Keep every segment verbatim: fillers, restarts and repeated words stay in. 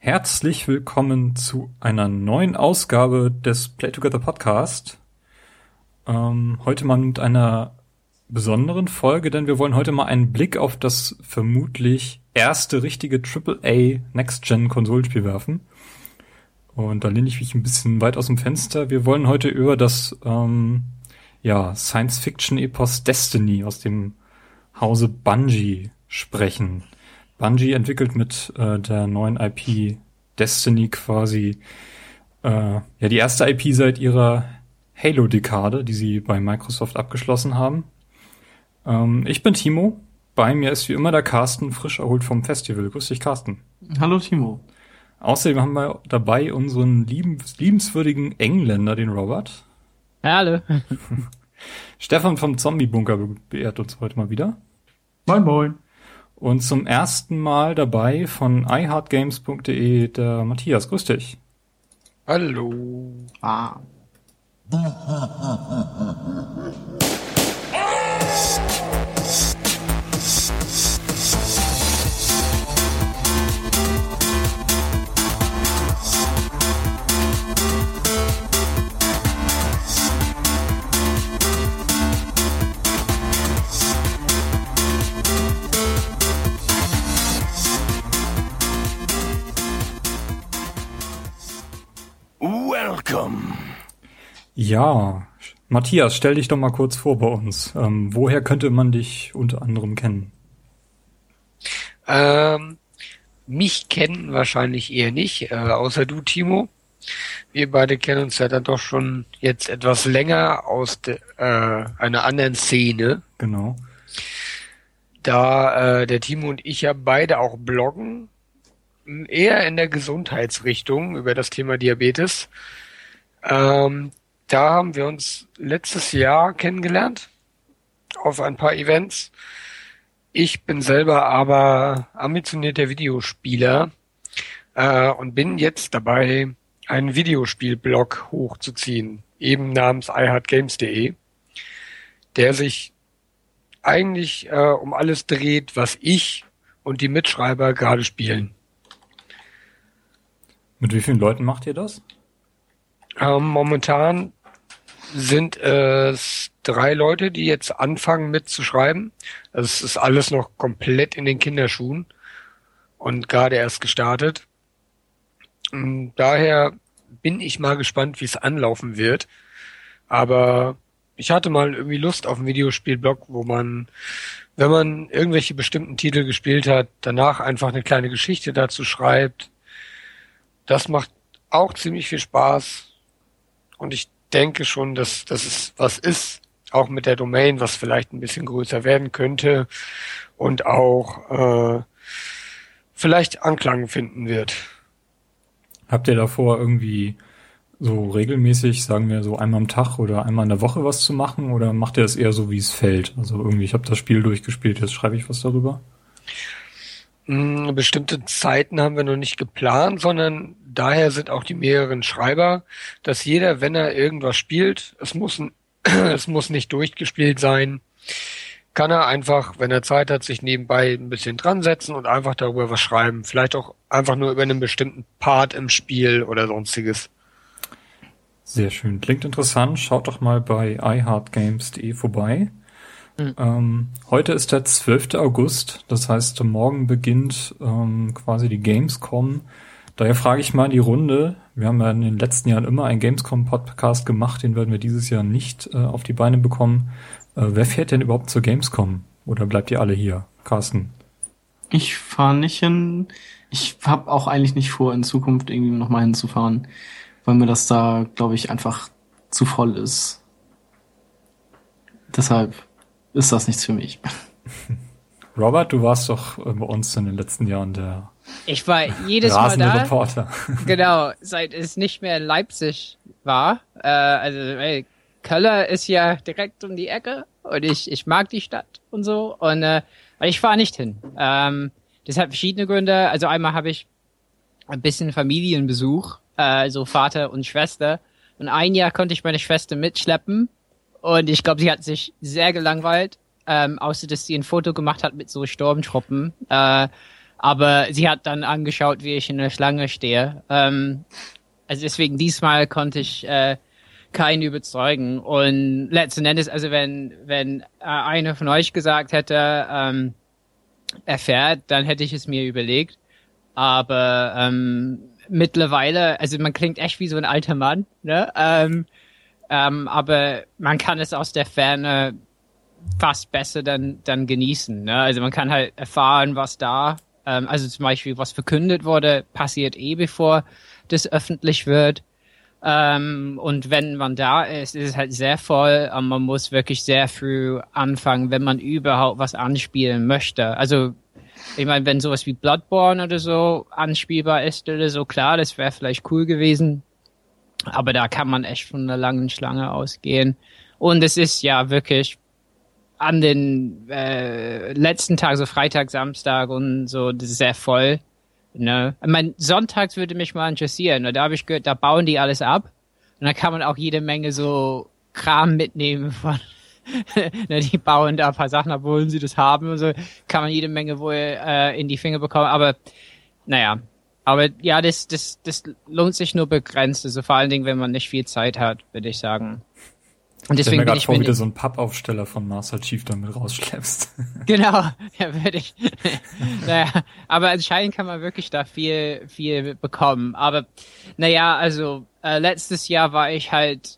Herzlich willkommen zu einer neuen Ausgabe des Play Together Podcast. Ähm, heute mal mit einer besonderen Folge, denn wir wollen heute mal einen Blick auf das vermutlich erste richtige Triple A Next-Gen-Konsolenspiel werfen. Und da lehne ich mich ein bisschen weit aus dem Fenster. Wir wollen heute über das ähm, ja, Science-Fiction-Epos Destiny aus dem Hause Bungie sprechen. Bungie entwickelt mit äh, der neuen I P Destiny quasi äh, ja die erste I P seit ihrer Halo-Dekade, die sie bei Microsoft abgeschlossen haben. Ähm, ich bin Timo. Bei mir ist wie immer der Carsten, frisch erholt vom Festival. Grüß dich, Carsten. Hallo, Timo. Außerdem haben wir dabei unseren lieben, liebenswürdigen Engländer, den Robert. Hallo. Stefan vom Zombie-Bunker beehrt uns heute mal wieder. Moin, moin. Und zum ersten Mal dabei von i heart games punkt de der Matthias. Grüß dich. Hallo. Ah. Welcome. Ja, Matthias, stell dich doch mal kurz vor bei uns. Ähm, woher könnte man dich unter anderem kennen? Ähm, mich kennen wahrscheinlich eher nicht, äh, außer du, Timo. Wir beide kennen uns ja dann doch schon jetzt etwas länger aus de, äh, einer anderen Szene. Genau. Da äh, der Timo und ich ja beide auch bloggen, eher in der Gesundheitsrichtung über das Thema Diabetes. Ähm, da haben wir uns letztes Jahr kennengelernt auf ein paar Events. Ich bin selber aber ambitionierter Videospieler äh, und bin jetzt dabei, einen Videospielblog hochzuziehen, eben namens i heart games punkt de, der sich eigentlich äh, um alles dreht, was ich und die Mitschreiber gerade spielen. Mit wie vielen Leuten macht ihr das? Ähm, momentan sind es drei Leute, die jetzt anfangen mitzuschreiben. Also es ist alles noch komplett in den Kinderschuhen und gerade erst gestartet. Und daher bin ich mal gespannt, wie es anlaufen wird. Aber ich hatte mal irgendwie Lust auf einen Videospielblog, wo man, wenn man irgendwelche bestimmten Titel gespielt hat, danach einfach eine kleine Geschichte dazu schreibt. Das macht auch ziemlich viel Spaß. Und ich denke schon, dass, dass es was ist, auch mit der Domain, was vielleicht ein bisschen größer werden könnte und auch äh, vielleicht Anklang finden wird. Habt ihr davor irgendwie so regelmäßig, sagen wir so einmal am Tag oder einmal in der Woche was zu machen, oder macht ihr das eher so, wie es fällt? Also irgendwie, ich habe das Spiel durchgespielt, jetzt schreibe ich was darüber? Bestimmte Zeiten haben wir noch nicht geplant, sondern daher sind auch die mehreren Schreiber, dass jeder, wenn er irgendwas spielt, es muss, ein, es muss nicht durchgespielt sein, kann er einfach, wenn er Zeit hat, sich nebenbei ein bisschen dran setzen und einfach darüber was schreiben. Vielleicht auch einfach nur über einen bestimmten Part im Spiel oder sonstiges. Sehr schön. Klingt interessant. Schaut doch mal bei i heart games punkt de vorbei. Mhm. Ähm, heute ist der zwölfter August, das heißt, morgen beginnt ähm, quasi die Gamescom. Daher frage ich mal in die Runde, wir haben ja in den letzten Jahren immer einen Gamescom-Podcast gemacht, den werden wir dieses Jahr nicht äh, auf die Beine bekommen. Äh, wer fährt denn überhaupt zur Gamescom? Oder bleibt ihr alle hier? Carsten? Ich fahre nicht hin. Ich habe auch eigentlich nicht vor, in Zukunft irgendwie nochmal hinzufahren, weil mir das da, glaube ich, einfach zu voll ist. Deshalb ist das nichts für mich. Robert, du warst doch bei uns in den letzten Jahren der Ich war jedes rasende Mal da. Reporter. Genau, seit es nicht mehr Leipzig war. Äh, also ey, Köln ist ja direkt um die Ecke und ich ich mag die Stadt und so. Und äh, ich fahre nicht hin. Ähm, das hat verschiedene Gründe. Also einmal habe ich ein bisschen Familienbesuch, äh, so Vater und Schwester. Und ein Jahr konnte ich meine Schwester mitschleppen. Und ich glaube, sie hat sich sehr gelangweilt, ähm, außer dass sie ein Foto gemacht hat mit so Sturmtruppen. Äh, Aber sie hat dann angeschaut, wie ich in der Schlange stehe. Ähm, also deswegen diesmal konnte ich äh, keinen überzeugen. Und letzten Endes, also wenn wenn äh, einer von euch gesagt hätte, ähm, er fährt, dann hätte ich es mir überlegt. Aber ähm, mittlerweile, also man klingt echt wie so ein alter Mann, ne? Ähm, ähm, aber man kann es aus der Ferne fast besser dann dann genießen, ne? Also man kann halt erfahren, was da, ähm, also zum Beispiel was verkündet wurde, passiert eh bevor das öffentlich wird. Ähm, und wenn man da ist, ist es halt sehr voll. Und man muss wirklich sehr früh anfangen, wenn man überhaupt was anspielen möchte. Also ich meine, wenn sowas wie Bloodborne oder so anspielbar ist oder so, klar, das wäre vielleicht cool gewesen. Aber da kann man echt von einer langen Schlange ausgehen. Und es ist ja wirklich an den äh, letzten Tagen, so Freitag, Samstag und so, das ist sehr voll. Ne? Ich meine, sonntags würde mich mal interessieren. Da habe ich gehört, da bauen die alles ab. Und da kann man auch jede Menge so Kram mitnehmen von, ne, die bauen da ein paar Sachen ab, wollen sie das haben und so. Kann man jede Menge wohl äh, in die Finger bekommen. Aber, naja. Aber ja, das, das, das lohnt sich nur begrenzt. Also vor allen Dingen, wenn man nicht viel Zeit hat, würde ich sagen. Und deswegen mir bin ich vor, mir wie du so einen Pappaufsteller von Master Chief damit rausschleppst. Genau, ja, würde ich. Naja, aber anscheinend kann man wirklich da viel, viel bekommen. Aber naja, also äh, letztes Jahr war ich halt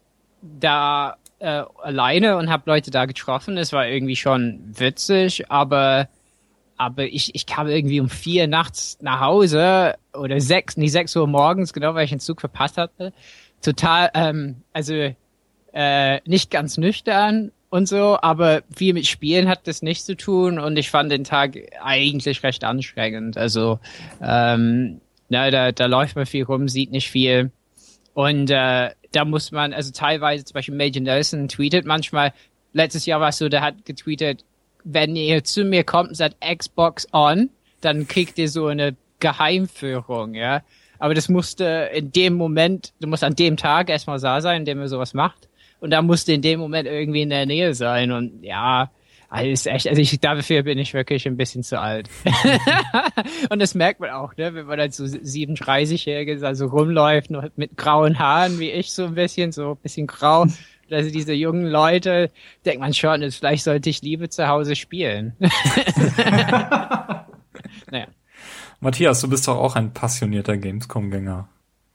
da äh, alleine und habe Leute da getroffen. Es war irgendwie schon witzig, aber aber ich ich kam irgendwie um vier nachts nach Hause oder sechs, nee sechs Uhr morgens, genau, weil ich den Zug verpasst hatte. Total, ähm, also Äh, nicht ganz nüchtern und so, aber viel mit Spielen hat das nicht zu tun und ich fand den Tag eigentlich recht anstrengend. Also ähm, na, da, da läuft man viel rum, sieht nicht viel und äh, da muss man, also teilweise zum Beispiel Major Nelson tweetet manchmal, letztes Jahr war es so, der hat getweetet, wenn ihr zu mir kommt und sagt Xbox on, dann kriegt ihr so eine Geheimführung, ja. Aber das musste in dem Moment, du musst an dem Tag erstmal da sein, indem er sowas macht. Und da musste in dem Moment irgendwie in der Nähe sein. Und ja, alles echt, also ich, dafür bin ich wirklich ein bisschen zu alt. Und das merkt man auch, ne, wenn man dann so siebenunddreißig-Jähriges also rumläuft, noch mit grauen Haaren, wie ich so ein bisschen, so ein bisschen grau. Also diese jungen Leute, denkt man schon, jetzt, vielleicht sollte ich lieber zu Hause spielen. Naja. Matthias, du bist doch auch ein passionierter Gamescom-Gänger.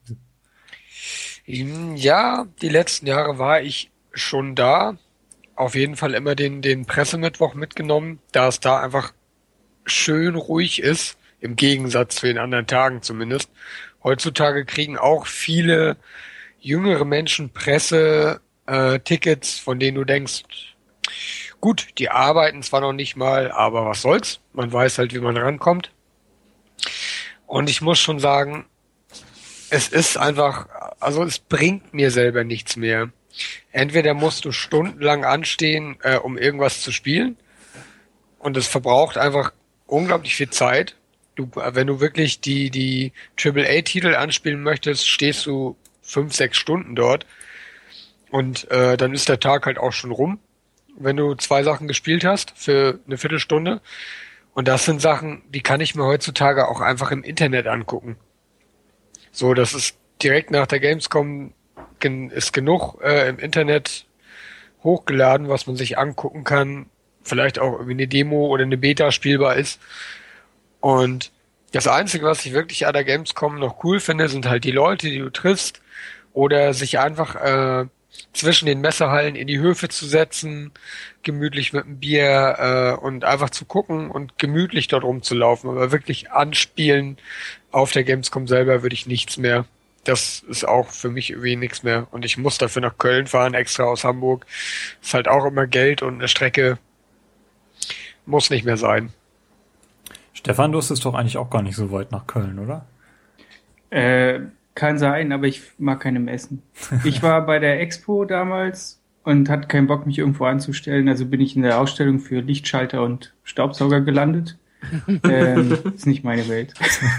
Ja, die letzten Jahre war ich schon da. Auf jeden Fall immer den, den Pressemittwoch mitgenommen, da es da einfach schön ruhig ist, im Gegensatz zu den anderen Tagen zumindest. Heutzutage kriegen auch viele jüngere Menschen Presse, äh, Tickets, von denen du denkst, gut, die arbeiten zwar noch nicht mal, aber was soll's? Man weiß halt, wie man rankommt. Und ich muss schon sagen, es ist einfach, also es bringt mir selber nichts mehr. Entweder musst du stundenlang anstehen, äh, um irgendwas zu spielen, und es verbraucht einfach unglaublich viel Zeit. Du, wenn du wirklich die die Triple A Titel anspielen möchtest, stehst du fünf, sechs Stunden dort, und äh, dann ist der Tag halt auch schon rum, wenn du zwei Sachen gespielt hast für eine Viertelstunde. Und das sind Sachen, die kann ich mir heutzutage auch einfach im Internet angucken. So, das ist direkt nach der Gamescom gen- ist genug äh, im Internet hochgeladen, was man sich angucken kann. Vielleicht auch irgendwie eine Demo oder eine Beta spielbar ist. Und das Einzige, was ich wirklich an der Gamescom noch cool finde, sind halt die Leute, die du triffst, oder sich einfach äh, zwischen den Messehallen in die Höfe zu setzen, gemütlich mit einem Bier äh, und einfach zu gucken und gemütlich dort rumzulaufen. Aber wirklich anspielen auf der Gamescom selber würde ich nichts mehr. Das ist auch für mich irgendwie nichts mehr. Und ich muss dafür nach Köln fahren, extra aus Hamburg. Ist halt auch immer Geld und eine Strecke. Muss nicht mehr sein. Stefan, du hast es doch eigentlich auch gar nicht so weit nach Köln, oder? Äh, kann sein, aber ich mag keine Messen. Ich war bei der Expo damals und hatte keinen Bock, mich irgendwo anzustellen. Also bin ich in der Ausstellung für Lichtschalter und Staubsauger gelandet. ähm, ist nicht meine Welt.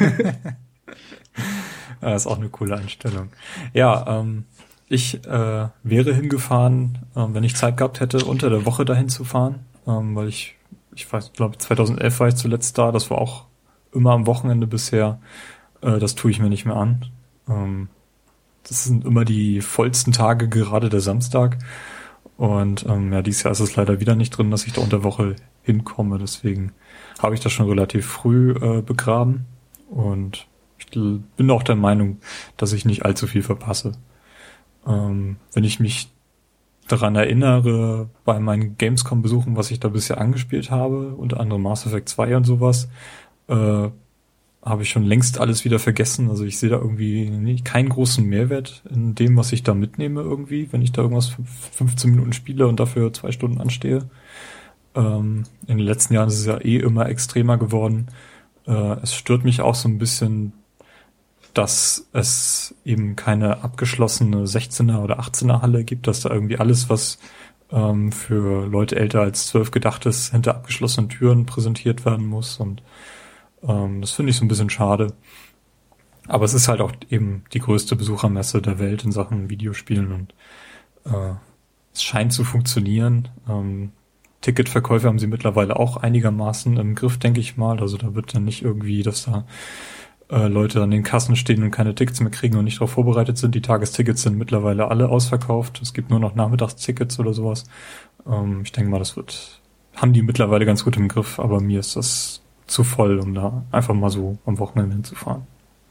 Das ist auch eine coole Einstellung. Ja, ähm, ich äh, wäre hingefahren, ähm, wenn ich Zeit gehabt hätte, unter der Woche dahin zu fahren, ähm, weil ich, ich weiß, glaube zweitausendelf war ich zuletzt da. Das war auch immer am Wochenende bisher. Äh, das tue ich mir nicht mehr an. Ähm, das sind immer die vollsten Tage, gerade der Samstag. Und ähm, ja, dieses Jahr ist es leider wieder nicht drin, dass ich da unter Woche hinkomme. Deswegen habe ich das schon relativ früh äh, begraben. Und ich bin auch der Meinung, dass ich nicht allzu viel verpasse. Ähm, wenn ich mich daran erinnere, bei meinen Gamescom-Besuchen, was ich da bisher angespielt habe, unter anderem Mass Effect zwei und sowas, äh, habe ich schon längst alles wieder vergessen. Also ich sehe da irgendwie nicht, keinen großen Mehrwert in dem, was ich da mitnehme irgendwie, wenn ich da irgendwas fünfzehn Minuten spiele und dafür zwei Stunden anstehe. Ähm, in den letzten Jahren ist es ja eh immer extremer geworden. Äh, es stört mich auch so ein bisschen, dass es eben keine abgeschlossene sechzehner oder achtzehner Halle gibt, dass da irgendwie alles, was ähm, für Leute älter als zwölf gedacht ist, hinter abgeschlossenen Türen präsentiert werden muss, und ähm, das finde ich so ein bisschen schade. Aber es ist halt auch eben die größte Besuchermesse der Welt in Sachen Videospielen, und äh, es scheint zu funktionieren. Ähm, Ticketverkäufe haben sie mittlerweile auch einigermaßen im Griff, denke ich mal. Also da wird dann nicht irgendwie, dass da Leute an den Kassen stehen und keine Tickets mehr kriegen und nicht darauf vorbereitet sind. Die Tagestickets sind mittlerweile alle ausverkauft. Es gibt nur noch Nachmittagstickets oder sowas. Ähm, ich denke mal, das wird, haben die mittlerweile ganz gut im Griff, aber mir ist das zu voll, um da einfach mal so am Wochenende hinzufahren.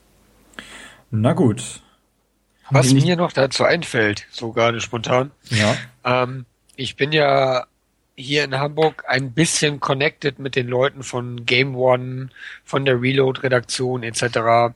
Na gut. Was mir noch dazu einfällt, so gerade spontan. Ja. Ähm, ich bin ja hier in Hamburg ein bisschen connected mit den Leuten von Game One, von der Reload-Redaktion et cetera.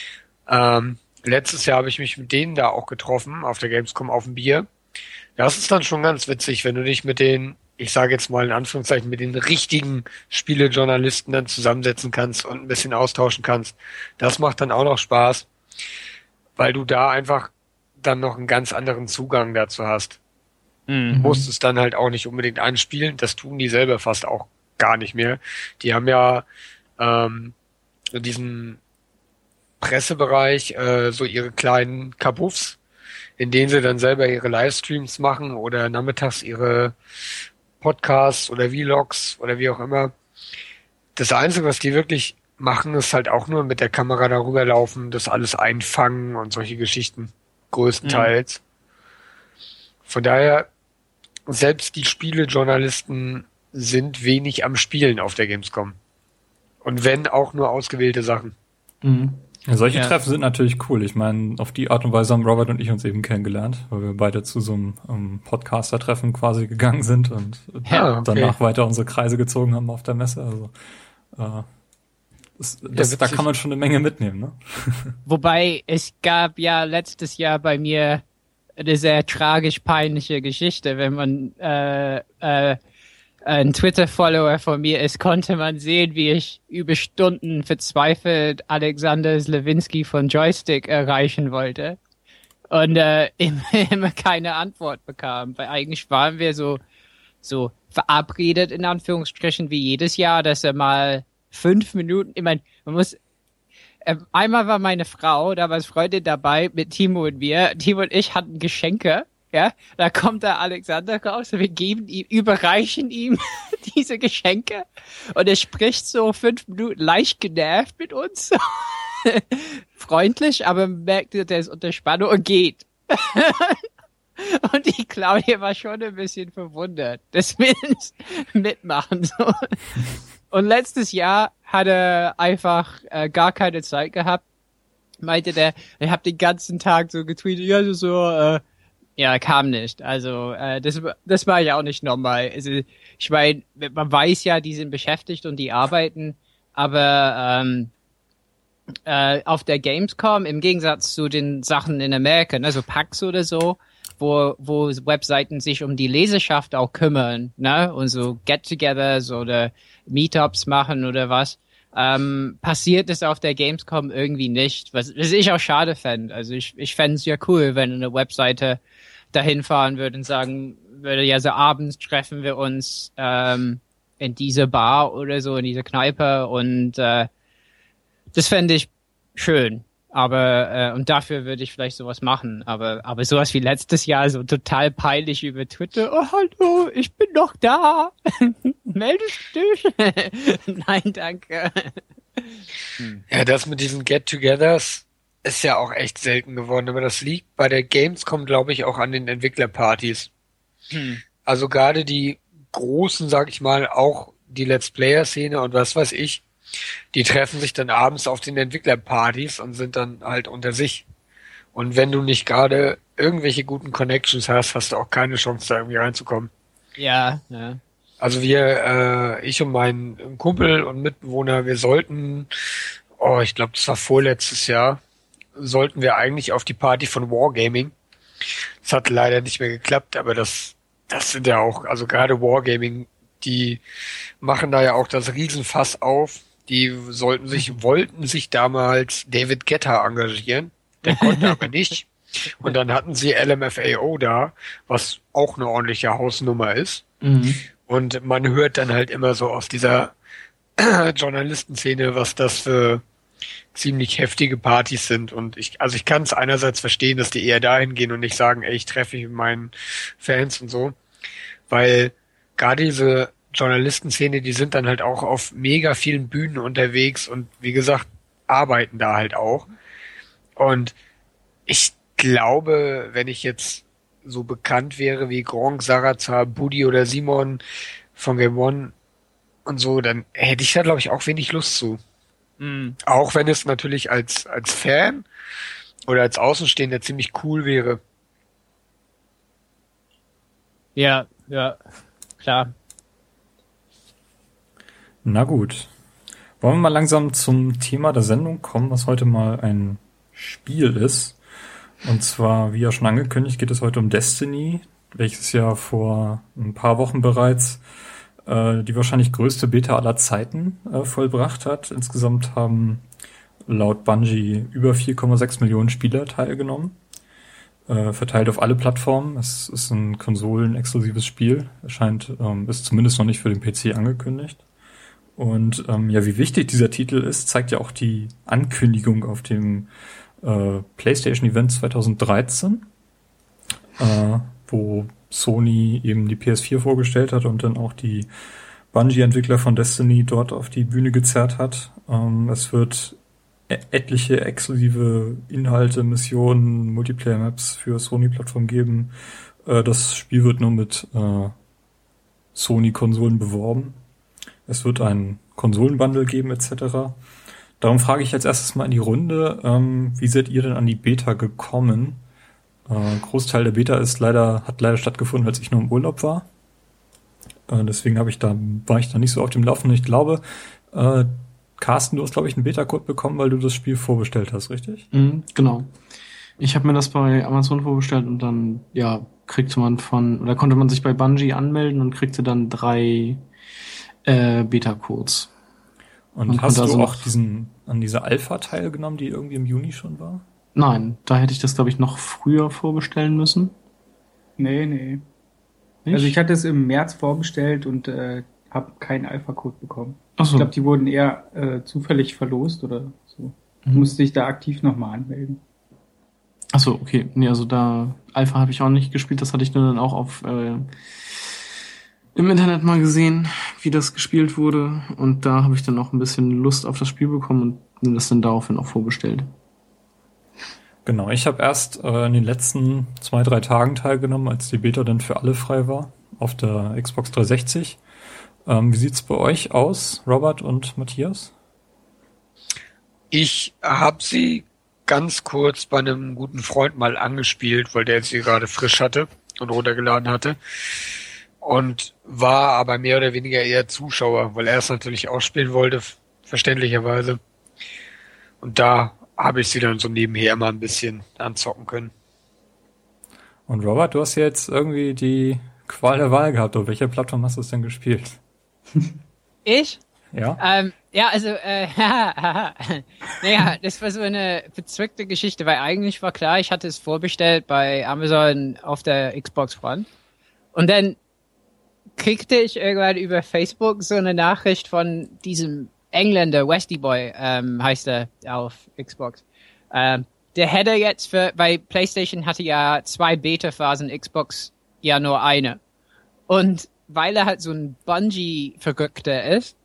Ähm, letztes Jahr habe ich mich mit denen da auch getroffen, auf der Gamescom auf dem Bier. Das ist dann schon ganz witzig, wenn du dich mit den, ich sage jetzt mal in Anführungszeichen, mit den richtigen Spielejournalisten dann zusammensetzen kannst und ein bisschen austauschen kannst. Das macht dann auch noch Spaß, weil du da einfach dann noch einen ganz anderen Zugang dazu hast. Mhm. Du musst es dann halt auch nicht unbedingt anspielen, das tun die selber fast auch gar nicht mehr. Die haben ja ähm, in diesem Pressebereich äh, so ihre kleinen Kabuffs, in denen sie dann selber ihre Livestreams machen oder nachmittags ihre Podcasts oder Vlogs oder wie auch immer. Das Einzige, was die wirklich machen, ist halt auch nur mit der Kamera darüber laufen, das alles einfangen und solche Geschichten größtenteils. Mhm. Von daher, selbst die Spielejournalisten sind wenig am Spielen auf der Gamescom. Und wenn, auch nur ausgewählte Sachen. Mhm. Ja, solche Ja. Treffen sind natürlich cool. Ich meine, auf die Art und Weise haben Robert und ich uns eben kennengelernt, weil wir beide zu so einem um, Podcaster-Treffen quasi gegangen sind und Ja, okay. danach weiter unsere Kreise gezogen haben auf der Messe. Also äh, das, das, Ja, da witzig. kann man schon eine Menge mitnehmen, ne? Wobei, es gab ja letztes Jahr bei mir eine sehr tragisch peinliche Geschichte. Wenn man äh, äh, ein Twitter-Follower von mir ist, konnte man sehen, wie ich über Stunden verzweifelt Alexander Slawinski von Joystick erreichen wollte und äh, immer, immer keine Antwort bekam. Weil eigentlich waren wir so so verabredet, in Anführungsstrichen, wie jedes Jahr, dass er mal fünf Minuten, ich meine, man muss Ähm, einmal war meine Frau, da war Freundin dabei mit Timo und mir. Timo und ich hatten Geschenke, ja. Da kommt der Alexander raus und wir geben ihm, überreichen ihm diese Geschenke. Und er spricht so fünf Minuten leicht genervt mit uns. Freundlich, aber man merkt, der ist unter Spannung und geht. Und die Claudia war schon ein bisschen verwundert, dass wir das mitmachen. So. Und letztes Jahr hat er einfach äh, gar keine Zeit gehabt. Meinte der, ich habe den ganzen Tag so getweetet, ja, so, so äh, ja, kam nicht. Also äh, das, das war ja auch nicht normal. Also ich meine, man weiß ja, die sind beschäftigt und die arbeiten, aber ähm, äh, auf der Gamescom, im Gegensatz zu den Sachen in Amerika, ne, so PAX oder so, wo wo Webseiten sich um die Leserschaft auch kümmern, ne, und so Get-togethers oder Meetups machen oder was, ähm, passiert es auf der Gamescom irgendwie nicht, was, was ich auch schade fände. Also ich ich fände es ja cool, wenn eine Webseite dahin fahren würde und sagen würde, ja, so abends treffen wir uns ähm, in diese Bar oder so, in diese Kneipe, und äh, das fände ich schön. Aber, äh, und dafür würde ich vielleicht sowas machen. Aber, aber sowas wie letztes Jahr, so total peinlich über Twitter. Oh, hallo, ich bin noch da. Meldest dich? Nein, danke. Ja, das mit diesen Get-Togethers ist ja auch echt selten geworden, aber das liegt bei der Gamescom, glaube ich, auch an den Entwicklerpartys. Hm. Also gerade die großen, sag ich mal, auch die Let's Player-Szene und was weiß ich, die treffen sich dann abends auf den Entwicklerpartys und sind dann halt unter sich. Und wenn du nicht gerade irgendwelche guten Connections hast, hast du auch keine Chance, da irgendwie reinzukommen. Ja, ja. Also wir, äh, ich und mein Kumpel und Mitbewohner, wir sollten, oh, ich glaube, das war vorletztes Jahr, sollten wir eigentlich auf die Party von Wargaming. Das hat leider nicht mehr geklappt, aber das, das sind ja auch, also gerade Wargaming, die machen da ja auch das Riesenfass auf. Die sollten sich, wollten sich damals David Guetta engagieren. Der konnte aber nicht. Und dann hatten sie L M F A O da, was auch eine ordentliche Hausnummer ist. Mhm. Und man hört dann halt immer so aus dieser Journalistenszene, was das für ziemlich heftige Partys sind. Und ich, also ich kann es einerseits verstehen, dass die eher dahin gehen und nicht sagen, ey, ich treffe mich mit meinen Fans und so. Weil gerade diese Journalistenszene, die sind dann halt auch auf mega vielen Bühnen unterwegs und wie gesagt, arbeiten da halt auch. Und ich glaube, wenn ich jetzt so bekannt wäre wie Gronk, Sarazar, Budi oder Simon von Game One und so, dann hätte ich da, glaube ich, auch wenig Lust zu. Hm. Auch wenn es natürlich als, als Fan oder als Außenstehender ziemlich cool wäre. Ja, ja, klar. Na gut. Wollen wir mal langsam zum Thema der Sendung kommen, was heute mal ein Spiel ist. Und zwar, wie ja schon angekündigt, geht es heute um Destiny, welches ja vor ein paar Wochen bereits äh, die wahrscheinlich größte Beta aller Zeiten äh, vollbracht hat. Insgesamt haben laut Bungie über vier Komma sechs Millionen Spieler teilgenommen, äh, verteilt auf alle Plattformen. Es ist ein konsolenexklusives Spiel, erscheint, ähm, ist zumindest noch nicht für den P C angekündigt. Und ähm, ja, wie wichtig dieser Titel ist, zeigt ja auch die Ankündigung auf dem äh, PlayStation Event zwanzig dreizehn, äh, wo Sony eben die P S vier vorgestellt hat und dann auch die Bungie-Entwickler von Destiny dort auf die Bühne gezerrt hat. Ähm, es wird e- etliche exklusive Inhalte, Missionen, Multiplayer-Maps für Sony-Plattformen geben. Äh, das Spiel wird nur mit äh, Sony-Konsolen beworben. Es wird ein Konsolenbundle geben et cetera. Darum frage ich jetzt erstes mal in die Runde, ähm, wie seid ihr denn an die Beta gekommen? Äh, Großteil der Beta ist leider, hat leider stattgefunden, als ich nur im Urlaub war. Äh, deswegen habe ich da, war ich da nicht so auf dem Laufenden. Ich glaube, äh, Carsten, du hast, glaube ich, einen Beta-Code bekommen, weil du das Spiel vorbestellt hast, richtig? Mhm, genau. Ich habe mir das bei Amazon vorbestellt und dann, ja, kriegte man von, oder konnte man sich bei Bungie anmelden und kriegte dann drei äh, Beta-Codes. Und Man hast du konnte also auch diesen, an dieser Alpha teilgenommen, die irgendwie im Juni schon war? Nein, da hätte ich das, glaube ich, noch früher vorbestellen müssen. Nee, nee. Nicht? Also ich hatte es im März vorbestellt und äh, habe keinen Alpha-Code bekommen. Ach so. Ich glaube, die wurden eher äh, zufällig verlost oder so. Du Mhm. musst dich da aktiv nochmal anmelden. Ach so, okay. Nee, also da Alpha habe ich auch nicht gespielt. Das hatte ich nur dann auch auf äh, im Internet mal gesehen, wie das gespielt wurde. Und da habe ich dann auch ein bisschen Lust auf das Spiel bekommen und mir das dann daraufhin auch vorbestellt. Genau, ich habe erst äh, in den letzten zwei, drei Tagen teilgenommen, als die Beta dann für alle frei war, auf der Xbox dreihundertsechzig. Ähm, wie sieht's bei euch aus, Robert und Matthias? Ich habe sie ganz kurz bei einem guten Freund mal angespielt, weil der sie gerade frisch hatte und runtergeladen hatte. Und war aber mehr oder weniger eher Zuschauer, weil er es natürlich auch spielen wollte, verständlicherweise. Und da habe ich sie dann so nebenher mal ein bisschen anzocken können. Und Robert, du hast jetzt irgendwie die Qual der Wahl gehabt. Auf welcher Plattform hast du es denn gespielt? Ich? Ja? Ähm, ja, also, äh, naja, das war so eine verzwickte Geschichte, weil eigentlich war klar, ich hatte es vorbestellt bei Amazon auf der Xbox One. Und dann kriegte ich irgendwann über Facebook so eine Nachricht von diesem Engländer, Westy Boy, ähm, heißt er auf Xbox. Ähm, der hätte jetzt für, weil PlayStation hatte ja zwei Beta-Phasen, Xbox ja nur eine. Und weil er halt so ein Bungie-Verrückter ist,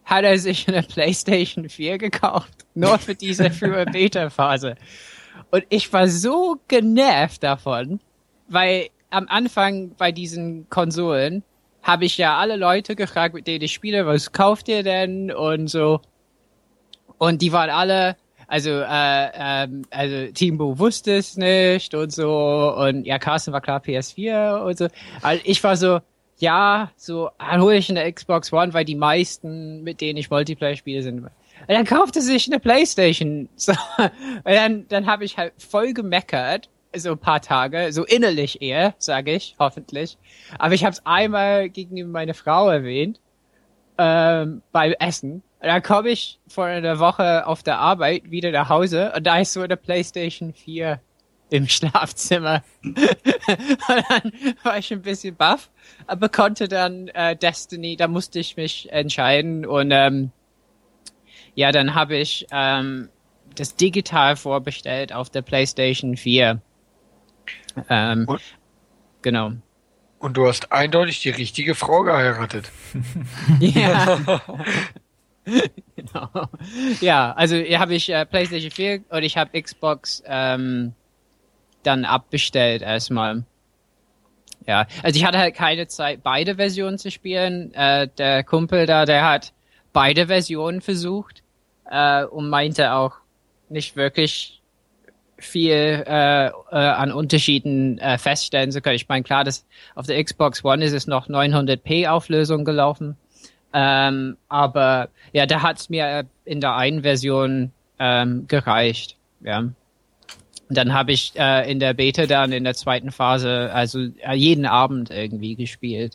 hat er sich eine PlayStation vier gekauft, nur für diese frühe Beta-Phase. Und ich war so genervt davon, weil am Anfang bei diesen Konsolen habe ich ja alle Leute gefragt, mit denen ich spiele, was kauft ihr denn und so. Und die waren alle, also äh, ähm, also Timbo wusste es nicht und so und ja, Carsten war klar P S vier und so. Also ich war so, ja, so, dann hole ich eine Xbox One, weil die meisten, mit denen ich Multiplayer spiele, sind. Und dann kaufte sich eine PlayStation. So, und dann, dann habe ich halt voll gemeckert, so ein paar Tage, so innerlich eher, sage ich, hoffentlich. Aber ich habe es einmal gegenüber meiner Frau erwähnt, ähm, beim Essen. Und dann komme ich vor einer Woche auf der Arbeit wieder nach Hause und da ist so eine PlayStation vier im Schlafzimmer. Und dann war ich ein bisschen baff, aber konnte dann äh, Destiny, da musste ich mich entscheiden und ähm, ja, dann habe ich ähm, das digital vorbestellt auf der PlayStation vier. Ähm, und, genau. Und du hast eindeutig die richtige Frau geheiratet. Ja. Genau. Ja, also hier habe ich äh, PlayStation vier und ich habe Xbox ähm, dann abbestellt erstmal. Ja, also ich hatte halt keine Zeit, beide Versionen zu spielen. Äh, der Kumpel da, der hat beide Versionen versucht äh, und meinte auch nicht wirklich viel äh, äh, an Unterschieden äh, feststellen zu können. Ich meine, klar, das auf der Xbox One ist es noch neunhundert p Auflösung gelaufen. Ähm, aber ja, da hat's mir in der einen Version ähm, gereicht. Ja. Und dann habe ich äh, in der Beta dann in der zweiten Phase, also äh, jeden Abend irgendwie gespielt.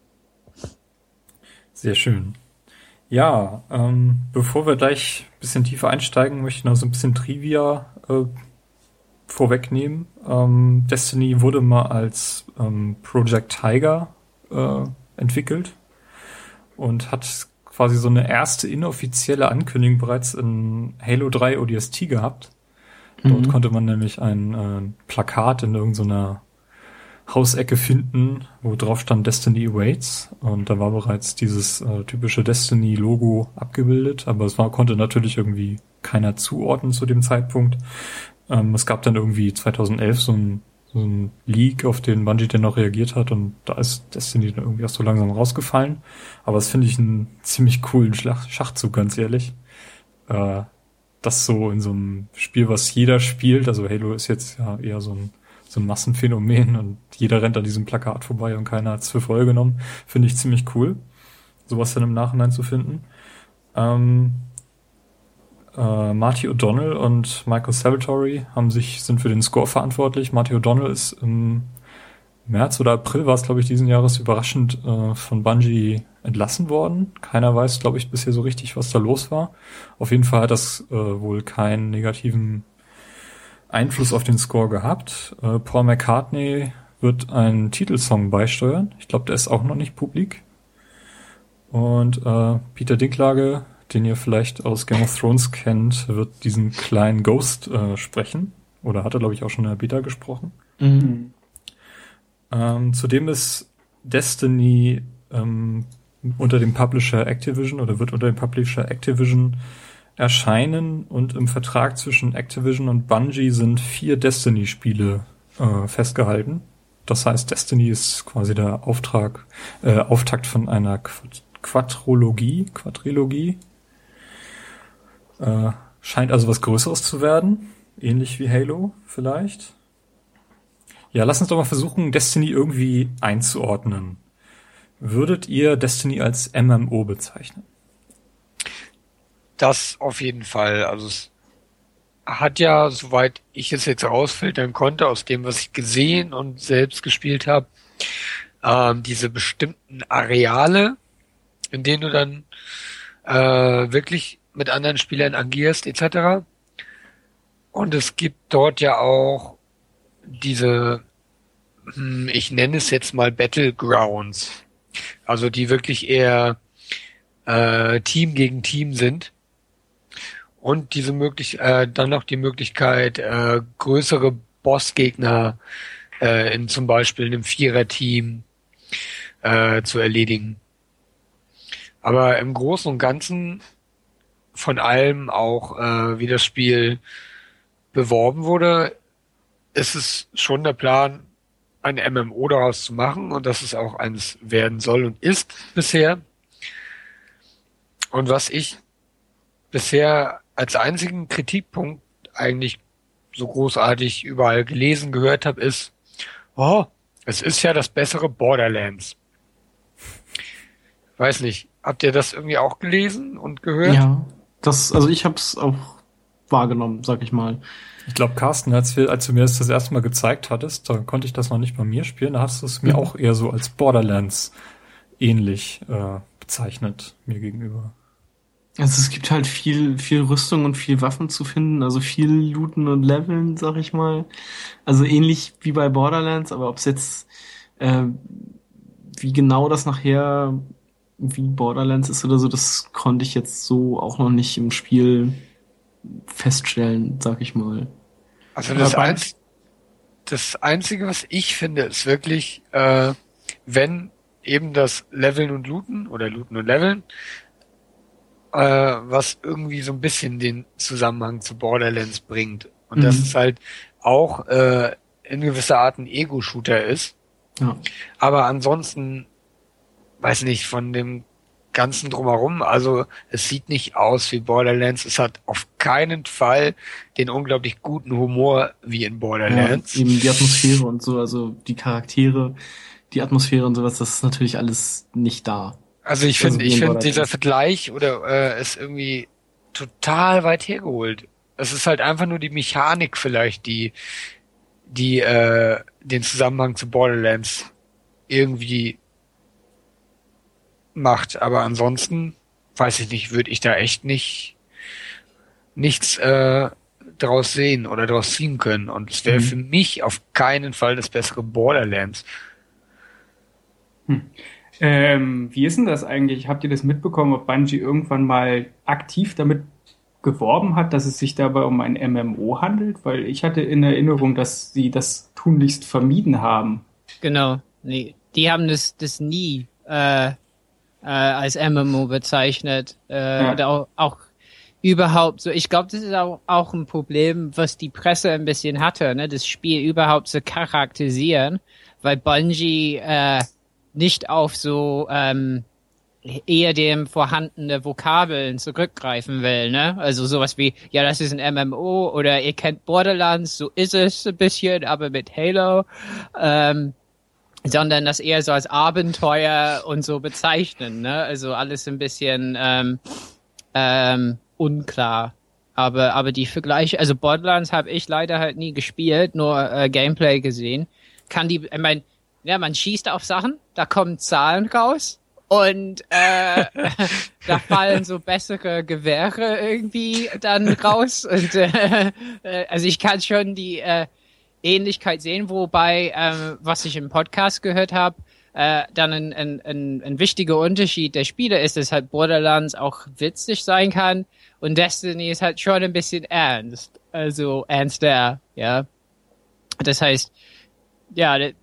Sehr schön. Ja, ähm, bevor wir gleich ein bisschen tiefer einsteigen, möchte ich noch so ein bisschen Trivia äh, vorwegnehmen. Ähm, Destiny wurde mal als ähm, Project Tiger äh, entwickelt und hat quasi so eine erste inoffizielle Ankündigung bereits in Halo drei O D S T gehabt. Dort mhm. konnte man nämlich ein äh, Plakat in irgendeiner Hausecke finden, wo drauf stand Destiny Awaits, und da war bereits dieses äh, typische Destiny-Logo abgebildet, aber es war, konnte natürlich irgendwie keiner zuordnen zu dem Zeitpunkt. Ähm, es gab dann irgendwie zweitausendelf so ein so ein Leak, auf den Bungie dann noch reagiert hat, und da ist Destiny dann irgendwie auch so langsam rausgefallen. Aber das finde ich einen ziemlich coolen Schach- Schachzug, ganz ehrlich. Äh, das so in so einem Spiel, was jeder spielt, also Halo ist jetzt ja eher so ein, so ein Massenphänomen und jeder rennt an diesem Plakat vorbei und keiner hat es für voll genommen, finde ich ziemlich cool, sowas dann im Nachhinein zu finden. Ähm, Uh, Marty O'Donnell und Michael Salvatore haben sich, sind für den Score verantwortlich. Marty O'Donnell ist im März oder April, war es glaube ich diesen Jahres, überraschend uh, von Bungie entlassen worden. Keiner weiß, glaube ich, bisher so richtig, was da los war. Auf jeden Fall hat das uh, wohl keinen negativen Einfluss auf den Score gehabt. Uh, Paul McCartney wird einen Titelsong beisteuern. Ich glaube, der ist auch noch nicht publik. Und uh, Peter Dinklage, den ihr vielleicht aus Game of Thrones kennt, wird diesen kleinen Ghost äh, sprechen. Oder hat er, glaube ich, auch schon in der Beta gesprochen. Mhm. Ähm, zudem ist Destiny ähm, unter dem Publisher Activision oder wird unter dem Publisher Activision erscheinen, und im Vertrag zwischen Activision und Bungie sind vier Destiny-Spiele äh, festgehalten. Das heißt, Destiny ist quasi der Auftrag, äh, Auftakt von einer Quad- Quadrologie, Quadrilogie. Äh, scheint also was Größeres zu werden. Ähnlich wie Halo vielleicht. Ja, lass uns doch mal versuchen, Destiny irgendwie einzuordnen. Würdet ihr Destiny als M M O bezeichnen? Das auf jeden Fall. Also es hat ja, soweit ich es jetzt rausfiltern konnte, aus dem, was ich gesehen und selbst gespielt habe, ähm, diese bestimmten Areale, in denen du dann äh, wirklich mit anderen Spielern agierst et cetera. Und es gibt dort ja auch diese, ich nenne es jetzt mal Battlegrounds, also die wirklich eher äh, Team gegen Team sind. Und diese möglich äh, dann noch die Möglichkeit, äh, größere Bossgegner äh, in zum Beispiel einem Vierer-Team äh, zu erledigen. Aber im Großen und Ganzen von allem auch, äh, wie das Spiel beworben wurde, ist es schon der Plan, ein M M O daraus zu machen und dass es auch eines werden soll und ist bisher. Und was ich bisher als einzigen Kritikpunkt eigentlich so großartig überall gelesen, gehört habe, ist, oh, es ist ja das bessere Borderlands. Weiß nicht, habt ihr das irgendwie auch gelesen und gehört? Ja, das, also ich habe es auch wahrgenommen, sag ich mal. Ich glaube, Carsten, als, wir, als du mir das das erste Mal gezeigt hattest, da konnte ich das noch nicht bei mir spielen, da hast du es mir Mhm. auch eher so als Borderlands ähnlich äh, bezeichnet, mir gegenüber. Also es gibt halt viel, viel Rüstung und viel Waffen zu finden, also viel Looten und Leveln, sag ich mal. Also ähnlich wie bei Borderlands, aber ob es jetzt, äh, wie genau das nachher wie Borderlands ist oder so, das konnte ich jetzt so auch noch nicht im Spiel feststellen, sag ich mal. Also das, Aber Einz das Einzige, was ich finde, ist wirklich, äh, wenn eben das Leveln und Looten oder Looten und Leveln, äh, was irgendwie so ein bisschen den Zusammenhang zu Borderlands bringt. Und Mhm. dass es halt auch äh, in gewisser Art ein Ego-Shooter ist. Ja. Aber ansonsten, weiß nicht, von dem Ganzen drumherum, also es sieht nicht aus wie Borderlands, es hat auf keinen Fall den unglaublich guten Humor wie in Ja, Borderlands. eben die Atmosphäre und so, also die Charaktere, die Atmosphäre und sowas, das ist natürlich alles nicht da. Also ich Also finde, wie ich in finde Borderlands. dieser Vergleich oder äh, ist irgendwie total weit hergeholt. Es ist halt einfach nur die Mechanik vielleicht, die die äh, den Zusammenhang zu Borderlands irgendwie macht. Aber ansonsten, weiß ich nicht, würde ich da echt nicht nichts äh, draus sehen oder draus ziehen können. Und es wäre Mhm. für mich auf keinen Fall das bessere Borderlands. Ähm, wie ist denn das eigentlich? Habt ihr das mitbekommen, ob Bungie irgendwann mal aktiv damit geworben hat, dass es sich dabei um ein M M O handelt? Weil ich hatte in Erinnerung, dass sie das tunlichst vermieden haben. Genau. Nee, die haben das, das nie äh, äh, als M M O bezeichnet. Äh, Ja. Oder auch, auch überhaupt so. Ich glaube, das ist auch, auch ein Problem, was die Presse ein bisschen hatte, ne? Das Spiel überhaupt zu charakterisieren, weil Bungie äh, nicht auf so ähm, eher dem vorhandene Vokabeln zurückgreifen will, ne? Also sowas wie, ja, das ist ein M M O oder ihr kennt Borderlands, so ist es ein bisschen, aber mit Halo, ähm, sondern das eher so als Abenteuer und so bezeichnen, ne? Also alles ein bisschen ähm, ähm, unklar. Aber aber die Vergleiche, also Borderlands habe ich leider halt nie gespielt, nur äh, Gameplay gesehen. Kann die, ich meine, ja, man schießt auf Sachen, da kommen Zahlen raus und äh, da fallen so bessere Gewehre irgendwie dann raus. Und äh, äh, also ich kann schon die äh, Ähnlichkeit sehen, wobei, ähm, was ich im Podcast gehört habe, äh, dann ein, ein, ein, ein wichtiger Unterschied der Spiele ist, dass halt Borderlands auch witzig sein kann und Destiny ist halt schon ein bisschen ernst, also ernster, ja. Das heißt, ja, äh,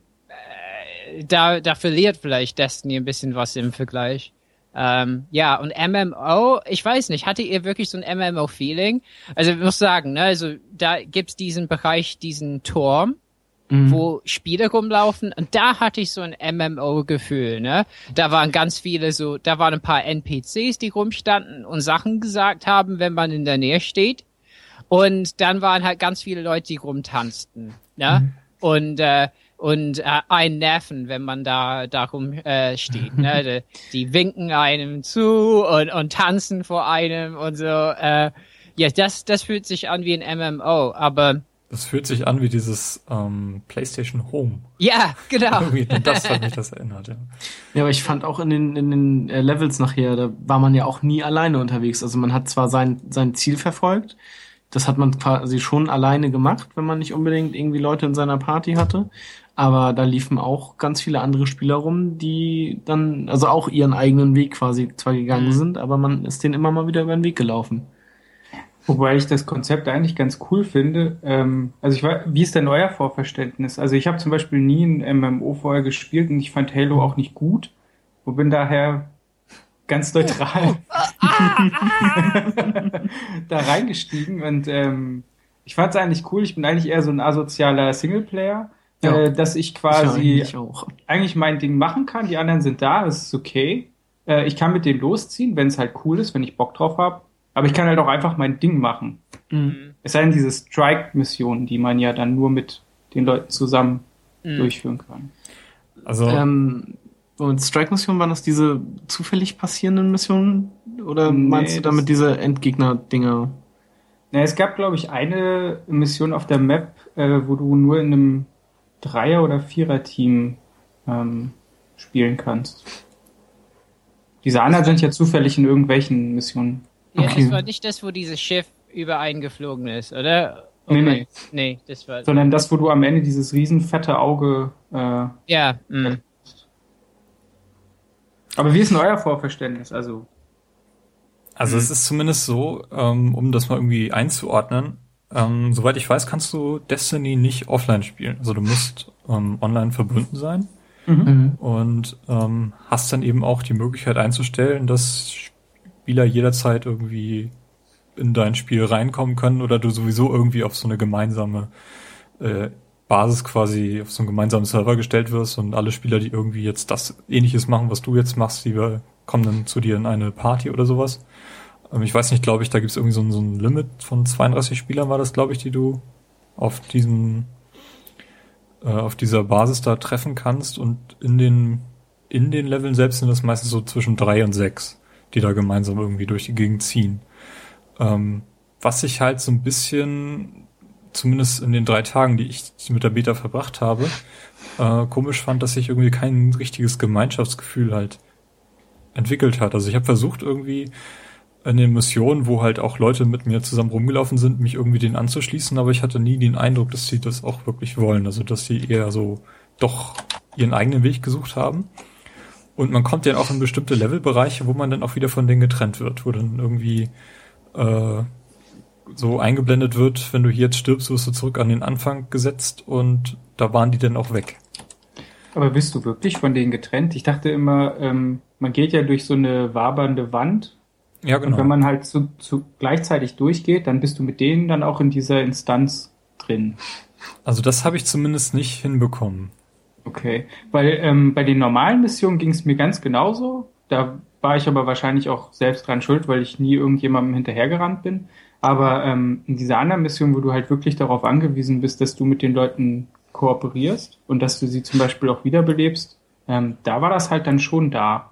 da, da verliert vielleicht Destiny ein bisschen was im Vergleich. Ähm, ja, und M M O, ich weiß nicht, hattet ihr wirklich so ein M M O-Feeling? Also ich muss sagen, ne, also da gibt's diesen Bereich, diesen Turm, Mhm. wo Spiele rumlaufen und da hatte ich so ein M M O-Gefühl, ne? Da waren ganz viele so, da waren ein paar N P Cs, die rumstanden und Sachen gesagt haben, wenn man in der Nähe steht. Und dann waren halt ganz viele Leute, die rumtanzten, ne? Mhm. Und äh, und äh, einen nerven, wenn man da darum äh, steht, ne? Die, die winken einem zu und und tanzen vor einem und so. Äh, ja, das das fühlt sich an wie ein M M O, aber Das fühlt sich an wie dieses ähm, PlayStation Home. ja, genau. Irgendwie, an das hat mich das erinnert, ja. Ja, aber ich fand auch in den, in den äh, Levels nachher, da war man ja auch nie alleine unterwegs. Also man hat zwar sein, sein Ziel verfolgt, das hat man quasi schon alleine gemacht, wenn man nicht unbedingt irgendwie Leute in seiner Party hatte. Aber da liefen auch ganz viele andere Spieler rum, die dann, also auch ihren eigenen Weg quasi zwar gegangen Mhm. sind, aber man ist denen immer mal wieder über den Weg gelaufen. Wobei ich das Konzept eigentlich ganz cool finde. Ähm, also ich weiß, wie ist denn euer Vorverständnis? Also ich habe zum Beispiel nie ein M M O vorher gespielt und ich fand Halo auch nicht gut und bin daher ganz neutral da reingestiegen und ähm, ich fand es eigentlich cool. Ich bin eigentlich eher so ein asozialer Singleplayer, Ja. äh, dass ich Ich quasi eigentlich auch. eigentlich mein Ding machen kann. Die anderen sind da, es ist okay. Äh, ich kann mit denen losziehen, wenn es halt cool ist, wenn ich Bock drauf habe. Aber ich kann halt auch einfach mein Ding machen. Mhm. Es sei denn diese Strike-Missionen, die man ja dann nur mit den Leuten zusammen Mhm. durchführen kann. Also, Ähm, und Strike-Missionen, waren das diese zufällig passierenden Missionen? Oder Nee, meinst du das- damit diese Endgegner-Dinger? Na, es gab, glaube ich, eine Mission auf der Map, äh, wo du nur in einem Dreier- oder Vierer-Team ähm, spielen kannst. Diese anderen sind ja zufällig in irgendwelchen Missionen. Ja, Okay. das war nicht das, wo dieses Schiff übereingeflogen ist, oder? Nee, mein- nee. Nee, das war... Sondern das, wo du am Ende dieses riesen fette Auge... Äh, Ja, mh. aber wie ist denn euer Vorverständnis? Also, also es ist zumindest so, ähm, um das mal irgendwie einzuordnen, ähm, soweit ich weiß, kannst du Destiny nicht offline spielen. Also du musst ähm, online verbunden sein Mhm. und ähm, hast dann eben auch die Möglichkeit einzustellen, dass Spieler jederzeit irgendwie in dein Spiel reinkommen können oder du sowieso irgendwie auf so eine gemeinsame äh, Basis quasi auf so einen gemeinsamen Server gestellt wirst und alle Spieler, die irgendwie jetzt das Ähnliches machen, was du jetzt machst, die wir- kommen dann zu dir in eine Party oder sowas. Ähm, ich weiß nicht, glaube ich, da gibt es irgendwie so ein, so ein Limit von zweiunddreißig Spielern war das, glaube ich, die du auf diesem äh, auf dieser Basis da treffen kannst und in den in den Leveln selbst sind das meistens so zwischen drei und sechs, die da gemeinsam irgendwie durch die Gegend ziehen. Ähm, was ich halt so ein bisschen, zumindest in den drei Tagen, die ich mit der Beta verbracht habe, äh, komisch fand, dass sich irgendwie kein richtiges Gemeinschaftsgefühl halt entwickelt hat. Also ich habe versucht irgendwie in den Missionen, wo halt auch Leute mit mir zusammen rumgelaufen sind, mich irgendwie denen anzuschließen, aber ich hatte nie den Eindruck, dass sie das auch wirklich wollen. Also dass sie eher so doch ihren eigenen Weg gesucht haben. Und man kommt dann auch in bestimmte Levelbereiche, wo man dann auch wieder von denen getrennt wird, wo dann irgendwie äh, so eingeblendet wird, wenn du hier jetzt stirbst, wirst du zurück an den Anfang gesetzt und da waren die dann auch weg. aber bist du wirklich von denen getrennt? Ich dachte immer, ähm, man geht ja durch so eine wabernde Wand Ja, und genau. wenn man halt zu, zu gleichzeitig durchgeht, dann bist du mit denen dann auch in dieser Instanz drin. Also das habe ich zumindest nicht hinbekommen. Okay, weil ähm, bei den normalen Missionen ging es mir ganz genauso. Da war ich aber wahrscheinlich auch selbst dran schuld, weil ich nie irgendjemandem hinterhergerannt bin. Aber ähm, in dieser anderen Mission, wo du halt wirklich darauf angewiesen bist, dass du mit den Leuten kooperierst und dass du sie zum Beispiel auch wiederbelebst, ähm, da war das halt dann schon da.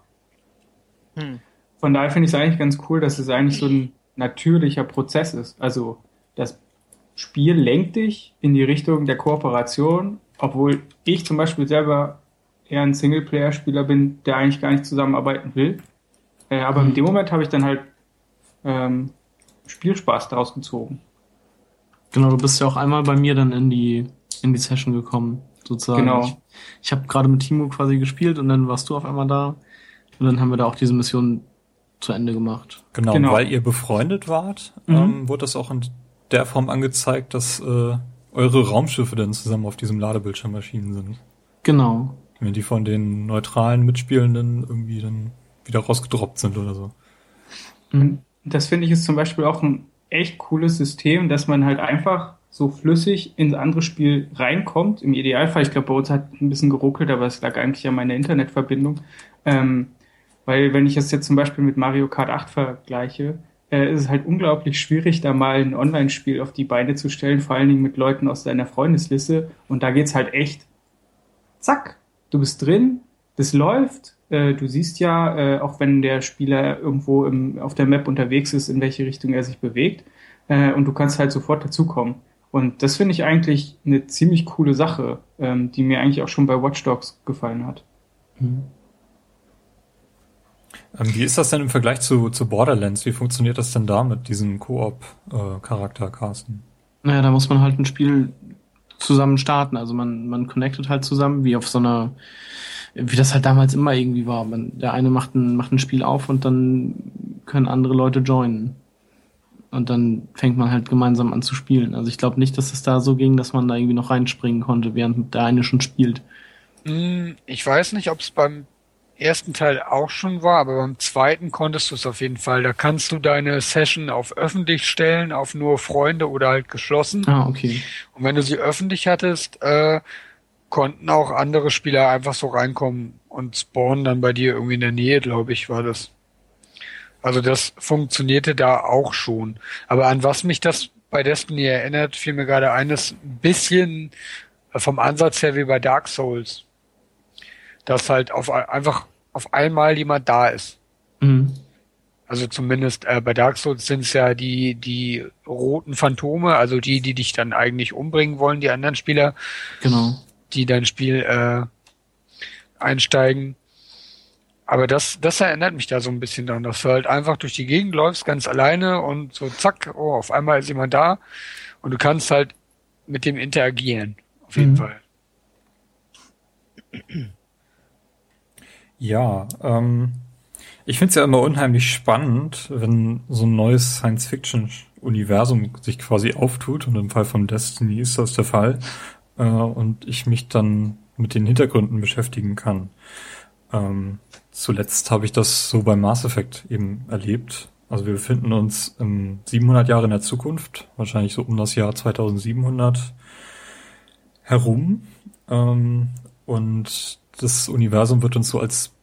Hm. Von daher finde ich es eigentlich ganz cool, dass es eigentlich so ein natürlicher Prozess ist. Also das Spiel lenkt dich in die Richtung der Kooperation, obwohl ich zum Beispiel selber eher ein Singleplayer-Spieler bin, der eigentlich gar nicht zusammenarbeiten will. Äh, aber in dem Moment habe ich dann halt ähm, Spielspaß daraus gezogen. Genau, du bist ja auch einmal bei mir dann in die in die Session gekommen, sozusagen. Genau. Ich, ich habe gerade mit Timo quasi gespielt und dann warst du auf einmal da und dann haben wir da auch diese Mission zu Ende gemacht. Genau, Genau. weil ihr befreundet wart, Mhm. ähm, wurde das auch in der Form angezeigt, dass äh, eure Raumschiffe dann zusammen auf diesem Ladebildschirm erschienen sind. Genau. Wenn die von den neutralen Mitspielenden irgendwie dann wieder rausgedroppt sind oder so. Mhm. Das finde ich ist zum Beispiel auch ein echt cooles System, dass man halt einfach so flüssig ins andere Spiel reinkommt. Im Idealfall, ich glaube, bei uns hat ein bisschen geruckelt, aber es lag eigentlich an meiner Internetverbindung. Ähm, weil wenn ich es jetzt zum Beispiel mit Mario Kart acht vergleiche, äh, ist es halt unglaublich schwierig, da mal ein Online-Spiel auf die Beine zu stellen, vor allen Dingen mit Leuten aus deiner Freundesliste. Und da geht's halt echt zack, du bist drin, das läuft. Äh, du siehst ja, äh, auch wenn der Spieler irgendwo im, auf der Map unterwegs ist, in welche Richtung er sich bewegt. Äh, und du kannst halt sofort dazukommen. Und das finde ich eigentlich eine ziemlich coole Sache, ähm, die mir eigentlich auch schon bei Watch Dogs gefallen hat. Mhm. Ähm, wie ist das denn im Vergleich zu, zu Borderlands? Wie funktioniert das denn da mit diesem Koop-Charakter, Carsten? Naja, da muss man halt ein Spiel zusammen starten. Also man, man connectet halt zusammen, wie auf so einer, wie das halt damals immer irgendwie war. Man, der eine macht ein, macht ein Spiel auf und dann können andere Leute joinen. Und dann fängt man halt gemeinsam an zu spielen. Also ich glaube nicht, dass es da so ging, dass man da irgendwie noch reinspringen konnte, während der eine schon spielt. Hm, Ich weiß nicht, ob es beim ersten Teil auch schon war, aber beim zweiten konntest du es auf jeden Fall. Da kannst du deine Session auf öffentlich stellen, auf nur Freunde oder halt geschlossen. Ah, okay. Und wenn du sie öffentlich hattest, äh, konnten auch andere Spieler einfach so reinkommen und spawnen dann bei dir irgendwie in der Nähe, glaube ich, war das. Also das funktionierte da auch schon. Aber an was mich das bei Destiny erinnert, fiel mir gerade ein, ist ein bisschen vom Ansatz her wie bei Dark Souls. Dass halt auf einfach auf einmal jemand da ist. Mhm. Also zumindest äh, bei Dark Souls sind es ja die die roten Phantome, also die, die dich dann eigentlich umbringen wollen, die anderen Spieler, Genau. die dein Spiel äh, einsteigen. Aber das, das erinnert mich da so ein bisschen daran, dass du halt einfach durch die Gegend läufst, ganz alleine und so zack, oh, auf einmal ist jemand da und du kannst halt mit dem interagieren. Auf jeden Mhm. Fall. Ja, ähm, ich finde es ja immer unheimlich spannend, wenn so ein neues Science-Fiction-Universum sich quasi auftut, und im Fall von Destiny ist das der Fall, äh, und ich mich dann mit den Hintergründen beschäftigen kann. Ähm, zuletzt habe ich das so bei Mass Effect eben erlebt. Also wir befinden uns ähm, siebenhundert Jahre in der Zukunft, wahrscheinlich so um das Jahr zweitausendsiebenhundert herum, ähm, und das Universum wird uns so als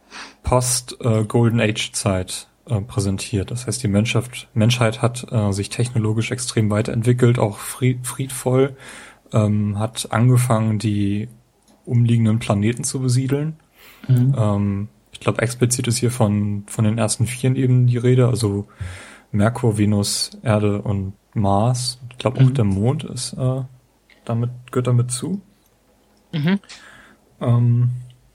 Post-Golden Age-Zeit äh, präsentiert. Das heißt, die Menschheit, Menschheit hat äh, sich technologisch extrem weiterentwickelt, auch fried, friedvoll, ähm, hat angefangen, die umliegenden Planeten zu besiedeln. Mhm. Ähm, ich glaube, explizit ist hier von von den ersten vieren eben die Rede, also Merkur, Venus, Erde und Mars. Ich glaube auch Mhm. der Mond ist äh, damit gehört damit zu. Mhm. Ähm,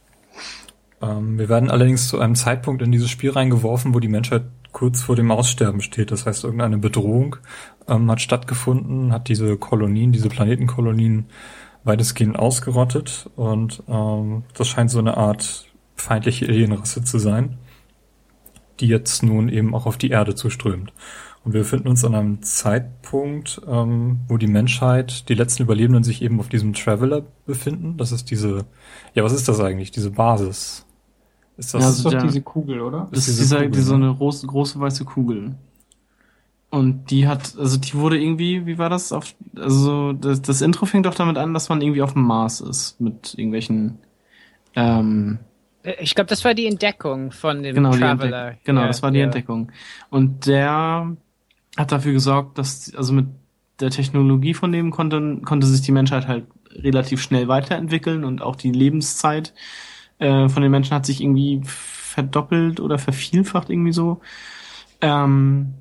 ähm, wir werden allerdings zu einem Zeitpunkt in dieses Spiel reingeworfen, wo die Menschheit kurz vor dem Aussterben steht. Das heißt, irgendeine Bedrohung ähm, hat stattgefunden, hat diese Kolonien, diese Planetenkolonien weitestgehend ausgerottet, und ähm, das scheint so eine Art feindliche Alienrasse zu sein, die jetzt nun eben auch auf die Erde zuströmt. Und wir befinden uns an einem Zeitpunkt, ähm, wo die Menschheit, die letzten Überlebenden, sich eben auf diesem Traveler befinden. Das ist diese, ja, was ist das eigentlich? Diese Basis. Ist das, Ja, Das ist doch der- diese Kugel, oder? Das ist diese dieser, Kugel, diese ne? eine große, große weiße Kugel. Und die hat, also die wurde irgendwie, wie war das? Auf, also das, das Intro fängt doch damit an, dass man irgendwie auf dem Mars ist mit irgendwelchen, ähm, Ich glaube, das war die Entdeckung von dem genau, die Traveler. Entdeck genau, Ja, das war die ja. Entdeckung. Und der hat dafür gesorgt, dass, also mit der Technologie von dem konnte, konnte sich die Menschheit halt relativ schnell weiterentwickeln, und auch die Lebenszeit äh, von den Menschen hat sich irgendwie verdoppelt oder vervielfacht irgendwie so. Ähm,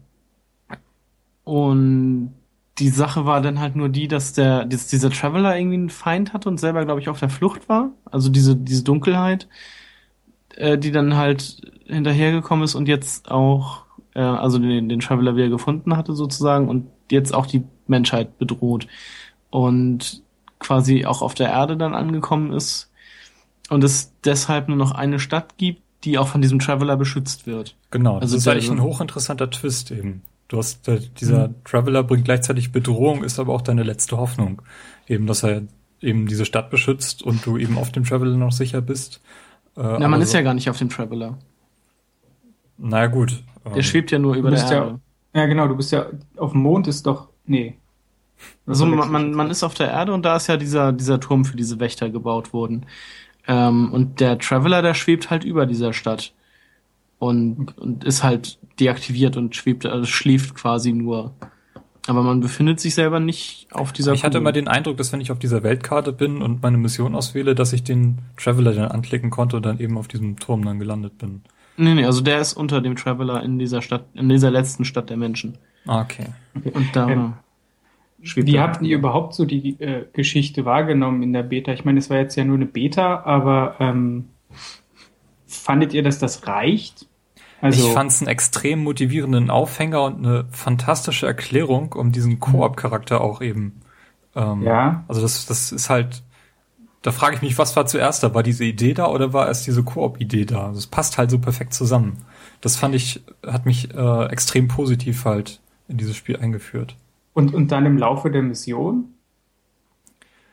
und die Sache war dann halt nur die, dass der, dass dieser Traveler irgendwie einen Feind hatte und selber, glaube ich, auf der Flucht war. Also diese, diese Dunkelheit, äh, die dann halt hinterhergekommen ist und jetzt auch, äh, also den, den Traveler wieder gefunden hatte sozusagen, und jetzt auch die Menschheit bedroht. Und quasi auch auf der Erde dann angekommen ist. Und es deshalb nur noch eine Stadt gibt, die auch von diesem Traveler beschützt wird. Genau, das Also ist der- eigentlich ein hochinteressanter Twist eben. Du hast, äh, dieser Traveler bringt gleichzeitig Bedrohung, ist aber auch deine letzte Hoffnung. Eben, dass er eben diese Stadt beschützt und du eben auf dem Traveler noch sicher bist. Äh, Na, aber man ist so- ja gar nicht auf dem Traveler. Naja, gut. Der ähm, schwebt ja nur über Du der bist ja, Erde. ja genau, du bist ja auf dem Mond ist doch, nee. Das Also verwechsel man, ich man, man ist auf der Erde, und da ist ja dieser, dieser Turm für diese Wächter gebaut worden. Ähm, und der Traveler, der schwebt halt über dieser Stadt. Und, und ist halt deaktiviert und schwebt, also schläft quasi nur. Aber man befindet sich selber nicht auf dieser Ich hatte Kugel. immer den Eindruck, dass wenn ich auf dieser Weltkarte bin und meine Mission auswähle, dass ich den Traveler dann anklicken konnte und dann eben auf diesem Turm dann gelandet bin. Nee, nee, also der ist unter dem Traveler in dieser Stadt, in dieser letzten Stadt der Menschen. Ah, okay. Und da Ähm, schwebt Wie er. habt ihr überhaupt so die äh, Geschichte wahrgenommen in der Beta? Ich meine, es war jetzt ja nur eine Beta, aber ähm, fandet ihr, dass das reicht? Also, Ich fand es einen extrem motivierenden Aufhänger und eine fantastische Erklärung, um diesen Koop-Charakter auch eben. Ähm, ja, Also das, das ist halt. Da frage ich mich, was war zuerst da? War diese Idee da oder war erst diese Koop-Idee da? Also es passt halt so perfekt zusammen. Das fand ich, hat mich äh, extrem positiv halt in dieses Spiel eingeführt. und, und dann im Laufe der Mission?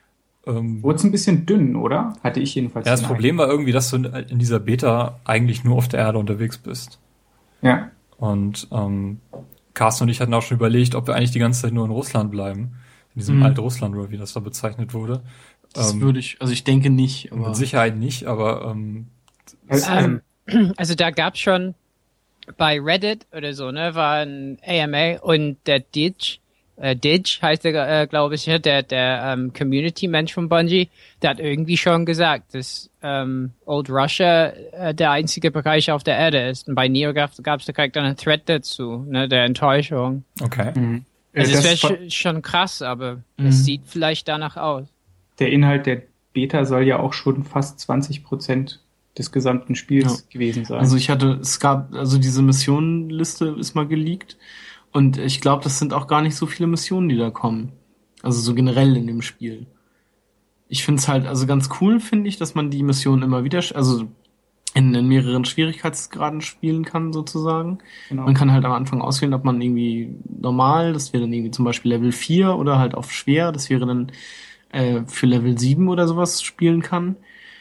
Ähm, Wurde es ein bisschen dünn, oder? Hatte ich jedenfalls. Ja, das Problem war irgendwie, dass du in dieser Beta eigentlich nur auf der Erde unterwegs bist. Ja. Und ähm, Carsten und ich hatten auch schon überlegt, ob wir eigentlich die ganze Zeit nur in Russland bleiben. In diesem Mhm. Alt-Russland, oder wie das da bezeichnet wurde. Das Ähm, würde ich, also ich denke nicht, aber Mit Sicherheit nicht, aber ähm, Ähm, also da gab's schon bei Reddit oder so, ne, war ein A M A und der Didge, äh, Didge heißt der, äh, glaube ich, der, der ähm, Community-Mensch von Bungie, der hat irgendwie schon gesagt, dass ähm, Old Russia äh, der einzige Bereich auf der Erde ist. Und bei Neo gab's gab's da direkt einen Thread dazu, ne, der Enttäuschung. okay. Mhm. Also Äh, es wäre das war- sch schon krass, aber Mhm. es sieht vielleicht danach aus. der Inhalt der Beta soll ja auch schon fast zwanzig Prozent des gesamten Spiels Ja. gewesen sein. Also ich hatte, es gab, also diese Missionenliste ist mal geleakt und ich glaube, das sind auch gar nicht so viele Missionen, die da kommen. Also so generell in dem Spiel. Ich finde es halt, also ganz cool finde ich, dass man die Missionen immer wieder, also in, in mehreren Schwierigkeitsgraden spielen kann sozusagen. Genau. Man kann halt am Anfang auswählen, ob man irgendwie normal, das wäre dann irgendwie zum Beispiel Level vier oder halt auf schwer, das wäre dann äh, für Level sieben oder sowas spielen kann.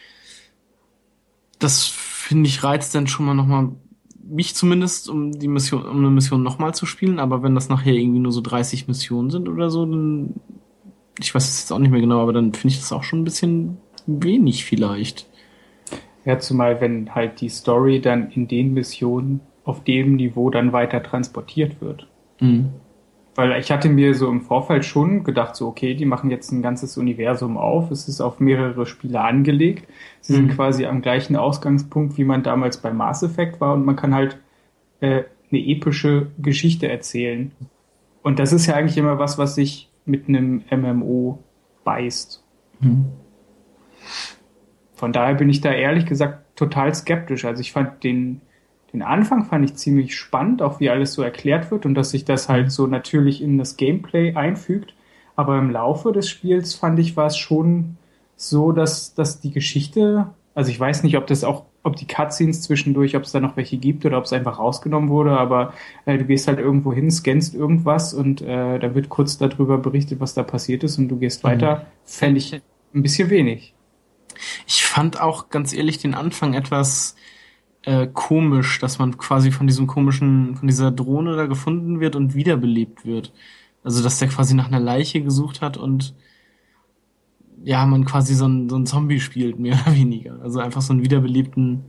Das finde ich reizt dann schon mal nochmal mich zumindest, um die Mission, um eine Mission nochmal zu spielen, aber wenn das nachher irgendwie nur so dreißig Missionen sind oder so, dann, ich weiß es jetzt auch nicht mehr genau, aber dann finde ich das auch schon ein bisschen wenig vielleicht. Ja, zumal wenn halt die Story dann in den Missionen auf dem Niveau dann weiter transportiert wird. Mhm. Weil ich hatte mir so im Vorfeld schon gedacht, so okay, die machen jetzt ein ganzes Universum auf, es ist auf mehrere Spiele angelegt, sie sind Mhm. quasi am gleichen Ausgangspunkt, wie man damals bei Mass Effect war und man kann halt äh, eine epische Geschichte erzählen. Und das ist ja eigentlich immer was, was sich mit einem M M O beißt. Mhm. Von daher bin ich da ehrlich gesagt total skeptisch. Also ich fand den, den Anfang fand ich ziemlich spannend, auch wie alles so erklärt wird und dass sich das halt so natürlich in das Gameplay einfügt. Aber im Laufe des Spiels fand ich, war es schon so, dass, dass die Geschichte, also ich weiß nicht, ob das auch, ob die Cutscenes zwischendurch, ob es da noch welche gibt oder ob es einfach rausgenommen wurde, aber äh, du gehst halt irgendwo hin, scannst irgendwas und äh, da wird kurz darüber berichtet, was da passiert ist und du gehst weiter. Fände ich ein bisschen wenig. Ich fand auch ganz ehrlich den Anfang etwas äh, komisch, dass man quasi von diesem komischen, von dieser Drohne da gefunden wird und wiederbelebt wird. Also dass der quasi nach einer Leiche gesucht hat und ja, man quasi so ein, so ein Zombie spielt, mehr oder weniger. Also einfach so einen wiederbelebten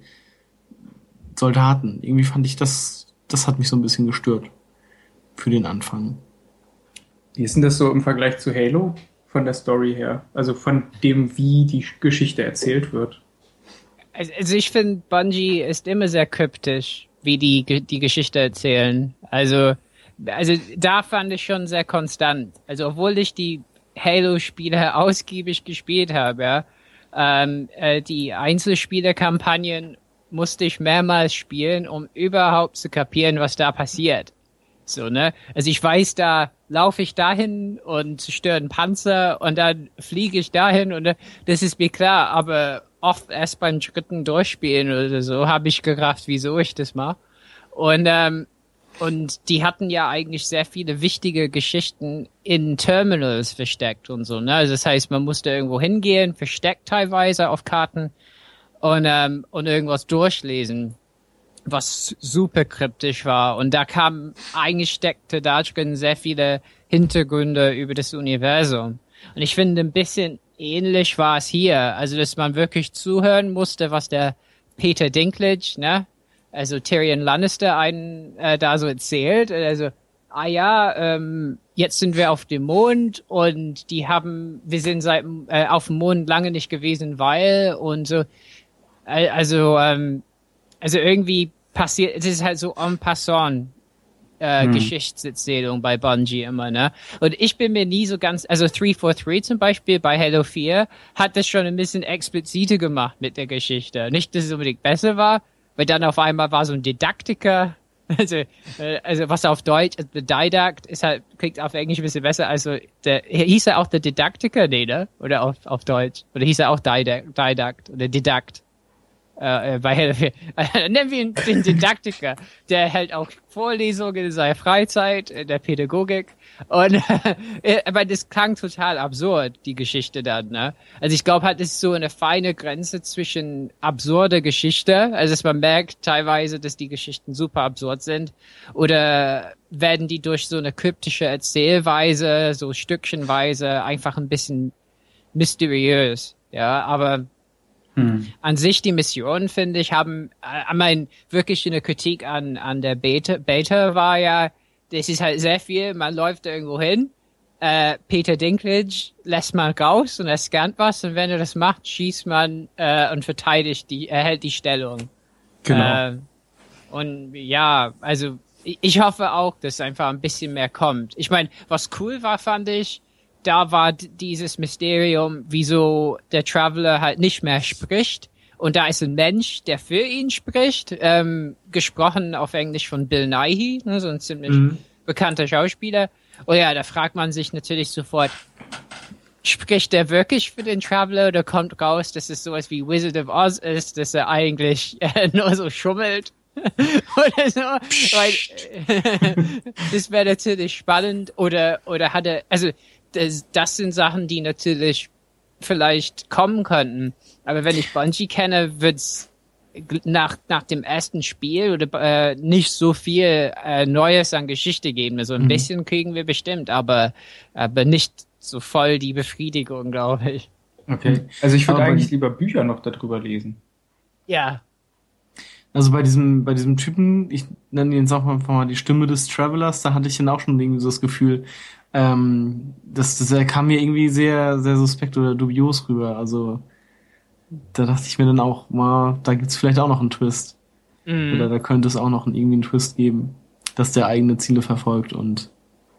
Soldaten. Irgendwie fand ich das, das hat mich so ein bisschen gestört. Für den Anfang. Wie ist denn das so im Vergleich zu Halo von der Story her? Also von dem, wie die Geschichte erzählt wird. Also, also ich finde, Bungie ist immer sehr kryptisch, wie die Ge- die Geschichte erzählen. Also, also da fand ich schon sehr konstant. Also obwohl ich die Halo-Spiele ausgiebig gespielt habe, ja, ähm, äh, die Einzelspieler-Kampagnen musste ich mehrmals spielen, um überhaupt zu kapieren, was da passiert. So, ne? Also ich weiß, da laufe ich dahin und zerstöre einen Panzer und dann fliege ich dahin und äh, das ist mir klar, aber oft erst beim dritten Durchspielen oder so habe ich gerafft, wieso ich das mache. Und ähm, und die hatten ja eigentlich sehr viele wichtige Geschichten in Terminals versteckt und so, ne? Also das heißt, man musste irgendwo hingehen, versteckt teilweise auf Karten und ähm, und irgendwas durchlesen, was super kryptisch war. Und da kam, eigentlich steckte da drin sehr viele Hintergründe über das Universum. Und ich finde, ein bisschen ähnlich war es hier. Also, dass man wirklich zuhören musste, was der Peter Dinklage, ne, also Tyrion Lannister einen äh, da so erzählt. Also, ah ja, ähm, jetzt sind wir auf dem Mond und die haben, wir sind seit äh, auf dem Mond lange nicht gewesen, weil und so. Äh, also, ähm, also irgendwie passiert, es ist halt so en passant äh, Hm. Geschichtserzählung bei Bungie immer, ne? Und ich bin mir nie so ganz, also drei vier drei zum Beispiel bei Halo vier hat das schon ein bisschen expliziter gemacht mit der Geschichte. Nicht, dass es unbedingt besser war, weil dann auf einmal war so ein Didaktiker, also, äh, also was auf Deutsch, The Didact ist halt, klingt auf Englisch ein bisschen besser, also der, hieß er auch der Didaktiker, nee, ne? Oder auf, auf Deutsch? Oder hieß er auch Didact, Didact oder Didakt? Äh, weil, äh, nennen wir ihn den Didaktiker. Der hält auch Vorlesungen in seiner Freizeit, in der Pädagogik. Und äh, aber das klang total absurd, die Geschichte dann, ne? Also ich glaube halt, es ist so eine feine Grenze zwischen absurde Geschichte, also dass man merkt teilweise, dass die Geschichten super absurd sind, oder werden die durch so eine kryptische Erzählweise, so stückchenweise einfach ein bisschen mysteriös, ja, aber hm. an sich die Missionen, finde ich, haben, äh, ich meine, wirklich eine Kritik an an der Beta, Beta war ja, das ist halt sehr viel, man läuft irgendwo hin, äh, Peter Dinklage lässt man raus und er scannt was und wenn er das macht, schießt man äh, und verteidigt die, erhält die Stellung. Genau. Äh, und ja, also ich, ich hoffe auch, dass einfach ein bisschen mehr kommt. Ich meine, was cool war, fand ich, da war d- dieses Mysterium, wieso der Traveler halt nicht mehr spricht. Und da ist ein Mensch, der für ihn spricht, ähm, gesprochen auf Englisch von Bill Nighy, ne, so ein ziemlich mhm. bekannter Schauspieler. Und ja, da fragt man sich natürlich sofort, spricht der wirklich für den Traveler oder kommt raus, dass es sowas wie Wizard of Oz ist, dass er eigentlich äh, nur so schummelt? oder so, weil äh, das wäre natürlich spannend. Oder oder hat er, also das, das sind Sachen, die natürlich vielleicht kommen könnten. Aber wenn ich Bungie kenne, wird's nach nach dem ersten Spiel oder äh, nicht so viel äh, Neues an Geschichte geben. Also ein mhm. bisschen kriegen wir bestimmt, aber aber nicht so voll die Befriedigung, glaube ich. Okay. Also ich würde eigentlich lieber Bücher noch darüber lesen. Ja. Also bei diesem bei diesem Typen, ich nenne ihn jetzt auch einfach mal die Stimme des Travelers, da hatte ich dann auch schon irgendwie so das Gefühl, ähm, das, das er kam mir irgendwie sehr sehr suspekt oder dubios rüber. Also da dachte ich mir dann auch mal, da gibt's vielleicht auch noch einen Twist. Mm. Oder da könnte es auch noch einen, irgendwie einen Twist geben, dass der eigene Ziele verfolgt und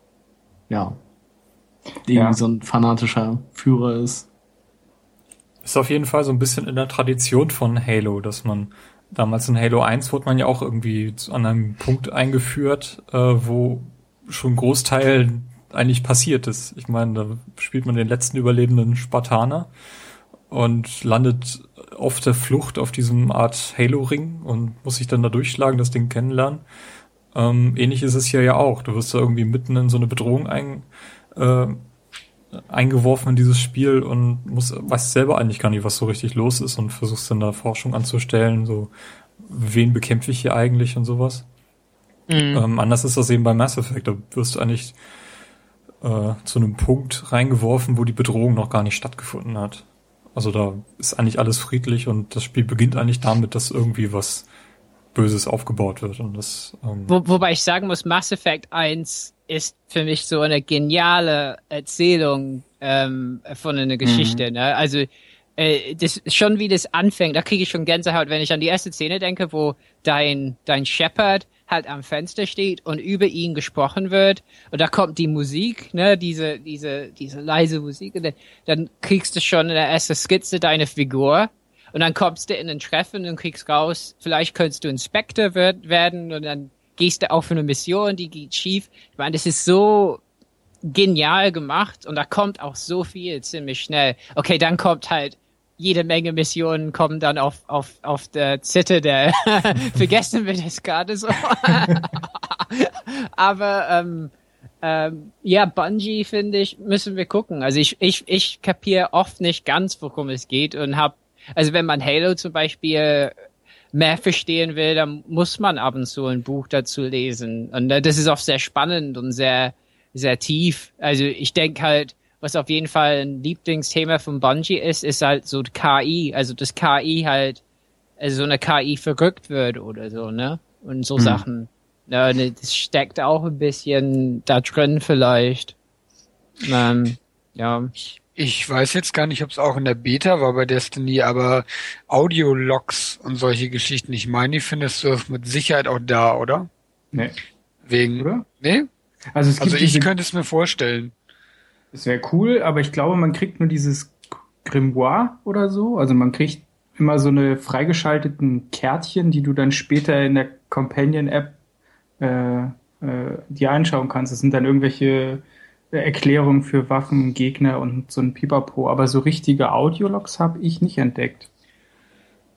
ja, irgendwie ja. so ein fanatischer Führer ist. Ist auf jeden Fall so ein bisschen in der Tradition von Halo, dass man damals in Halo eins wurde man ja auch irgendwie an einem Punkt eingeführt, äh, wo schon ein Großteil eigentlich passiert ist. Ich meine, da spielt man den letzten überlebenden Spartaner und landet auf der Flucht auf diesem Art Halo-Ring und muss sich dann da durchschlagen, das Ding kennenlernen. Ähm, ähnlich ist es hier ja auch. Du wirst da irgendwie mitten in so eine Bedrohung ein, äh, eingeworfen in dieses Spiel und musst, weißt selber eigentlich gar nicht, was so richtig los ist und versuchst dann da Forschung anzustellen, so wen bekämpfe ich hier eigentlich und sowas. Mhm. Ähm, anders ist das eben bei Mass Effect. Da wirst du eigentlich äh, zu einem Punkt reingeworfen, wo die Bedrohung noch gar nicht stattgefunden hat. Also da ist eigentlich alles friedlich und das Spiel beginnt eigentlich damit, dass irgendwie was Böses aufgebaut wird. Und das, ähm Wo, wobei ich sagen muss, Mass Effect eins ist für mich so eine geniale Erzählung ähm, von einer Geschichte. Mhm. Ne? Also äh, das schon wie das anfängt, da kriege ich schon Gänsehaut, wenn ich an die erste Szene denke, wo dein dein Shepard halt am Fenster steht und über ihn gesprochen wird und da kommt die Musik, ne, diese diese diese leise Musik und dann, dann kriegst du schon in der ersten Skizze deine Figur und dann kommst du in ein Treffen und kriegst raus, vielleicht könntest du Inspektor wird, werden und dann gehst du auf eine Mission, die geht schief. Ich meine, das ist so genial gemacht und da kommt auch so viel ziemlich schnell. Okay, dann kommt halt jede Menge Missionen kommen dann auf auf auf der Zitte der vergessen wir das gerade so. Aber ähm, ähm, ja, Bungie finde ich müssen wir gucken. Also ich ich ich kapiere oft nicht ganz, worum es geht und hab also wenn man Halo zum Beispiel mehr verstehen will, dann muss man ab und zu ein Buch dazu lesen und äh, das ist auch sehr spannend und sehr sehr tief. Also ich denke halt, was auf jeden Fall ein Lieblingsthema von Bungie ist, ist halt so K I, also dass K I halt, also so eine K I verrückt wird oder so, ne? Und so mhm. Sachen. Ja, das steckt auch ein bisschen da drin vielleicht. Ähm, ja. Ich weiß jetzt gar nicht, ob es auch in der Beta war bei Destiny, aber Audiologs und solche Geschichten, ich meine, die findest du mit Sicherheit auch da, oder? Nee. Wegen, oder? Nee? Also, es gibt also ich könnte es mir vorstellen. Das wäre cool, aber ich glaube, man kriegt nur dieses Grimoire oder so. Also man kriegt immer so eine freigeschalteten Kärtchen, die du dann später in der Companion-App äh, äh, dir anschauen kannst. Das sind dann irgendwelche Erklärungen für Waffen, Gegner und so ein Pipapo. Aber so richtige Audiologs habe ich nicht entdeckt.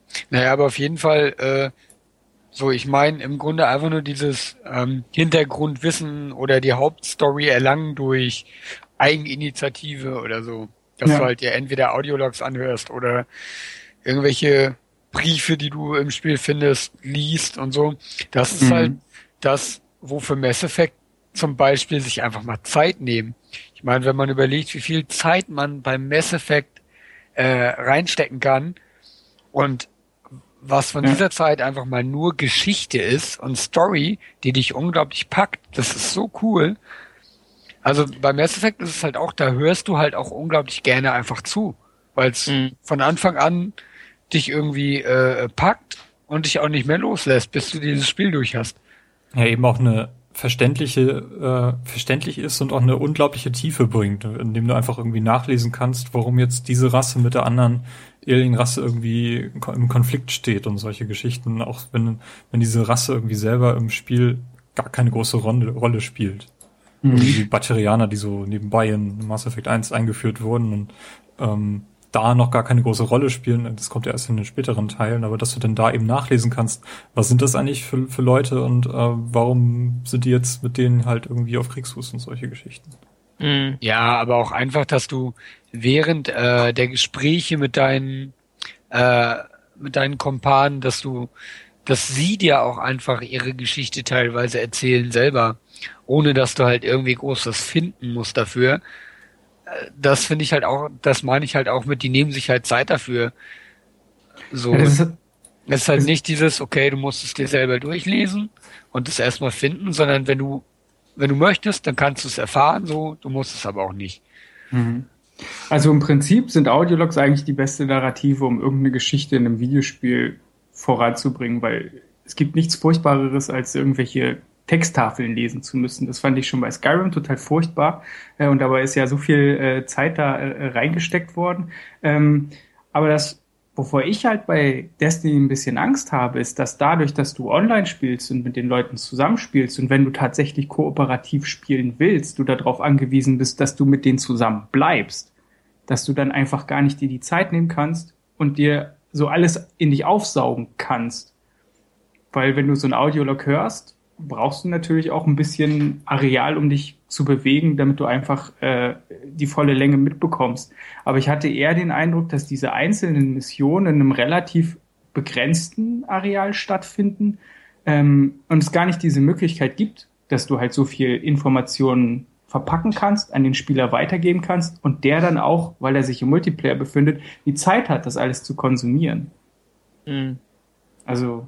Naja, aber auf jeden Fall, äh, so, ich meine, im Grunde einfach nur dieses ähm, Hintergrundwissen oder die Hauptstory erlangen durch Eigeninitiative oder so. Dass Ja. du halt dir entweder Audiologs anhörst oder irgendwelche Briefe, die du im Spiel findest, liest und so. Das ist Mhm. halt das, wofür Mass Effect zum Beispiel sich einfach mal Zeit nehmen. Ich meine, wenn man überlegt, wie viel Zeit man beim Mass Effect äh, reinstecken kann und was von Ja. dieser Zeit einfach mal nur Geschichte ist und Story, die dich unglaublich packt, das ist so cool. Also bei Mass Effect ist es halt auch, da hörst du halt auch unglaublich gerne einfach zu, weil es Mhm. von Anfang an dich irgendwie äh, packt und dich auch nicht mehr loslässt, bis du dieses Spiel durch hast. Ja, eben auch eine verständliche, äh, verständlich ist und auch eine unglaubliche Tiefe bringt, indem du einfach irgendwie nachlesen kannst, warum jetzt diese Rasse mit der anderen Alien-Rasse irgendwie im Konflikt steht und solche Geschichten, auch wenn, wenn diese Rasse irgendwie selber im Spiel gar keine große Rolle, Rolle spielt. Mhm. Die Baterianer, die so nebenbei in Mass Effect eins eingeführt wurden und ähm, da noch gar keine große Rolle spielen, das kommt ja erst in den späteren Teilen, aber dass du dann da eben nachlesen kannst, was sind das eigentlich für, für Leute und äh, warum sind die jetzt mit denen halt irgendwie auf Kriegsfuß und solche Geschichten. Mhm. Ja, aber auch einfach, dass du während äh, der Gespräche mit deinen äh, mit deinen Kumpanen, dass du, dass sie dir auch einfach ihre Geschichte teilweise erzählen selber, ohne dass du halt irgendwie groß was finden musst dafür. Äh, Das finde ich halt auch, das meine ich halt auch mit, die nehmen sich halt Zeit dafür. So, Ja, das es ist, ist halt das- nicht dieses, okay, du musst es dir selber durchlesen und es erstmal finden, sondern wenn du wenn du möchtest, dann kannst du es erfahren, so, du musst es aber auch nicht. Mhm. Also im Prinzip sind Audiologs eigentlich die beste Narrative, um irgendeine Geschichte in einem Videospiel voranzubringen, weil es gibt nichts Furchtbareres, als irgendwelche Texttafeln lesen zu müssen. Das fand ich schon bei Skyrim total furchtbar. Äh, und dabei ist ja so viel äh, Zeit da äh, reingesteckt worden. Ähm, aber das, wovor ich halt bei Destiny ein bisschen Angst habe, ist, dass dadurch, dass du online spielst und mit den Leuten zusammenspielst und wenn du tatsächlich kooperativ spielen willst, du darauf angewiesen bist, dass du mit denen zusammen bleibst, dass du dann einfach gar nicht dir die Zeit nehmen kannst und dir so alles in dich aufsaugen kannst. Weil wenn du so ein Audiolog hörst, brauchst du natürlich auch ein bisschen Areal, um dich zu bewegen, damit du einfach äh, die volle Länge mitbekommst. Aber ich hatte eher den Eindruck, dass diese einzelnen Missionen in einem relativ begrenzten Areal stattfinden ähm, und es gar nicht diese Möglichkeit gibt, dass du halt so viel Informationen verpacken kannst, an den Spieler weitergeben kannst und der dann auch, weil er sich im Multiplayer befindet, die Zeit hat, das alles zu konsumieren. Mhm. Also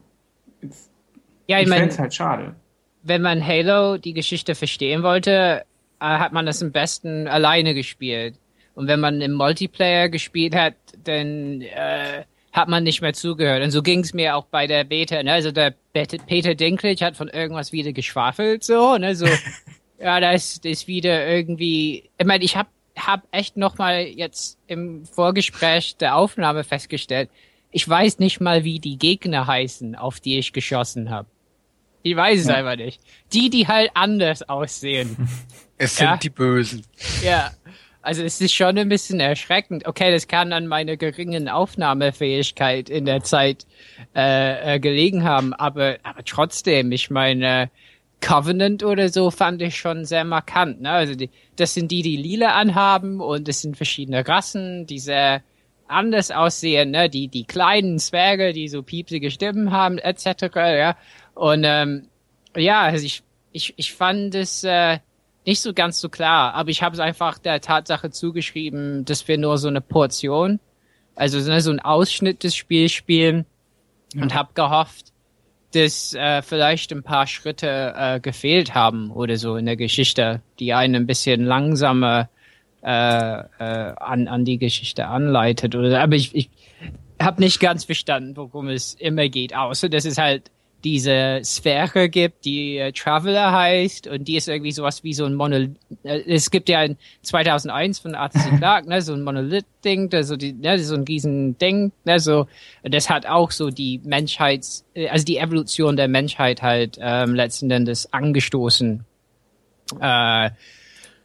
Ja, ich ich meine, fände es halt schade. wenn man Halo die Geschichte verstehen wollte, äh, hat man das am besten alleine gespielt. Und wenn man im Multiplayer gespielt hat, dann äh, hat man nicht mehr zugehört. Und so ging es mir auch bei der Beta. Ne? Also der Bet- Peter Dinklage hat von irgendwas wieder geschwafelt, so, ne, so. Ja, da ist, da ist wieder irgendwie. Ich meine, ich hab, hab echt noch mal jetzt im Vorgespräch der Aufnahme festgestellt, ich weiß nicht mal, wie die Gegner heißen, auf die ich geschossen habe. Ich weiß es Ja. einfach nicht. Die, die halt anders aussehen. Es sind Ja. die Bösen. Ja. Also es ist schon ein bisschen erschreckend. Okay, das kann an meiner geringen Aufnahmefähigkeit in der Zeit äh, äh, gelegen haben, aber aber trotzdem, ich meine, Covenant oder so fand ich schon sehr markant. Ne? Also die, das sind die, die lila anhaben und es sind verschiedene Rassen, die sehr anders aussehen. Ne? Die die kleinen Zwerge, die so piepsige Stimmen haben, et cetera. Ja, und ähm, ja, also ich ich ich fand es äh, nicht so ganz so klar, aber ich habe es einfach der Tatsache zugeschrieben, dass wir nur so eine Portion, also so so einen Ausschnitt des Spiels spielen Ja. und habe gehofft, dass äh, vielleicht ein paar Schritte äh, gefehlt haben oder so in der Geschichte, die einen ein bisschen langsamer äh, äh, an an die Geschichte anleitet. Oder, aber ich, ich habe nicht ganz verstanden, worum es immer geht, außer dass es halt diese Sphäre gibt, die äh, Traveler heißt und die ist irgendwie sowas wie so ein Monolith. Äh, es gibt ja in zweitausendeins von Arthur C. Clarke, ne, so ein Monolith-Ding, so die, ne, so ein Riesen-Ding, ne, so, das hat auch so die Menschheits, äh, also die Evolution der Menschheit halt ähm, letzten Endes angestoßen. Äh,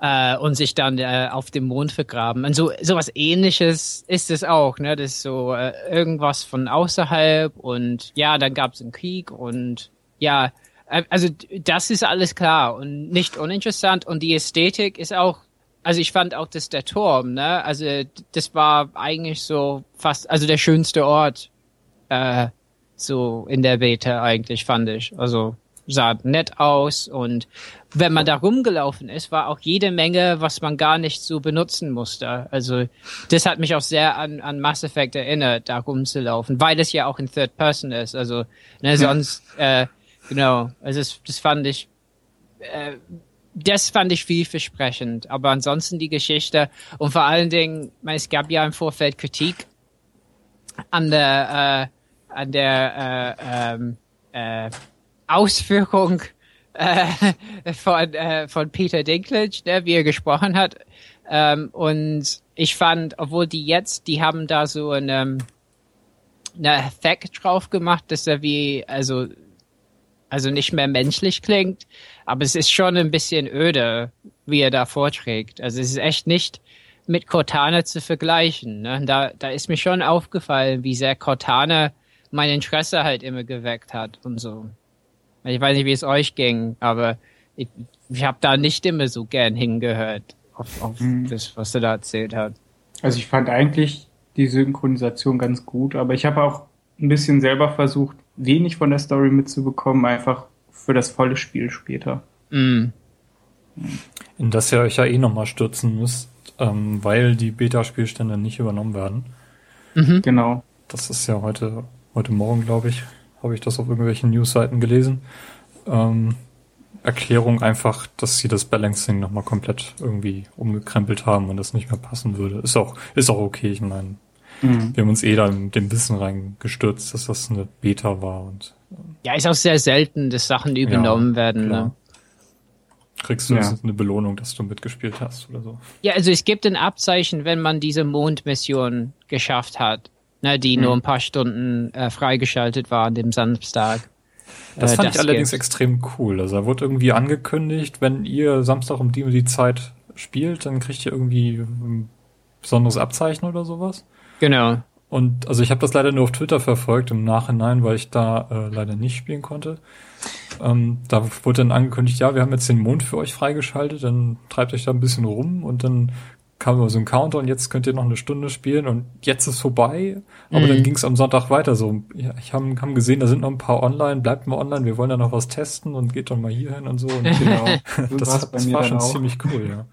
äh, und sich dann äh, auf dem Mond vergraben. Und so sowas Ähnliches ist es auch, ne? Das ist so äh, irgendwas von außerhalb und ja, dann gab es einen Krieg und ja, äh, also das ist alles klar und nicht uninteressant und die Ästhetik ist auch, also ich fand auch, dass der Turm, ne? Also das war eigentlich so fast, also der schönste Ort äh, so in der Beta eigentlich, fand ich. Also sah nett aus und wenn man da rumgelaufen ist, war auch jede Menge, was man gar nicht so benutzen musste. Also das hat mich auch sehr an, an Mass Effect erinnert, da rumzulaufen, weil es ja auch in Third Person ist. Also ne, sonst, äh, genau, also das, das fand ich, äh, das fand ich vielversprechend. Aber ansonsten die Geschichte und vor allen Dingen, es gab ja im Vorfeld Kritik an der, äh, an der, äh, ähm, äh, Ausführung äh, von, äh, von Peter Dinklage, ne, wie er gesprochen hat. Ähm, und ich fand, obwohl die jetzt, die haben da so einen, einen Effekt drauf gemacht, dass er wie, also, also nicht mehr menschlich klingt, aber es ist schon ein bisschen öde, wie er da vorträgt. Also es ist echt nicht mit Cortana zu vergleichen. Ne? Da, da ist mir schon aufgefallen, wie sehr Cortana mein Interesse halt immer geweckt hat und so. Ich weiß nicht, wie es euch ging, aber ich, ich habe da nicht immer so gern hingehört auf, auf mhm. das, was er da erzählt hat. Also ich fand eigentlich die Synchronisation ganz gut, aber ich habe auch ein bisschen selber versucht, wenig von der Story mitzubekommen, einfach für das volle Spiel später. Mhm. In das ihr euch ja eh nochmal stürzen müsst, ähm, weil die Beta-Spielstände nicht übernommen werden. Mhm. Genau. Das ist ja heute, heute Morgen, glaube ich, habe ich das auf irgendwelchen Newsseiten gelesen. Ähm, Erklärung einfach, dass sie das Balancing nochmal komplett irgendwie umgekrempelt haben und das nicht mehr passen würde. Ist auch, ist auch okay, ich meine, mhm. wir haben uns eh da mit dem Wissen reingestürzt, dass das eine Beta war und ähm, ja, ist auch sehr selten, dass Sachen übernommen ja, werden. klar. Ne? Kriegst du Ja. eine Belohnung, dass du mitgespielt hast oder so? Ja, also es gibt ein Abzeichen, wenn man diese Mondmission geschafft hat, ne, die Mhm. nur ein paar Stunden äh, freigeschaltet war an dem Samstag. Das Äh, fand ich allerdings gibt's. extrem cool. Also da wurde irgendwie angekündigt, wenn ihr Samstag um die und die Zeit spielt, dann kriegt ihr irgendwie ein besonderes Abzeichen oder sowas. Genau. Und also ich habe das leider nur auf Twitter verfolgt im Nachhinein, weil ich da äh, leider nicht spielen konnte. Ähm, da wurde dann angekündigt, ja, wir haben jetzt den Mond für euch freigeschaltet, dann treibt euch da ein bisschen rum und dann kam immer so ein Counter und jetzt könnt ihr noch eine Stunde spielen und jetzt ist vorbei. Aber Mhm. dann ging es am Sonntag weiter so. Ja, ich habe hab gesehen, da sind noch ein paar online, bleibt mal online, wir wollen da noch was testen und geht doch mal hier hin und so. Und Genau. So das, war's bei das mir war dann schon auch. ziemlich cool, ja.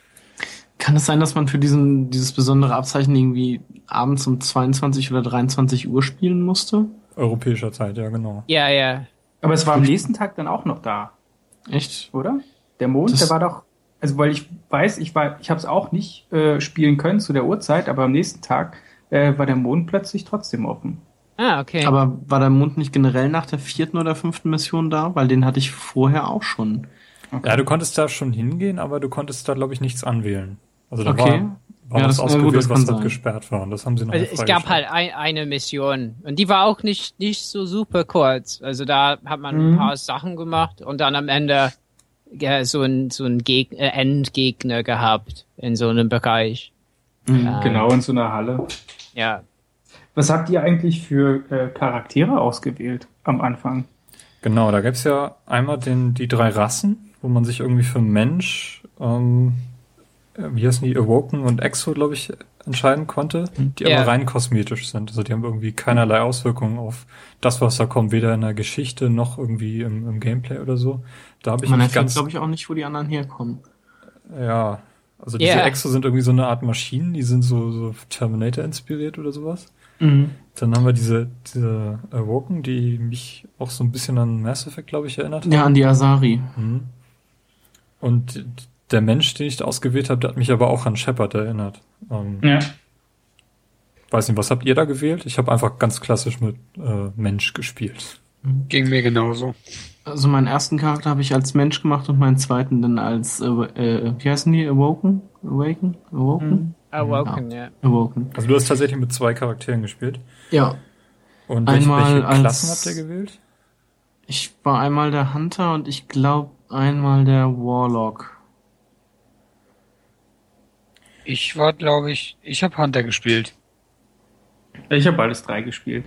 Kann es sein, dass man für diesen dieses besondere Abzeichen irgendwie abends um zweiundzwanzig oder dreiundzwanzig Uhr spielen musste? Europäischer Zeit, ja genau. Ja, ja. Aber es war am nächsten Tag dann auch noch da, Echt? oder? Der Mond, Das- der war doch, also weil ich weiß, ich war, ich habe es auch nicht äh, spielen können zu der Uhrzeit, aber am nächsten Tag äh, war der Mond plötzlich trotzdem offen. Ah, okay. Aber war der Mond nicht generell nach der vierten oder fünften Mission da? Weil den hatte ich vorher auch schon. Okay. Ja, du konntest da schon hingehen, aber du konntest da, glaube ich, nichts anwählen. Also da Okay. war, war Ja, was das- ja, ausgewählt, gut, das was kann halt sein. gesperrt war. Und das haben sie noch Also nicht es gab freigeschaltet. halt ein, eine Mission und die war auch nicht nicht so super kurz. Also da hat man Mhm. ein paar Sachen gemacht und dann am Ende ja, so ein so ein Geg äh, Endgegner gehabt in so einem Bereich. Mhm. Genau, in so einer Halle. Ja. Was habt ihr eigentlich für äh, Charaktere ausgewählt am Anfang? Genau, da gibt's ja einmal den, die drei Rassen, wo man sich irgendwie für Mensch, ähm, äh, wie heißen die, Awoken und Exo, glaube ich, entscheiden konnte, die Ja. aber rein kosmetisch sind. Also die haben irgendwie keinerlei Auswirkungen auf das, was da kommt, weder in der Geschichte noch irgendwie im, im Gameplay oder so. Da habe ich Man mich erfährt, ganz, glaube ich, auch nicht, wo die anderen herkommen. ja, also diese Ja. Exo sind irgendwie so eine Art Maschinen, die sind so, so Terminator inspiriert oder sowas. Mhm. Dann haben wir diese, diese Awoken, die mich auch so ein bisschen an Mass Effect, glaube ich, erinnert haben. Ja, an die Asari. Mhm. Und der Mensch, den ich da ausgewählt habe, der hat mich aber auch an Shepard erinnert. Ähm, Ja. Weiß nicht, was habt ihr da gewählt? Ich habe einfach ganz klassisch mit äh, Mensch gespielt. Ging mir genauso. Also meinen ersten Charakter habe ich als Mensch gemacht und meinen zweiten dann als, äh, äh, wie heißen die? Awoken? Awaken? Awoken? Mhm. Awoken, ja. Awoken. Also du hast tatsächlich mit zwei Charakteren gespielt. Ja. Und welche, Einmal welche als- Klassen habt ihr gewählt? Ich war einmal der Hunter und ich glaube einmal der Warlock. Ich war, glaube ich, ich habe Hunter gespielt. Ich habe alles drei gespielt.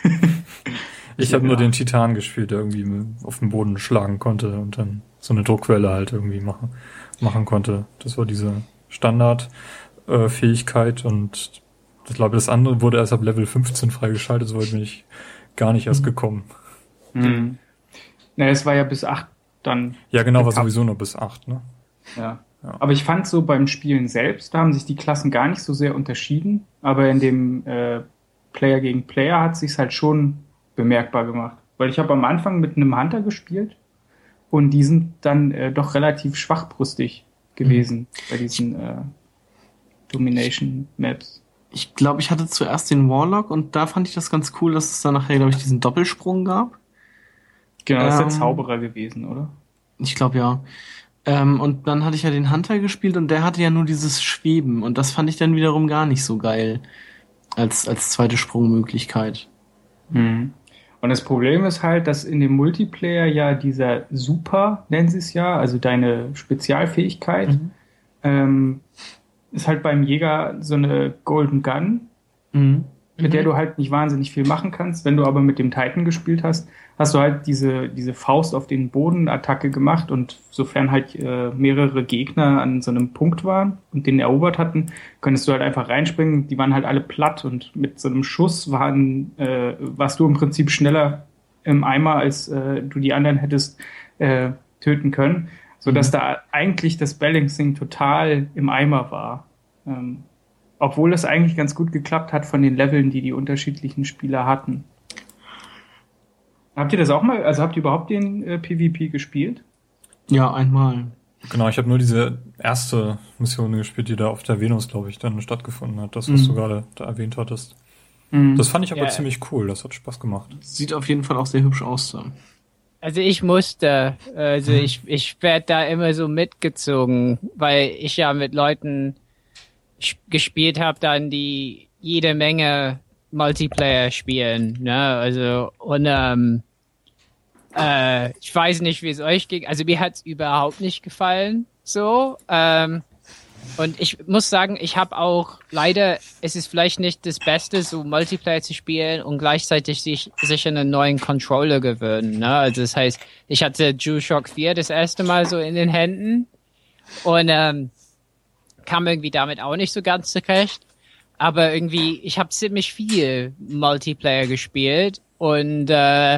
Ich habe nur den Titan gespielt, der irgendwie auf den Boden schlagen konnte und dann so eine Druckwelle halt irgendwie machen, machen konnte. Das war diese Standardfähigkeit äh, und ich glaube, das andere wurde erst ab Level fünfzehn freigeschaltet, so weit bin ich gar nicht erst gekommen. Hm. Na, es war ja bis acht dann. Ja, genau, war sowieso nur bis acht, ne? Ja. Ja. Aber ich fand so beim Spielen selbst, da haben sich die Klassen gar nicht so sehr unterschieden, aber in dem äh, Player gegen Player hat sich's halt schon bemerkbar gemacht. Weil ich habe am Anfang mit einem Hunter gespielt und die sind dann äh, doch relativ schwachbrüstig gewesen mhm. bei diesen äh, Domination-Maps. Ich glaube, ich hatte zuerst den Warlock und da fand ich das ganz cool, dass es dann nachher, glaube ich, diesen Doppelsprung gab. Genau, das ist ähm, der Zauberer gewesen, oder? Ich glaube, ja. Ähm, und dann hatte ich ja den Hunter gespielt und der hatte ja nur dieses Schweben und das fand ich dann wiederum gar nicht so geil als, als zweite Sprungmöglichkeit. Mhm. Und das Problem ist halt, dass in dem Multiplayer ja dieser Super, nennen sie es ja, also deine Spezialfähigkeit, mhm. ähm, ist halt beim Jäger so eine Golden Gun, mhm. mit der du halt nicht wahnsinnig viel machen kannst. Wenn du aber mit dem Titan gespielt hast, hast du halt diese, diese Faust auf den Boden Attacke gemacht und sofern halt äh, mehrere Gegner an so einem Punkt waren und den erobert hatten, konntest du halt einfach reinspringen. Die waren halt alle platt und mit so einem Schuss waren, äh, warst du im Prinzip schneller im Eimer, als äh, du die anderen hättest äh, töten können, sodass mhm. da eigentlich das Balancing total im Eimer war. Ähm, obwohl es eigentlich ganz gut geklappt hat von den Leveln, die die unterschiedlichen Spieler hatten. Habt ihr das auch mal, also habt ihr überhaupt den äh, PvP gespielt? Ja, einmal. Genau, ich habe nur diese erste Mission gespielt, die da auf der Venus, glaube ich, dann stattgefunden hat. Das, was mhm. du gerade da erwähnt hattest. Mhm. Das fand ich aber ja. ziemlich cool, das hat Spaß gemacht. Sieht auf jeden Fall auch sehr hübsch aus. So. Also ich musste, also ich, ich werde da immer so mitgezogen, weil ich ja mit Leuten gespielt habe, dann die jede Menge Multiplayer spielen, ne, also und ähm, äh, ich weiß nicht, wie es euch ging, also mir hat's überhaupt nicht gefallen, so, ähm, und ich muss sagen, ich habe auch leider, es ist vielleicht nicht das Beste, so Multiplayer zu spielen und gleichzeitig sich, sich an einen neuen Controller gewöhnen, ne, also das heißt, ich hatte DualShock vier das erste Mal so in den Händen und ähm, kam irgendwie damit auch nicht so ganz zurecht. Aber irgendwie, ich habe ziemlich viel Multiplayer gespielt und äh,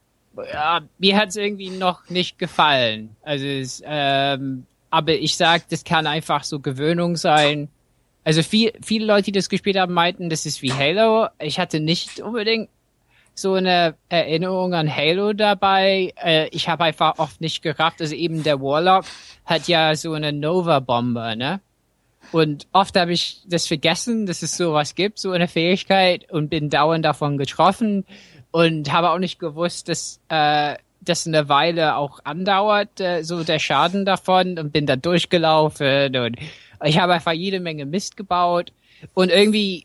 ja, mir hat's irgendwie noch nicht gefallen. Also, es, ähm, aber ich sag, das kann einfach so Gewöhnung sein. Also viel, viele Leute, die das gespielt haben, meinten, das ist wie Halo. Ich hatte nicht unbedingt so eine Erinnerung an Halo dabei. Äh, ich habe einfach oft nicht gerafft. Also eben der Warlock hat ja so eine Nova-Bombe, ne? Und oft habe ich das vergessen, dass es sowas gibt, so eine Fähigkeit, und bin dauernd davon getroffen und habe auch nicht gewusst, dass äh, das eine Weile auch andauert, äh, so der Schaden davon, und bin da durchgelaufen und ich habe einfach jede Menge Mist gebaut und irgendwie,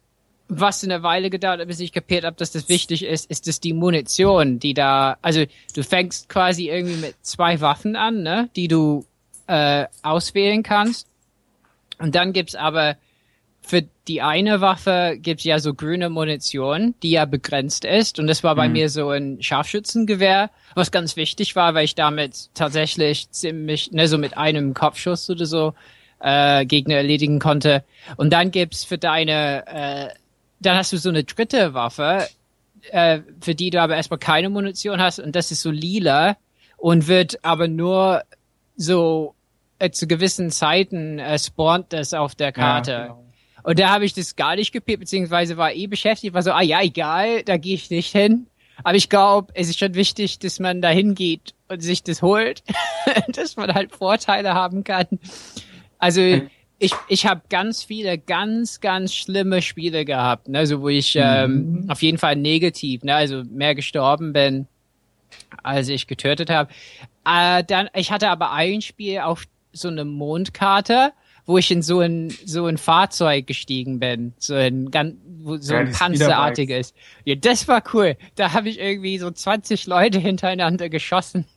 was eine Weile gedauert hat, bis ich kapiert habe, dass das wichtig ist, ist dass die Munition, die da, also du fängst quasi irgendwie mit zwei Waffen an, ne, die du äh, auswählen kannst. Und dann gibt's aber für die eine Waffe gibt's ja so grüne Munition, die ja begrenzt ist. Und das war bei mhm. mir so ein Scharfschützengewehr, was ganz wichtig war, weil ich damit tatsächlich ziemlich, ne, so mit einem Kopfschuss oder so äh, Gegner erledigen konnte. Und dann gibt's für deine, äh, dann hast du so eine dritte Waffe, äh, für die du aber erstmal keine Munition hast. Und das ist so lila und wird aber nur so zu gewissen Zeiten äh, spawnt das auf der Karte. Ja, genau. Und da habe ich das gar nicht gepickt, beziehungsweise war eh beschäftigt, war so, ah ja, egal, da gehe ich nicht hin. Aber ich glaube, es ist schon wichtig, dass man da hingeht und sich das holt, dass man halt Vorteile haben kann. Also ich ich habe ganz viele ganz, ganz schlimme Spiele gehabt, ne, so wo ich ähm, mhm. auf jeden Fall negativ, ne, also mehr gestorben bin, als ich getötet habe. Äh, dann, ich hatte aber ein Spiel auf so eine Mondkarte, wo ich in so ein so ein Fahrzeug gestiegen bin, so ein ganz wo so ja, ein panzerartiges. Ja, das war cool. Da habe ich irgendwie so zwanzig Leute hintereinander geschossen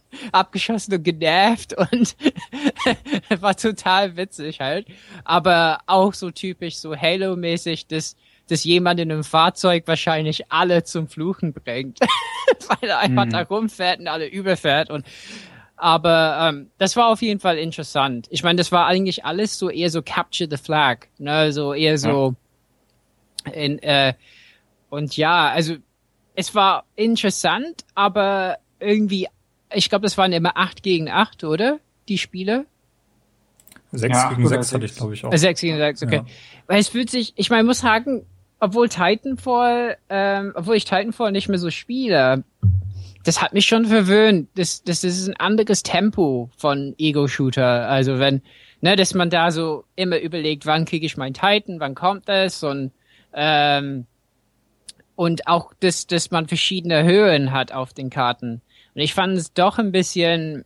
abgeschossen und genervt und war total witzig halt. Aber auch so typisch so Halo-mäßig, dass, dass jemand in einem Fahrzeug wahrscheinlich alle zum Fluchen bringt. Weil er einfach mhm. da rumfährt und alle überfährt und aber ähm, das war auf jeden Fall interessant. Ich meine, das war eigentlich alles so eher so Capture the Flag, ne, so eher so ja. in äh, und ja, also es war interessant, aber irgendwie, ich glaube, das waren immer acht gegen acht, oder? Die Spiele? Sechs ja, gegen sechs hatte ich, glaube ich, auch. Sechs gegen sechs, okay. Ja. Weil es fühlt sich, ich meine, muss sagen, obwohl Titanfall, ähm, obwohl ich Titanfall nicht mehr so spiele, das hat mich schon verwöhnt. Das, das ist ein anderes Tempo von Ego-Shooter. Also wenn, ne, dass man da so immer überlegt, wann kriege ich meinen Titan, wann kommt das und ähm, und auch, dass, dass man verschiedene Höhen hat auf den Karten. Und ich fand es doch ein bisschen,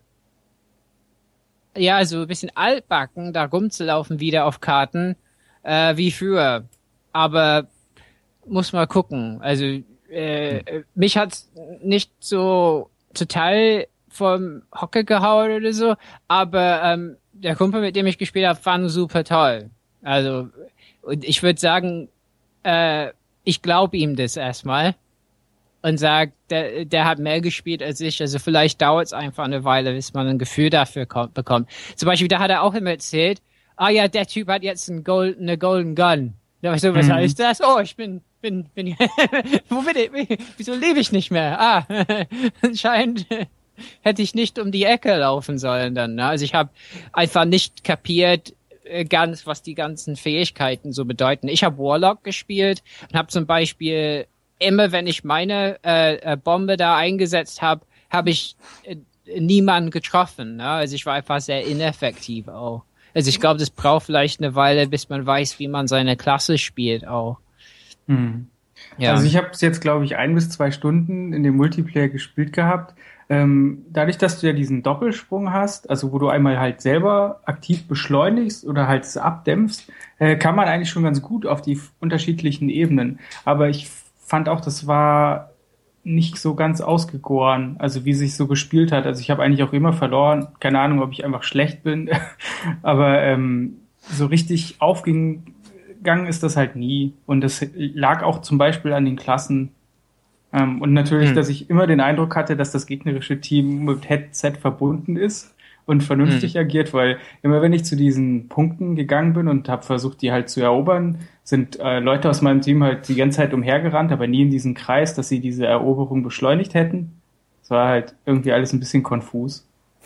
ja, so ein bisschen altbacken, da rumzulaufen wieder auf Karten äh, wie früher. Aber muss mal gucken. Also Äh, mich hat's nicht so total vom Hocker gehauen oder so, aber ähm, der Kumpel, mit dem ich gespielt habe, fand super toll. Also, und ich würde sagen, äh, ich glaube ihm das erstmal und sag, der, der hat mehr gespielt als ich, also vielleicht dauert es einfach eine Weile, bis man ein Gefühl dafür kommt, bekommt. Zum Beispiel, da hat er auch immer erzählt, ah ja, der Typ hat jetzt ein Gold, eine Golden Gun. Da war ich so, was mhm. heißt das? Oh, ich bin bin, bin, wo bin ich, wieso lebe ich nicht mehr? Ah, anscheinend hätte ich nicht um die Ecke laufen sollen dann. Ne? Also ich habe einfach nicht kapiert ganz, was die ganzen Fähigkeiten so bedeuten. Ich habe Warlock gespielt und habe zum Beispiel immer, wenn ich meine äh, Bombe da eingesetzt habe, habe ich äh, niemanden getroffen. Ne? Also ich war einfach sehr ineffektiv auch. Also ich glaube, das braucht vielleicht eine Weile, bis man weiß, wie man seine Klasse spielt auch. Hm. Ja. Also ich habe es jetzt, glaube ich, ein bis zwei Stunden in dem Multiplayer gespielt gehabt. Ähm, dadurch, dass du ja diesen Doppelsprung hast, also wo du einmal halt selber aktiv beschleunigst oder halt es abdämpfst, äh, kann man eigentlich schon ganz gut auf die f- unterschiedlichen Ebenen. Aber ich fand auch, das war nicht so ganz ausgegoren, also wie sich so gespielt hat. Also ich habe eigentlich auch immer verloren. Keine Ahnung, ob ich einfach schlecht bin. Aber ähm, so richtig aufging gegangen ist das halt nie. Und das lag auch zum Beispiel an den Klassen. Ähm, und natürlich, hm. dass ich immer den Eindruck hatte, dass das gegnerische Team mit Headset verbunden ist und vernünftig hm. agiert, weil immer wenn ich zu diesen Punkten gegangen bin und habe versucht, die halt zu erobern, sind äh, Leute aus meinem Team halt die ganze Zeit umhergerannt, aber nie in diesen Kreis, dass sie diese Eroberung beschleunigt hätten. Es war halt irgendwie alles ein bisschen konfus.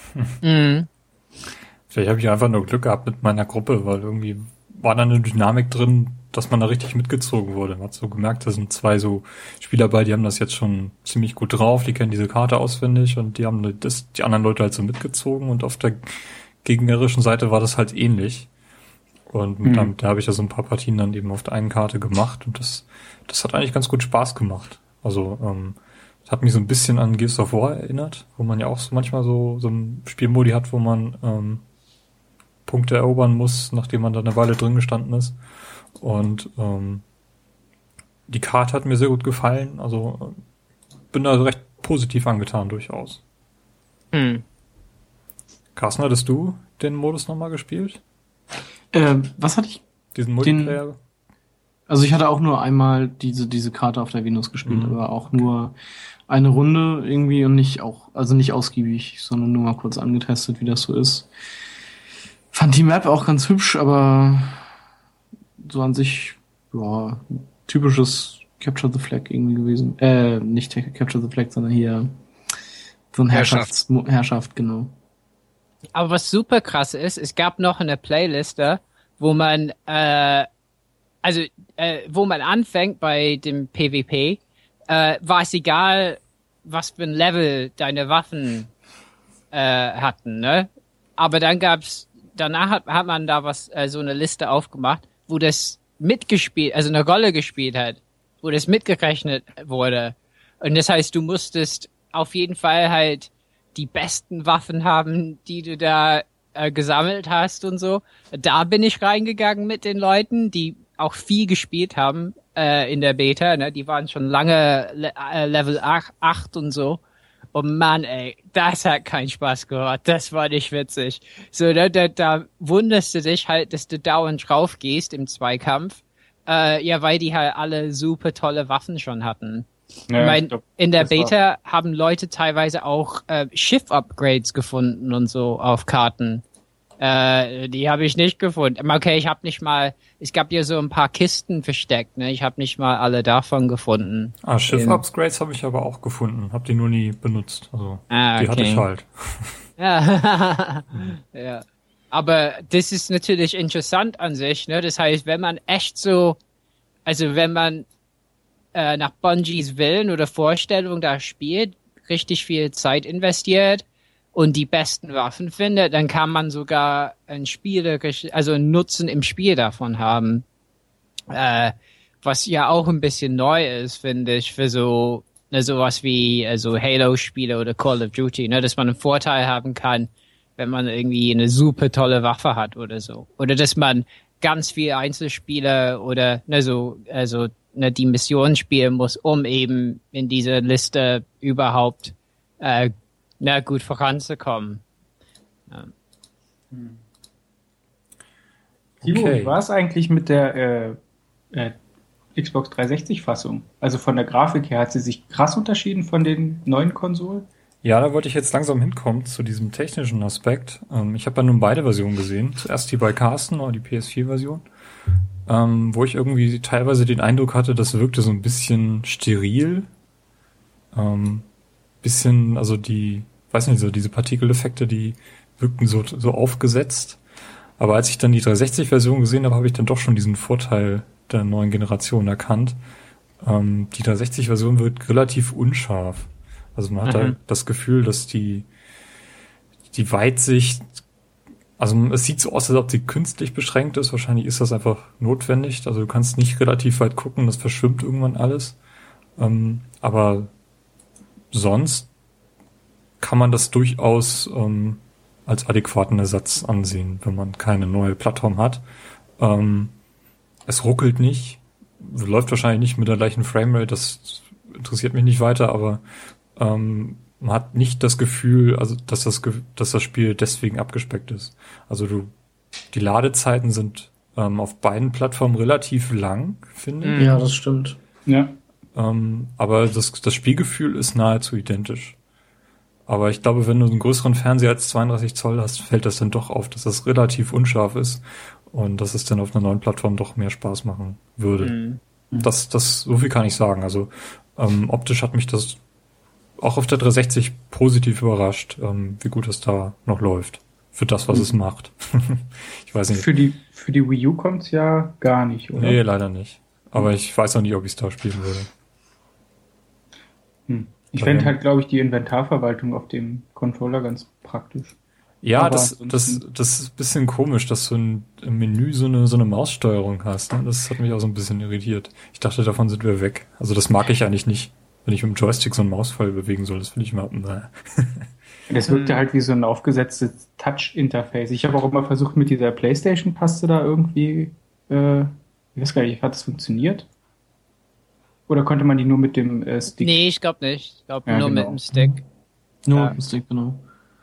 Hm. Vielleicht habe ich einfach nur Glück gehabt mit meiner Gruppe, weil irgendwie war da eine Dynamik drin, dass man da richtig mitgezogen wurde. Man hat so gemerkt, da sind zwei so Spieler bei, die haben das jetzt schon ziemlich gut drauf, die kennen diese Karte auswendig und die haben das, die anderen Leute halt so mitgezogen und auf der gegnerischen Seite war das halt ähnlich. Und mit, mhm. da habe ich ja so ein paar Partien dann eben auf der einen Karte gemacht und das, das hat eigentlich ganz gut Spaß gemacht. Also, ähm, das hat mich so ein bisschen an Gears of War erinnert, wo man ja auch so manchmal so, so ein Spielmodi hat, wo man, ähm, Punkte erobern muss, nachdem man da eine Weile drin gestanden ist. Und ähm, die Karte hat mir sehr gut gefallen. Also bin da recht positiv angetan durchaus. Hm. Carsten, hattest du den Modus nochmal gespielt? Äh, was hatte ich? Diesen Multiplayer? Den, also ich hatte auch nur einmal diese diese Karte auf der Venus gespielt, mhm. aber auch nur eine Runde irgendwie und nicht auch, also nicht ausgiebig, sondern nur mal kurz angetestet, wie das so ist. Fand die Map auch ganz hübsch, aber so an sich, ja, typisches Capture the Flag irgendwie gewesen. Äh, nicht Capture the Flag, sondern hier so ein Herrschafts- Herrschaft. Herrschaft, genau. Aber was super krass ist, es gab noch eine Playliste, wo man, äh, also, äh, wo man anfängt bei dem PvP, äh, war es egal, was für ein Level deine Waffen äh, hatten, ne? Aber dann gab's danach hat, hat man da was, äh, so eine Liste aufgemacht, wo das mitgespielt, also eine Rolle gespielt hat, wo das mitgerechnet wurde. Und das heißt, du musstest auf jeden Fall halt die besten Waffen haben, die du da äh, gesammelt hast und so. Da bin ich reingegangen mit den Leuten, die auch viel gespielt haben äh, in der Beta. Ne? Die waren schon lange Le- äh, Level acht und so. oh Mann, ey, das hat keinen Spaß gemacht, das war nicht witzig. So, da, da, da wunderst du dich halt, dass du dauernd drauf gehst im Zweikampf, äh, ja, weil die halt alle super tolle Waffen schon hatten. Ja, ich mein, ich glaub, in der das war- Beta haben Leute teilweise auch äh, Schiff-Upgrades gefunden und so auf Karten. Äh, die habe ich nicht gefunden. Okay, ich habe nicht mal, es gab ja so ein paar Kisten versteckt, ne? Ich habe nicht mal alle davon gefunden. Ah, Ähm, Schiff-Upgrades habe ich aber auch gefunden. Hab die nur nie benutzt. Also, Ah, die hatte okay. ich halt. Ja. Ja. Aber das ist natürlich interessant an sich, ne? Das heißt, wenn man echt so, also wenn man äh, nach Bungies Willen oder Vorstellung da spielt, richtig viel Zeit investiert und die besten Waffen findet, dann kann man sogar ein spielerisch, also einen Nutzen im Spiel davon haben. Äh, was ja auch ein bisschen neu ist, finde ich, für so ne, sowas wie also Halo-Spiele oder Call of Duty, ne, dass man einen Vorteil haben kann, wenn man irgendwie eine super tolle Waffe hat oder so. Oder dass man ganz viel Einzelspieler oder ne, so, also ne, die Mission spielen muss, um eben in dieser Liste überhaupt äh, na, gut voranzukommen. Timo, Okay. wie war es eigentlich mit der äh, äh, Xbox dreihundertsechzig-Fassung? Also von der Grafik her, hat sie sich krass unterschieden von den neuen Konsolen? Ja, da wollte ich jetzt langsam hinkommen zu diesem technischen Aspekt. Ähm, ich habe ja nun beide Versionen gesehen. Zuerst die bei Carsten, oder die P S vier Version, ähm, wo ich irgendwie teilweise den Eindruck hatte, das wirkte so ein bisschen steril. Ähm, bisschen, also die, weiß nicht, so diese Partikeleffekte, die wirkten so, so aufgesetzt. Aber als ich dann die dreihundertsechzig-Version gesehen habe, habe ich dann doch schon diesen Vorteil der neuen Generation erkannt. Ähm, die dreihundertsechzig-Version wirkt relativ unscharf. Also man hat Mhm. da das Gefühl, dass die, die Weitsicht, also es sieht so aus, als ob sie künstlich beschränkt ist. Wahrscheinlich ist das einfach notwendig. Also du kannst nicht relativ weit gucken, das verschwimmt irgendwann alles. Ähm, aber sonst kann man das durchaus ähm, als adäquaten Ersatz ansehen, wenn man keine neue Plattform hat. Ähm, es ruckelt nicht, läuft wahrscheinlich nicht mit der gleichen Framerate, das interessiert mich nicht weiter, aber ähm, man hat nicht das Gefühl, also dass das, Ge- dass das Spiel deswegen abgespeckt ist. Also du, die Ladezeiten sind ähm, auf beiden Plattformen relativ lang, finde ich. Mhm. Ja, das stimmt. Ja. Ähm, aber das, das Spielgefühl ist nahezu identisch. Aber ich glaube, wenn du einen größeren Fernseher als zweiunddreißig Zoll hast, fällt das dann doch auf, dass das relativ unscharf ist und dass es dann auf einer neuen Plattform doch mehr Spaß machen würde. Mhm. Das, das, so viel kann ich sagen. Also ähm, optisch hat mich das auch auf der dreihundertsechzig positiv überrascht, ähm, wie gut es da noch läuft. Für das, was es macht. Ich weiß nicht. Für die, für die Wii U kommt's ja gar nicht, oder? Nee, leider nicht. Aber ich weiß auch nicht, ob ich es da spielen würde. Hm. Ich Ja, fände ja. halt, glaube ich, die Inventarverwaltung auf dem Controller ganz praktisch. Ja, Aber das, das, ansonsten- das ist ein bisschen komisch, dass du ein, im Menü so eine, so eine Maussteuerung hast. Ne? Das hat mich auch so ein bisschen irritiert. Ich dachte, davon sind wir weg. Also das mag ich eigentlich nicht, wenn ich mit dem Joystick so einen Mausfall bewegen soll. Das will ich mal. Ne. Das wirkte halt wie so ein aufgesetztes Touch-Interface. Ich habe auch immer versucht, mit dieser PlayStation-Taste da irgendwie, äh, ich weiß gar nicht, hat das funktioniert? Oder konnte man die nur mit dem äh, Stick? Nee, ich glaube nicht. Ich glaube Ja, nur genau. mit dem Stick. Nur Ja. mit dem Stick, genau.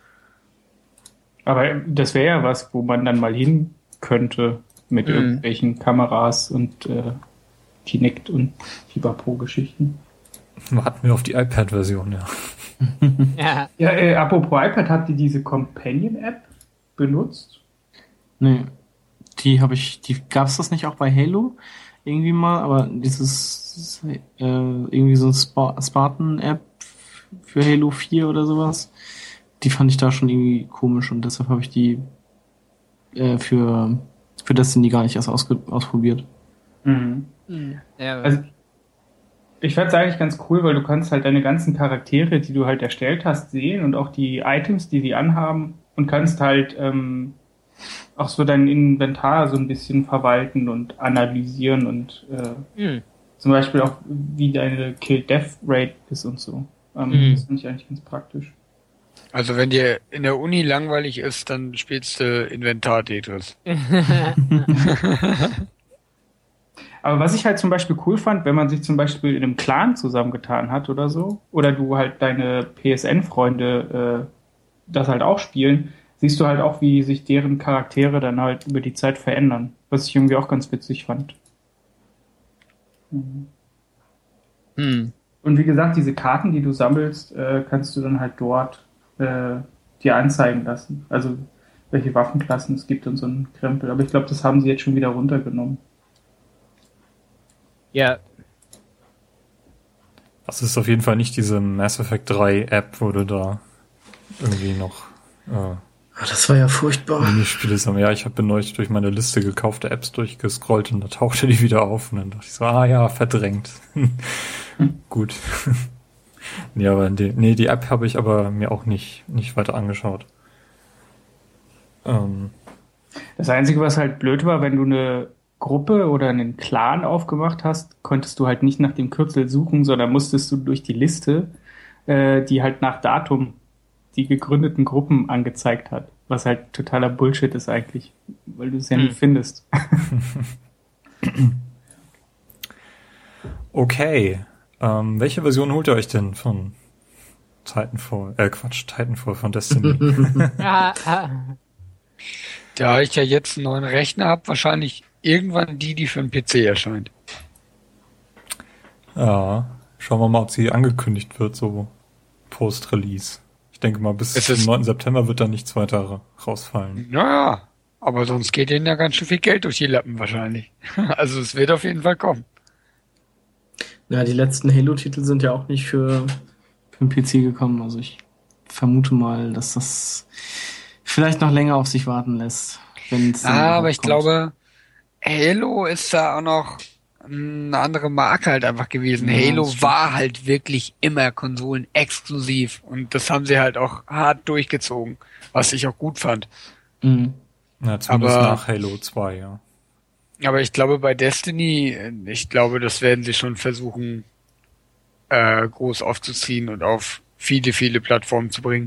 Aber das wäre ja was, wo man dann mal hin könnte mit Mhm. irgendwelchen Kameras und äh, Kinect und Fieber Pro-Geschichten. Warten wir auf die iPad-Version, ja. Ja. Ja, äh, apropos iPad, habt ihr diese Companion-App benutzt? Nee. Die habe ich, die gab's das nicht auch bei Halo? Irgendwie mal, aber dieses äh, irgendwie so ein Spa- Spartan-App für Halo vier oder sowas, die fand ich da schon irgendwie komisch und deshalb habe ich die äh, für für Destiny gar nicht erst ausge- ausprobiert. Mhm. Ja. Also, ich fand es eigentlich ganz cool, weil du kannst halt deine ganzen Charaktere, die du halt erstellt hast, sehen und auch die Items, die die anhaben und kannst halt ähm, auch so dein Inventar so ein bisschen verwalten und analysieren und äh, Hm. zum Beispiel auch wie deine Kill-Death-Rate ist und so. Ähm, Mhm. Das finde ich eigentlich ganz praktisch. Also wenn dir in der Uni langweilig ist, dann spielst du Inventar-Tetris. Aber was ich halt zum Beispiel cool fand, wenn man sich zum Beispiel in einem Clan zusammengetan hat oder so, oder du halt deine P S N-Freunde äh, das halt auch spielen, siehst du halt auch, wie sich deren Charaktere dann halt über die Zeit verändern. Was ich irgendwie auch ganz witzig fand. Mhm. Hm. Und wie gesagt, diese Karten, die du sammelst, äh, kannst du dann halt dort äh, dir anzeigen lassen. Also welche Waffenklassen es gibt und so ein Krempel. Aber ich glaube, das haben sie jetzt schon wieder runtergenommen. Ja. Das ist auf jeden Fall nicht diese Mass Effect drei App, wo du da irgendwie noch äh, Das war ja furchtbar. Minispiele sammeln. Ja, ich habe neulich durch meine Liste gekaufte Apps durchgescrollt und da tauchte die wieder auf und dann dachte ich so, ah ja, verdrängt. Gut. Nee, aber die, nee, die App habe ich aber mir auch nicht, nicht weiter angeschaut. Ähm. Das Einzige, was halt blöd war, wenn du eine Gruppe oder einen Clan aufgemacht hast, konntest du halt nicht nach dem Kürzel suchen, sondern musstest du durch die Liste, äh, die halt nach Datum die gegründeten Gruppen angezeigt hat. Was halt totaler Bullshit ist eigentlich, weil du es ja hm. nie findest. Okay. Ähm, welche Version holt ihr euch denn von Titanfall? Äh, Quatsch, Titanfall von Destiny. Da ich ja jetzt einen neuen Rechner habe, wahrscheinlich irgendwann die, die für den P C erscheint. Ja, schauen wir mal, ob sie angekündigt wird, so Post-Release. Ich denke mal, bis zum neunten September wird da nichts weiter rausfallen. Naja, aber sonst geht ihnen ja ganz schön viel Geld durch die Lappen wahrscheinlich. Also es wird auf jeden Fall kommen. Ja, die letzten Halo-Titel sind ja auch nicht für, für den P C gekommen. Also ich vermute mal, dass das vielleicht noch länger auf sich warten lässt. Wenn's ah, aber ich kommt. glaube, Halo ist da auch noch eine andere Marke halt einfach gewesen. Ja, Halo war halt wirklich immer konsolenexklusiv und das haben sie halt auch hart durchgezogen, was ich auch gut fand. Mhm. Ja, zumindest aber, nach Halo zwei, ja. Aber ich glaube bei Destiny, ich glaube, das werden sie schon versuchen, äh, groß aufzuziehen und auf viele, viele Plattformen zu bringen.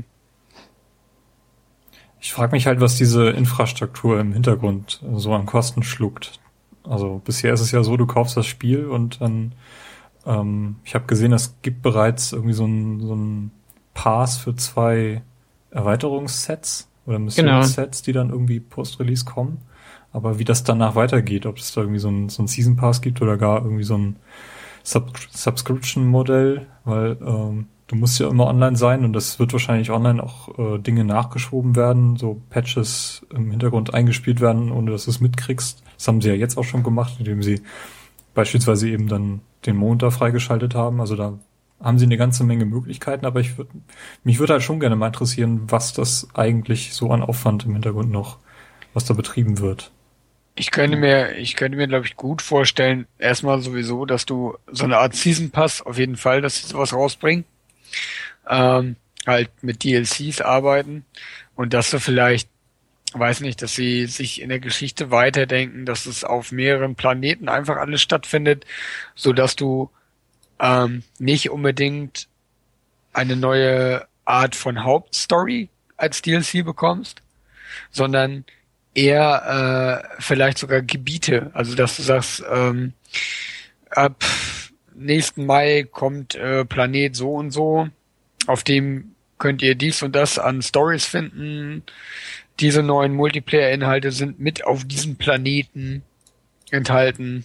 Ich frage mich halt, was diese Infrastruktur im Hintergrund so an Kosten schluckt. Also bisher ist es ja so, du kaufst das Spiel und dann, ähm, ich habe gesehen, es gibt bereits irgendwie so ein, so ein Pass für zwei Erweiterungssets oder Missionssets, genau, die dann irgendwie post-Release kommen. Aber wie das danach weitergeht, ob es da irgendwie so ein, so ein Season Pass gibt oder gar irgendwie so ein Sub- Subscription-Modell, weil ähm, du musst ja immer online sein und das wird wahrscheinlich online auch äh, Dinge nachgeschoben werden, so Patches im Hintergrund eingespielt werden, ohne dass du es mitkriegst. Das haben sie ja jetzt auch schon gemacht, indem sie beispielsweise eben dann den Mond da freigeschaltet haben. Also da haben sie eine ganze Menge Möglichkeiten, aber ich würde mich würde halt schon gerne mal interessieren, was das eigentlich so an Aufwand im Hintergrund noch, was da betrieben wird. Ich könnte mir, ich könnte mir, glaube ich, gut vorstellen, erstmal sowieso, dass du so eine Art Season Pass, auf jeden Fall, dass sie sowas rausbringen, ähm, halt mit D L Cs arbeiten und dass du vielleicht, weiß nicht, dass sie sich in der Geschichte weiterdenken, dass es auf mehreren Planeten einfach alles stattfindet, so dass du ähm, nicht unbedingt eine neue Art von Hauptstory als D L C bekommst, sondern eher äh, vielleicht sogar Gebiete, also dass du sagst, ähm, ab nächsten Mai kommt äh, Planet so und so, auf dem könnt ihr dies und das an Stories finden, diese neuen Multiplayer-Inhalte sind mit auf diesem Planeten enthalten.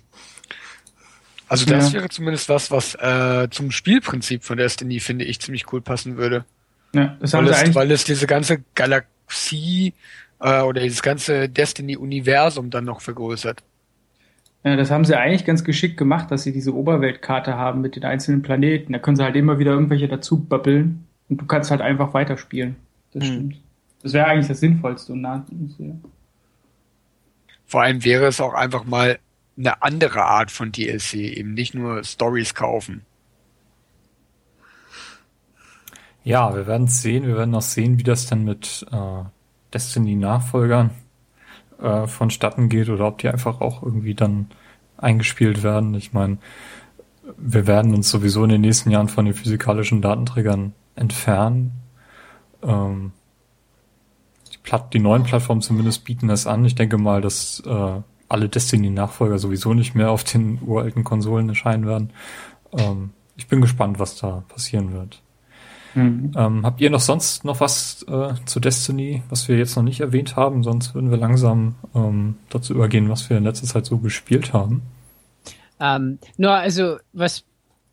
Also das ja. wäre zumindest was, was äh, zum Spielprinzip von Destiny, finde ich, ziemlich cool passen würde. Ja, das haben weil, sie es, weil es diese ganze Galaxie oder dieses ganze Destiny-Universum dann noch vergrößert. Ja, das haben sie eigentlich ganz geschickt gemacht, dass sie diese Oberweltkarte haben mit den einzelnen Planeten. Da können sie halt immer wieder irgendwelche dazu babbeln und du kannst halt einfach weiterspielen. Das hm. stimmt. Das wäre eigentlich das Sinnvollste. Und na, ja. Vor allem wäre es auch einfach mal eine andere Art von D L C, eben nicht nur Stories kaufen. Ja, wir werden es sehen. Wir werden auch sehen, wie das dann mit äh, Destiny-Nachfolgern äh, vonstatten geht oder ob die einfach auch irgendwie dann eingespielt werden. Ich meine, wir werden uns sowieso in den nächsten Jahren von den physikalischen Datenträgern entfernen. Ähm, die, Platt, die neuen Plattformen zumindest bieten das an. Ich denke mal, dass äh, alle Destiny-Nachfolger sowieso nicht mehr auf den uralten Konsolen erscheinen werden. Ähm, ich bin gespannt, was da passieren wird. Mhm. Ähm, habt ihr noch sonst noch was äh, zu Destiny, was wir jetzt noch nicht erwähnt haben? Sonst würden wir langsam ähm, dazu übergehen, was wir in letzter Zeit so gespielt haben. Ähm, nur also, was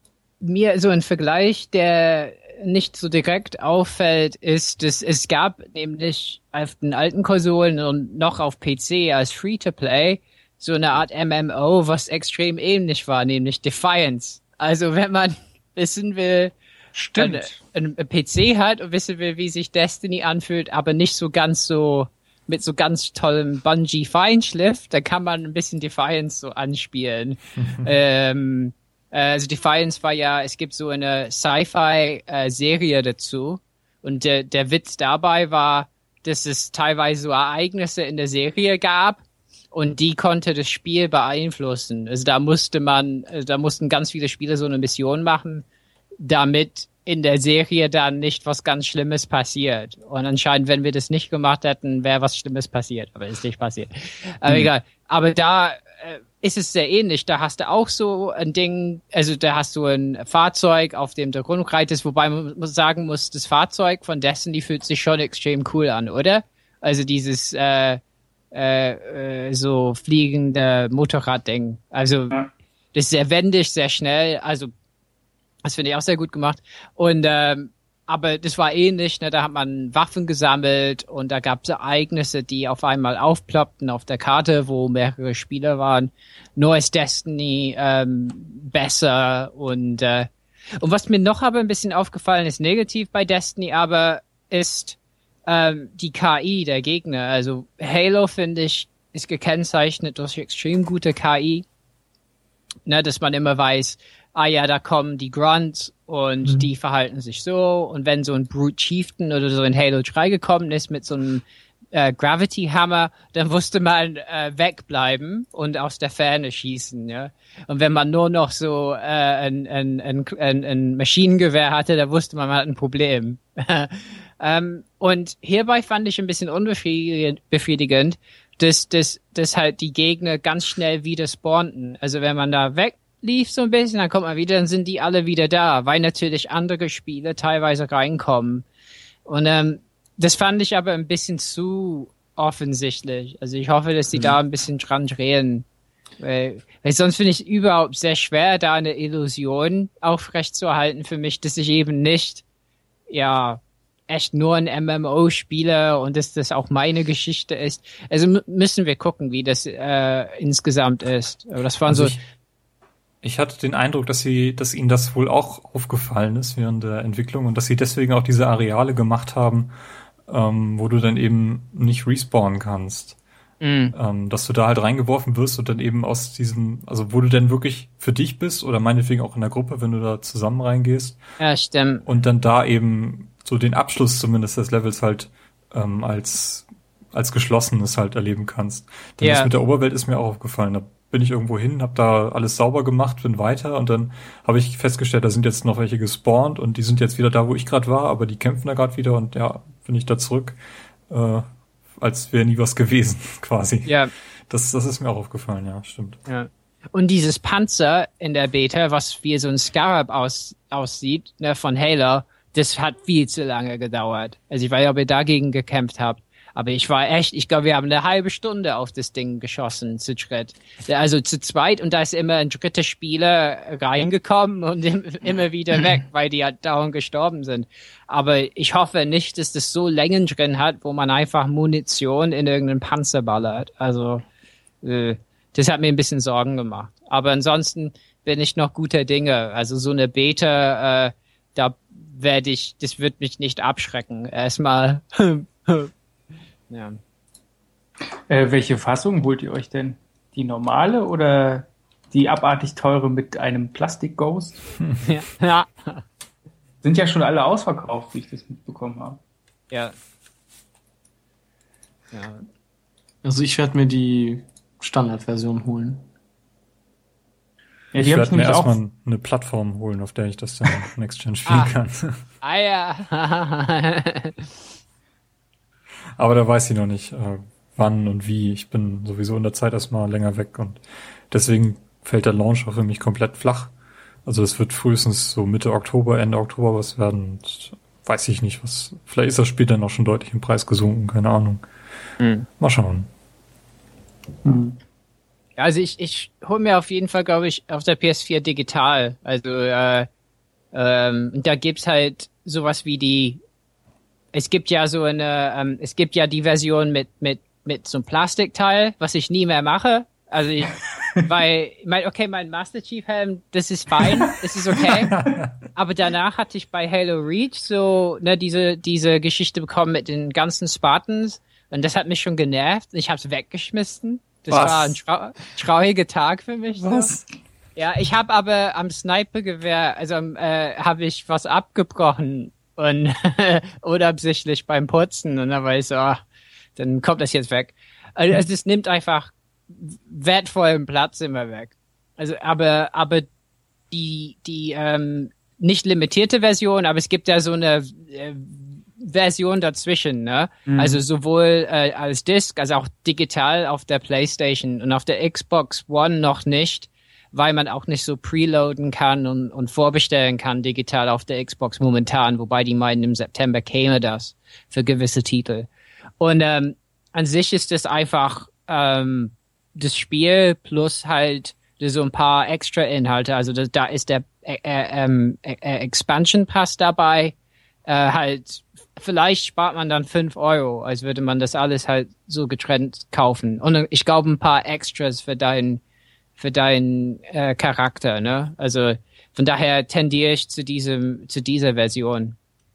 mir so ein Vergleich, der nicht so direkt auffällt, ist, dass es gab nämlich auf den alten Konsolen und noch auf P C als Free-to-Play so eine Art M M O, was extrem ähnlich war, nämlich Defiance. Also wenn man wissen will, Stimmt. Ein, ein P C hat und wissen will, wie sich Destiny anfühlt, aber nicht so ganz so mit so ganz tollem Bungie-Feinschliff, da kann man ein bisschen Defiance so anspielen. ähm, Also Defiance war ja, es gibt so eine Sci-Fi-Serie dazu und der, der Witz dabei war, dass es teilweise so Ereignisse in der Serie gab und die konnte das Spiel beeinflussen. Also da musste man, also da mussten ganz viele Spieler so eine Mission machen, damit in der Serie dann nicht was ganz Schlimmes passiert. Und anscheinend, wenn wir das nicht gemacht hätten, wäre was Schlimmes passiert. Aber ist nicht passiert. Aber mhm. egal. Aber da äh, ist es sehr ähnlich. Da hast du auch so ein Ding, also da hast du ein Fahrzeug, auf dem du rumreitest, wobei man sagen muss, das Fahrzeug von Destiny fühlt sich schon extrem cool an, oder? Also dieses äh, äh, äh, so fliegende Motorradding. Also ja. Das ist sehr wendig, sehr schnell, also das finde ich auch sehr gut gemacht. Und ähm, aber das war ähnlich, ne? Da hat man Waffen gesammelt und da gab es Ereignisse, die auf einmal aufploppten auf der Karte, wo mehrere Spieler waren. Nur ist Destiny ähm, besser und äh, und was mir noch aber ein bisschen aufgefallen ist, negativ bei Destiny, aber ist ähm, die K I der Gegner. Also Halo, finde ich, ist gekennzeichnet durch extrem gute K I, ne? Dass man immer weiß, ah ja, da kommen die Grunts und mhm. die verhalten sich so. Und wenn so ein Brute Chieftain oder so in Halo drei gekommen ist mit so einem äh, Gravity Hammer, dann musste man äh, wegbleiben und aus der Ferne schießen. Ja? Und wenn man nur noch so äh, ein, ein, ein, ein, ein Maschinengewehr hatte, dann wusste man, man hat ein Problem. ähm, und hierbei fand ich ein bisschen unbefriedigend, dass, dass, dass halt die Gegner ganz schnell wieder spawnten. Also wenn man da weg lief so ein bisschen, dann kommt man wieder, dann sind die alle wieder da, weil natürlich andere Spiele teilweise reinkommen. Und ähm, das fand ich aber ein bisschen zu offensichtlich. Also ich hoffe, dass die mhm. da ein bisschen dran drehen. Weil, weil sonst finde ich es überhaupt sehr schwer, da eine Illusion aufrechtzuerhalten für mich, dass ich eben nicht, ja, echt nur ein M M O spiele und dass das auch meine Geschichte ist. Also m- müssen wir gucken, wie das äh, insgesamt ist. Aber das waren also so... Ich Ich hatte den Eindruck, dass sie, dass ihnen das wohl auch aufgefallen ist während der Entwicklung und dass sie deswegen auch diese Areale gemacht haben, ähm, wo du dann eben nicht respawnen kannst. Mm. Ähm, dass du da halt reingeworfen wirst und dann eben aus diesem, also wo du denn wirklich für dich bist oder meinetwegen auch in der Gruppe, wenn du da zusammen reingehst. Ja, stimmt. Und dann da eben so den Abschluss zumindest des Levels halt ähm, als als geschlossenes halt erleben kannst. Denn ja. Das mit der Oberwelt ist mir auch aufgefallen. Da bin ich irgendwo hin, habe da alles sauber gemacht, bin weiter und dann habe ich festgestellt, da sind jetzt noch welche gespawnt und die sind jetzt wieder da, wo ich gerade war, aber die kämpfen da gerade wieder und ja, bin ich da zurück, äh, als wäre nie was gewesen, quasi. Ja. Das, das ist mir auch aufgefallen, ja, stimmt. Ja. Und dieses Panzer in der Beta, was wie so ein Scarab aus, aussieht, ne, von Halo, das hat viel zu lange gedauert. Also ich weiß nicht, ob ihr dagegen gekämpft habt. Aber ich war echt, ich glaube, wir haben eine halbe Stunde auf das Ding geschossen, zu dritt. Also zu zweit und da ist immer ein dritter Spieler reingekommen und immer wieder weg, weil die halt dauernd gestorben sind. Aber ich hoffe nicht, dass das so Längen drin hat, wo man einfach Munition in irgendeinen Panzer ballert. Also äh, das hat mir ein bisschen Sorgen gemacht. Aber ansonsten bin ich noch guter Dinge. Also so eine Beta, äh, da werde ich, das wird mich nicht abschrecken. Erstmal... Ja. Äh, welche Fassung holt ihr euch denn? Die normale oder die abartig teure mit einem Plastik-Ghost? Ja. Ja. Sind ja schon alle ausverkauft, wie ich das mitbekommen habe. Ja. Ja. Also ich werde mir die Standardversion holen. Ja, ich werde mir erstmal eine Plattform holen, auf der ich das dann Next Gen spielen ah. kann. Ah ja. Aber da weiß ich noch nicht, äh, wann und wie. Ich bin sowieso in der Zeit erstmal länger weg und deswegen fällt der Launch auch für mich komplett flach. Also es wird frühestens so Mitte Oktober, Ende Oktober was werden. Und weiß ich nicht, was. Vielleicht ist das Spiel dann auch schon deutlich im Preis gesunken, keine Ahnung. Mhm. Mal schauen. Mhm. Also ich, ich hole mir auf jeden Fall, glaube ich, auf der P S vier digital. Also äh, ähm, da gibt's halt sowas wie die. Es gibt ja so eine. Ähm, es gibt ja die Version mit mit mit so einem Plastikteil, was ich nie mehr mache. Also ich, weil, mein, okay, mein Master Chief Helm, das ist fein, das ist okay. Aber danach hatte ich bei Halo Reach so, ne, diese, diese Geschichte bekommen mit den ganzen Spartans. Und das hat mich schon genervt. Ich hab's weggeschmissen. Das was? war ein trau trauriger Tag für mich. Was? So. Ja, ich habe aber am Snipergewehr, also äh, habe ich was abgebrochen und unabsichtlich beim Putzen. Und dann war ich so, ach, dann kommt das jetzt weg. Also es nimmt einfach wertvollen Platz immer weg. Also, aber, aber die, die, ähm, nicht limitierte Version, aber es gibt ja so eine äh, Version dazwischen, ne? Mhm. Also sowohl äh, als Disc, als auch digital auf der PlayStation und auf der Xbox One noch nicht, weil man auch nicht so preloaden kann und, und vorbestellen kann digital auf der Xbox momentan, wobei die meinen, im September käme das für gewisse Titel. Und ähm, an sich ist es einfach ähm, das Spiel plus halt so ein paar extra Inhalte. Also das, da ist der äh, äh, äh, Expansion Pass dabei. Äh, halt, vielleicht spart man dann fünf Euro, als würde man das alles halt so getrennt kaufen. Und ich glaube ein paar Extras für deinen für deinen äh, Charakter, ne? Also von daher tendiere ich zu diesem zu dieser Version.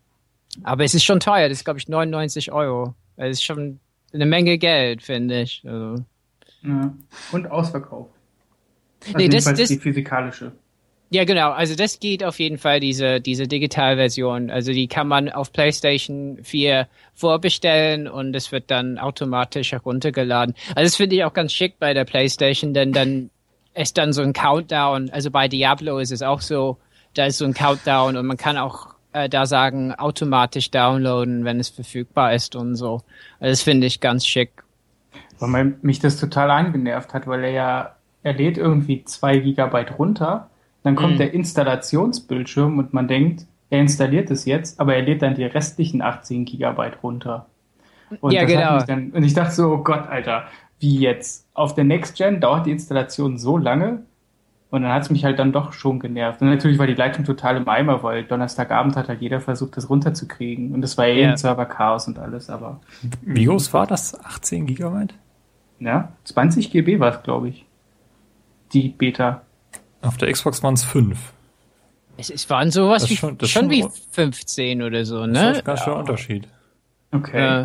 Aber es ist schon teuer. Das ist, glaube ich, neunundneunzig Euro. Das ist schon eine Menge Geld, finde ich. Also. Ja. Und Ausverkauf. Also nee, das, das, die physikalische. Ja, genau. Also das geht auf jeden Fall, diese diese Digitalversion. Also die kann man auf PlayStation vier vorbestellen und es wird dann automatisch heruntergeladen. Also das finde ich auch ganz schick bei der PlayStation, denn dann ist dann so ein Countdown. Also bei Diablo ist es auch so, da ist so ein Countdown und man kann auch äh, da sagen, automatisch downloaden, wenn es verfügbar ist und so. Also das finde ich ganz schick. Weil mich das total angenervt hat, weil er ja, er lädt irgendwie zwei Gigabyte runter, dann kommt mhm. der Installationsbildschirm und man denkt, er installiert es jetzt, aber er lädt dann die restlichen achtzehn Gigabyte runter. Und ja, das genau. Hat mich dann, und ich dachte so, oh Gott, Alter, wie jetzt? Auf der Next Gen dauert die Installation so lange und dann hat es mich halt dann doch schon genervt. Und natürlich war die Leitung total im Eimer, weil Donnerstagabend hat halt jeder versucht, das runterzukriegen. Und das war eh ja. ein Server-Chaos und alles, aber... Wie groß war das? achtzehn Gigabyte? Ja, zwanzig Gigabyte war es, glaube ich. Die Beta. Auf der Xbox waren es fünf. Es, es waren sowas das wie schon, das schon schon wie fünfzehn oder so, ne? Das ist ganz schön ja. Unterschied. Okay. Äh,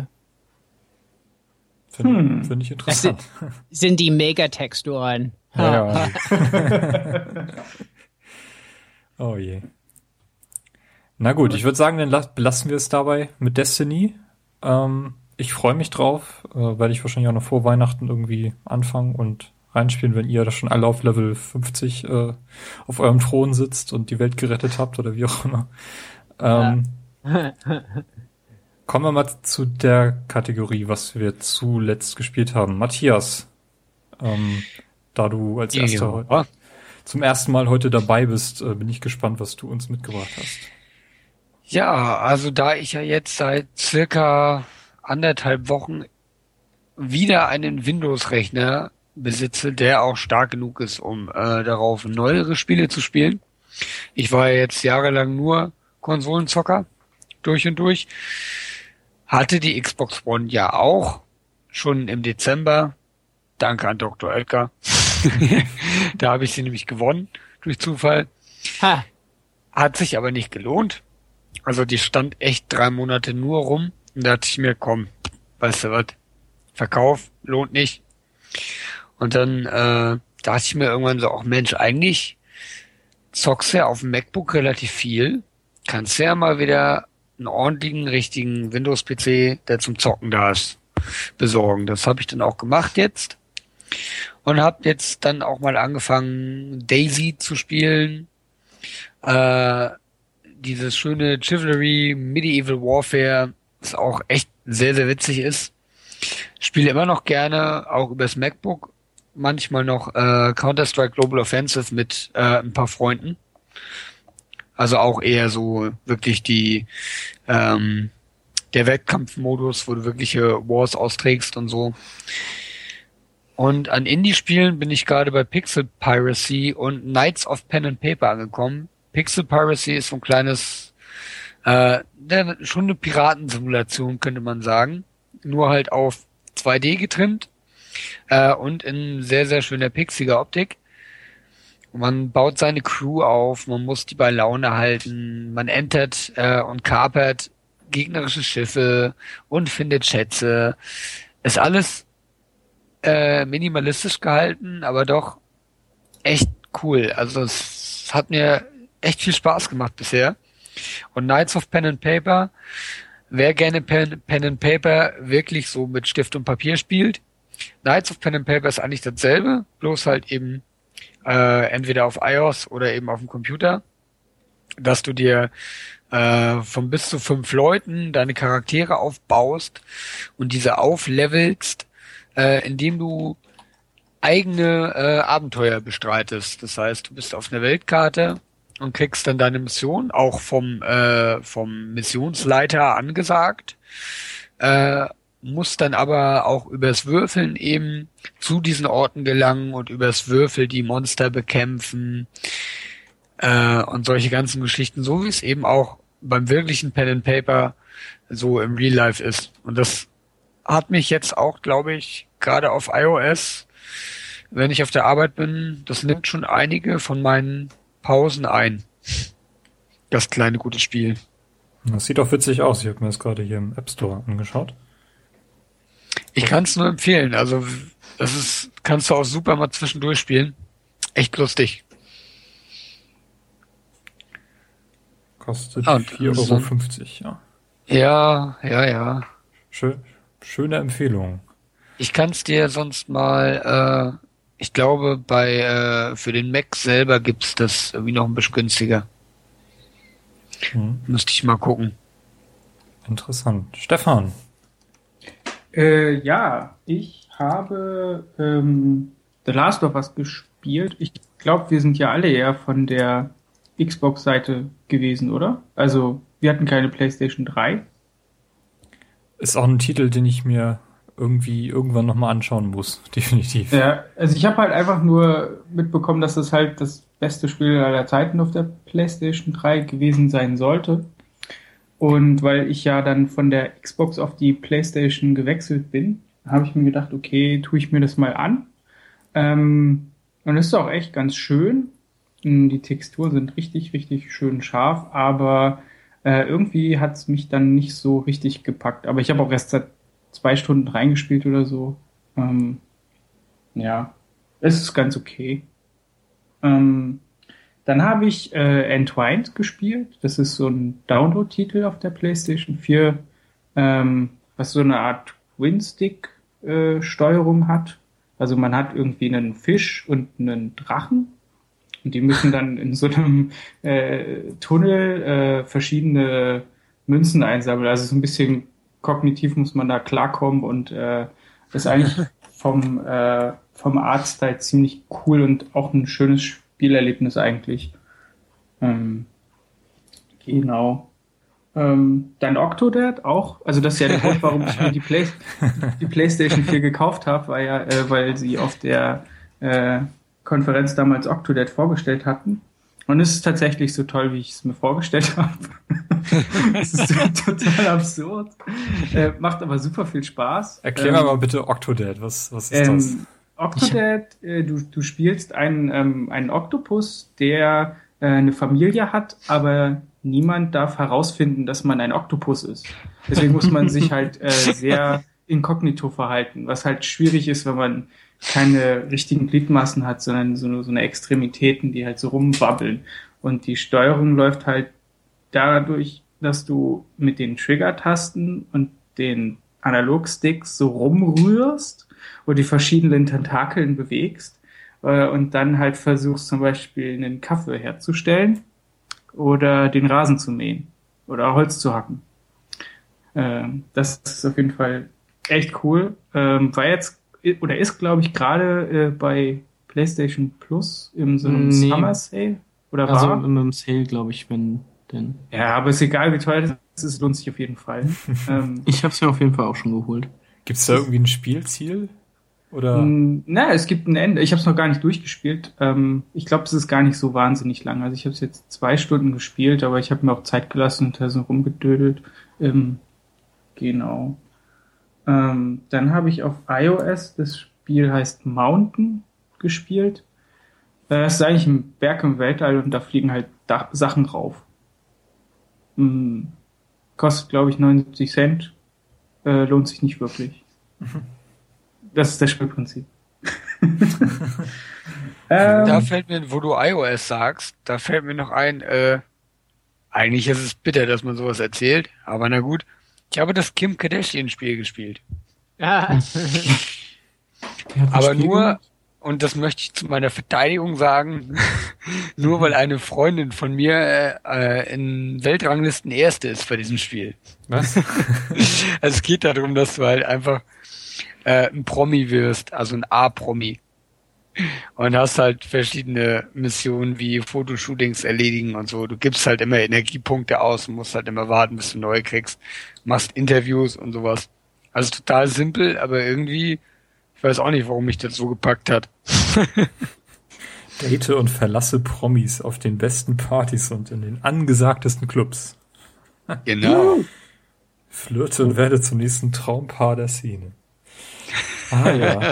Finde hm. find ich interessant. Sind, sind die Megatexturen. Ja, ja. Oh je. Na gut, ich würde sagen, dann belassen wir es dabei mit Destiny. Ähm, ich freue mich drauf. Äh, werde ich wahrscheinlich auch noch vor Weihnachten irgendwie anfangen und reinspielen, wenn ihr da schon alle auf Level fünfzig äh, auf eurem Thron sitzt und die Welt gerettet habt oder wie auch immer. Ähm, ja. Kommen wir mal zu der Kategorie, was wir zuletzt gespielt haben. Matthias, ähm, da du als erster heute, zum ersten Mal heute dabei bist, äh, bin ich gespannt, was du uns mitgebracht hast. Ja, also da ich ja jetzt seit circa anderthalb Wochen wieder einen Windows-Rechner besitze, der auch stark genug ist, um äh, darauf neuere Spiele zu spielen. Ich war ja jetzt jahrelang nur Konsolenzocker, durch und durch. Hatte die Xbox One ja auch, schon im Dezember. Danke an Doktor Oetker. Da habe ich sie nämlich gewonnen, durch Zufall. Ha. Hat sich aber nicht gelohnt. Also die stand echt drei Monate nur rum. Und da dachte ich mir, komm, weißt du was, Verkauf lohnt nicht. Und dann äh, dachte ich mir irgendwann so, auch Mensch, eigentlich zockst du ja auf dem MacBook relativ viel. Kannst du ja mal wieder einen ordentlichen, richtigen Windows-P C, der zum Zocken da ist, besorgen. Das habe ich dann auch gemacht jetzt. Und habe jetzt dann auch mal angefangen, Daisy zu spielen. Äh, dieses schöne Chivalry Medieval Warfare, das auch echt sehr, sehr witzig ist. Spiele immer noch gerne, auch übers MacBook, manchmal noch äh, Counter-Strike Global Offensive mit äh, ein paar Freunden. Also auch eher so wirklich die ähm, der Wettkampfmodus, wo du wirkliche Wars austrägst und so. Und an Indie-Spielen bin ich gerade bei Pixel Piracy und Knights of Pen and Paper angekommen. Pixel Piracy ist so ein kleines, äh, schon eine Piratensimulation, könnte man sagen. Nur halt auf zwei D getrimmt äh, und in sehr, sehr schöner pixiger Optik. Man baut seine Crew auf, man muss die bei Laune halten, man entert äh, und kapert gegnerische Schiffe und findet Schätze. Ist alles äh, minimalistisch gehalten, aber doch echt cool. Also es hat mir echt viel Spaß gemacht bisher. Und Knights of Pen and Paper, wer gerne Pen, Pen and Paper wirklich so mit Stift und Papier spielt, Knights of Pen and Paper ist eigentlich dasselbe, bloß halt eben äh, entweder auf iOS oder eben auf dem Computer, dass du dir äh, von bis zu fünf Leuten deine Charaktere aufbaust und diese auflevelst, äh, indem du eigene äh, Abenteuer bestreitest. Das heißt, du bist auf einer Weltkarte und kriegst dann deine Mission auch vom äh, vom Missionsleiter angesagt, äh, musst dann aber auch übers Würfeln eben zu diesen Orten gelangen und übers Würfel die Monster bekämpfen äh, und solche ganzen Geschichten, so wie es eben auch beim wirklichen Pen and Paper so im Real Life ist. Und das hat mich jetzt auch, glaube ich, gerade auf iOS, wenn ich auf der Arbeit bin, das nimmt schon einige von meinen Pausen ein. Das kleine gute Spiel. Das sieht auch witzig aus. Ich habe mir das gerade hier im App Store angeschaut. Ich kann es nur empfehlen. Also das ist, kannst du auch super mal zwischendurch spielen. Echt lustig. Kostet ah, vier Euro fünfzig, ja. Ja, ja, ja. Schön, schöne Empfehlung. Ich kann es dir sonst mal, äh, ich glaube, bei äh, für den Mac selber gibt's das irgendwie noch ein bisschen günstiger. Hm. Müsste ich mal gucken. Interessant. Stefan. Äh, ja, ich habe ähm, The Last of Us gespielt. Ich glaube, wir sind ja alle eher von der Xbox-Seite gewesen, oder? Also, wir hatten keine PlayStation drei. Ist auch ein Titel, den ich mir irgendwie irgendwann nochmal anschauen muss. Definitiv. Ja, also ich habe halt einfach nur mitbekommen, dass das halt das beste Spiel aller Zeiten auf der PlayStation drei gewesen sein sollte. Und weil ich ja dann von der Xbox auf die PlayStation gewechselt bin, habe ich mir gedacht, okay, tue ich mir das mal an. Ähm, und es ist auch echt ganz schön. Die Texturen sind richtig, richtig schön scharf, aber äh, irgendwie hat es mich dann nicht so richtig gepackt. Aber ich habe auch erst seit zwei Stunden reingespielt oder so. Ähm, ja, es ist ganz okay. Ähm, dann habe ich äh, Entwined gespielt. Das ist so ein Download-Titel auf der PlayStation vier, ähm, was so eine Art Twin-Stick-Steuerung äh, hat. Also man hat irgendwie einen Fisch und einen Drachen. Und die müssen dann in so einem äh, Tunnel äh, verschiedene Münzen einsammeln. Also so ein bisschen kognitiv muss man da klarkommen und äh, ist eigentlich vom, äh, vom Artstyle ziemlich cool und auch ein schönes Spielerlebnis eigentlich. Ähm, genau. Ähm, dann Octodad auch. Also das ist ja der Grund, warum ich mir die, Play die PlayStation vier gekauft habe, war ja, äh, weil sie auf der äh, Konferenz damals Octodad vorgestellt hatten. Und es ist tatsächlich so toll, wie ich es mir vorgestellt habe. Es ist total absurd. Äh, macht aber super viel Spaß. Erklär mir ähm, mal bitte Octodad. Was, was ist ähm, das? Octodad, äh, du, du spielst einen, ähm, einen Oktopus, der äh, eine Familie hat, aber niemand darf herausfinden, dass man ein Oktopus ist. Deswegen muss man sich halt äh, sehr inkognito verhalten, was halt schwierig ist, wenn man keine richtigen Gliedmaßen hat, sondern so, so eine Extremitäten, die halt so rumwabbeln. Und die Steuerung läuft halt dadurch, dass du mit den Trigger-Tasten und den Analogsticks so rumrührst und die verschiedenen Tentakeln bewegst äh, und dann halt versuchst zum Beispiel einen Kaffee herzustellen oder den Rasen zu mähen oder Holz zu hacken. Äh, das ist auf jeden Fall echt cool. Ähm, war jetzt, oder ist, glaube ich, gerade äh, bei PlayStation Plus im so einem Nee. Summer Sale. Oder Also war? im Sale, glaube ich, wenn denn. Ja, aber ist egal, wie teuer das ist, lohnt sich auf jeden Fall. ähm, Ich habe es mir auf jeden Fall auch schon geholt. Gibt's da irgendwie ein Spielziel? Oder? mh, na, es gibt ein Ende. Ich habe es noch gar nicht durchgespielt. Ähm, ich glaube, es ist gar nicht so wahnsinnig lang. Also ich habe es jetzt zwei Stunden gespielt, aber ich habe mir auch Zeit gelassen und da so rumgedödelt. Ähm, genau. Ähm, dann habe ich auf iOS, das Spiel heißt Mountain, gespielt. Äh, Es ist eigentlich ein Berg im Weltall und da fliegen halt Dach Sachen rauf. Hm, kostet, glaube ich, neunundsiebzig Cent. Äh, lohnt sich nicht wirklich. Das ist das Spielprinzip. Da ähm, fällt mir, wo du iOS sagst, da fällt mir noch ein, äh, eigentlich ist es bitter, dass man sowas erzählt, aber na gut. Ich habe das Kim Kardashian-Spiel gespielt. Ah. Aber nur, und das möchte ich zu meiner Verteidigung sagen, nur weil eine Freundin von mir äh, in Weltranglisten Erste ist bei diesem Spiel. Was? Also es geht darum, dass du halt einfach äh, ein Promi wirst, also ein A-Promi. Und hast halt verschiedene Missionen wie Fotoshootings erledigen und so. Du gibst halt immer Energiepunkte aus und musst halt immer warten, bis du neue kriegst. Machst Interviews und sowas. Also total simpel, aber irgendwie, ich weiß auch nicht, warum mich das so gepackt hat. Date und verlasse Promis auf den besten Partys und in den angesagtesten Clubs. Genau. Flirte und werde zum nächsten Traumpaar der Szene. Ah ja.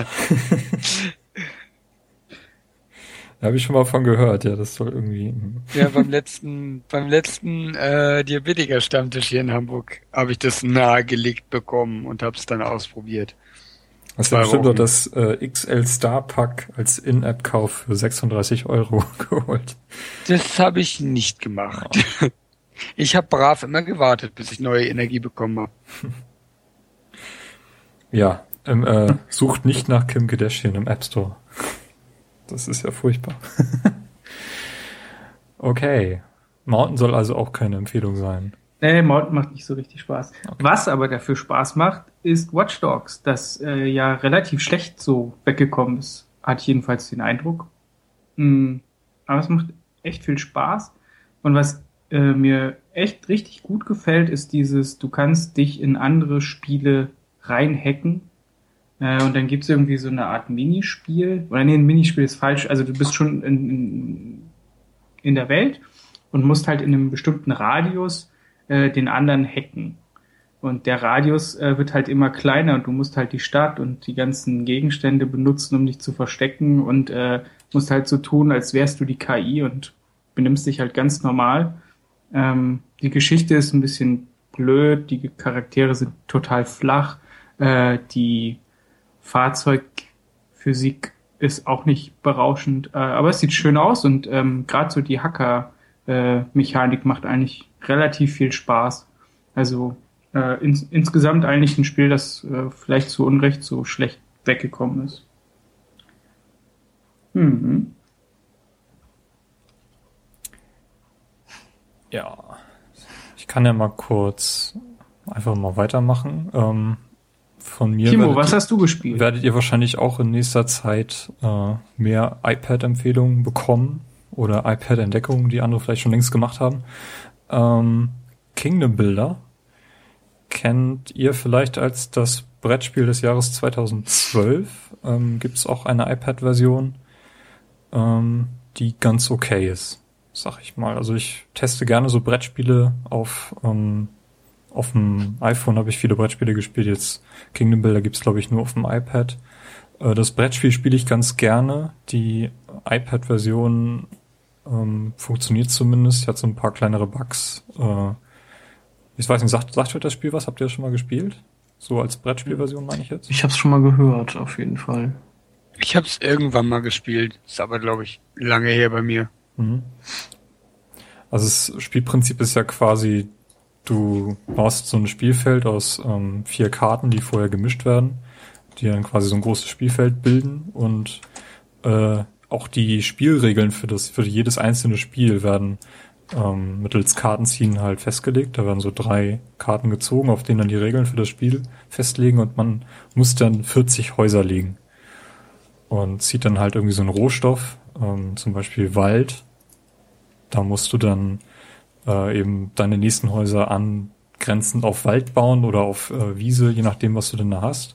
Da habe ich schon mal von gehört, ja, das soll irgendwie... Ja, beim letzten, beim letzten äh, Diabetiker-Stammtisch hier in Hamburg habe ich das nahegelegt bekommen und habe es dann ausprobiert. Hast du bestimmt doch das äh, X L Star Pack als In-App-Kauf für sechsunddreißig Euro geholt. Das habe ich nicht gemacht. Oh. Ich habe brav immer gewartet, bis ich neue Energie bekommen habe. Ja, ähm, äh, sucht nicht nach Kim Kardashian im App Store. Das ist ja furchtbar. Okay. Mountain soll also auch keine Empfehlung sein. Nee, Mountain macht nicht so richtig Spaß. Okay. Was aber dafür Spaß macht, ist Watch Dogs, das äh, ja relativ schlecht so weggekommen ist. Hatte ich jedenfalls den Eindruck. Mhm. Aber es macht echt viel Spaß. Und was äh, mir echt richtig gut gefällt, ist dieses, du kannst dich in andere Spiele reinhacken. Äh, und dann gibt's irgendwie so eine Art Minispiel. Oder nee, ein Minispiel ist falsch. Also du bist schon in, in, in der Welt und musst halt in einem bestimmten Radius äh, den anderen hacken. Und der Radius äh, wird halt immer kleiner und du musst halt die Stadt und die ganzen Gegenstände benutzen, um dich zu verstecken und äh, musst halt so tun, als wärst du die K I und benimmst dich halt ganz normal. Ähm, die Geschichte ist ein bisschen blöd, die Charaktere sind total flach, äh, die Fahrzeugphysik ist auch nicht berauschend, äh, aber es sieht schön aus und ähm, gerade so die Hacker-Mechanik äh, macht eigentlich relativ viel Spaß. Also äh, ins, insgesamt eigentlich ein Spiel, das äh, vielleicht zu Unrecht so schlecht weggekommen ist. Mhm. Ja, ich kann ja mal kurz einfach mal weitermachen. Ähm, von mir Timo, werdet, was hast du gespielt? Werdet ihr wahrscheinlich auch in nächster Zeit äh, mehr iPad-Empfehlungen bekommen oder iPad-Entdeckungen, die andere vielleicht schon längst gemacht haben. Ähm, Kingdom Builder kennt ihr vielleicht als das Brettspiel des Jahres zweitausendzwölf. Ähm, gibt es auch eine iPad-Version, ähm, die ganz okay ist, sag ich mal. Also ich teste gerne so Brettspiele auf ähm, auf dem iPhone habe ich viele Brettspiele gespielt. Jetzt Kingdom Builder gibt's glaube ich nur auf dem iPad. Äh, das Brettspiel spiele ich ganz gerne. Die iPad-Version ähm, funktioniert zumindest. Hat so ein paar kleinere Bugs. Äh, ich weiß nicht, sagt, sagt euch das Spiel was? Habt ihr das schon mal gespielt? So als Brettspielversion meine ich jetzt? Ich habe es schon mal gehört, auf jeden Fall. Ich habe es irgendwann mal gespielt. Ist aber, glaube ich, lange her bei mir. Mhm. Also das Spielprinzip ist ja quasi, du baust so ein Spielfeld aus ähm, vier Karten, die vorher gemischt werden, die dann quasi so ein großes Spielfeld bilden und äh, auch die Spielregeln für das für jedes einzelne Spiel werden ähm, mittels Kartenziehen halt festgelegt. Da werden so drei Karten gezogen, auf denen dann die Regeln für das Spiel festlegen und man muss dann vierzig Häuser legen. Und zieht dann halt irgendwie so einen Rohstoff, ähm, zum Beispiel Wald. Da musst du dann äh, eben deine nächsten Häuser angrenzend auf Wald bauen oder auf äh, Wiese, je nachdem, was du denn da hast.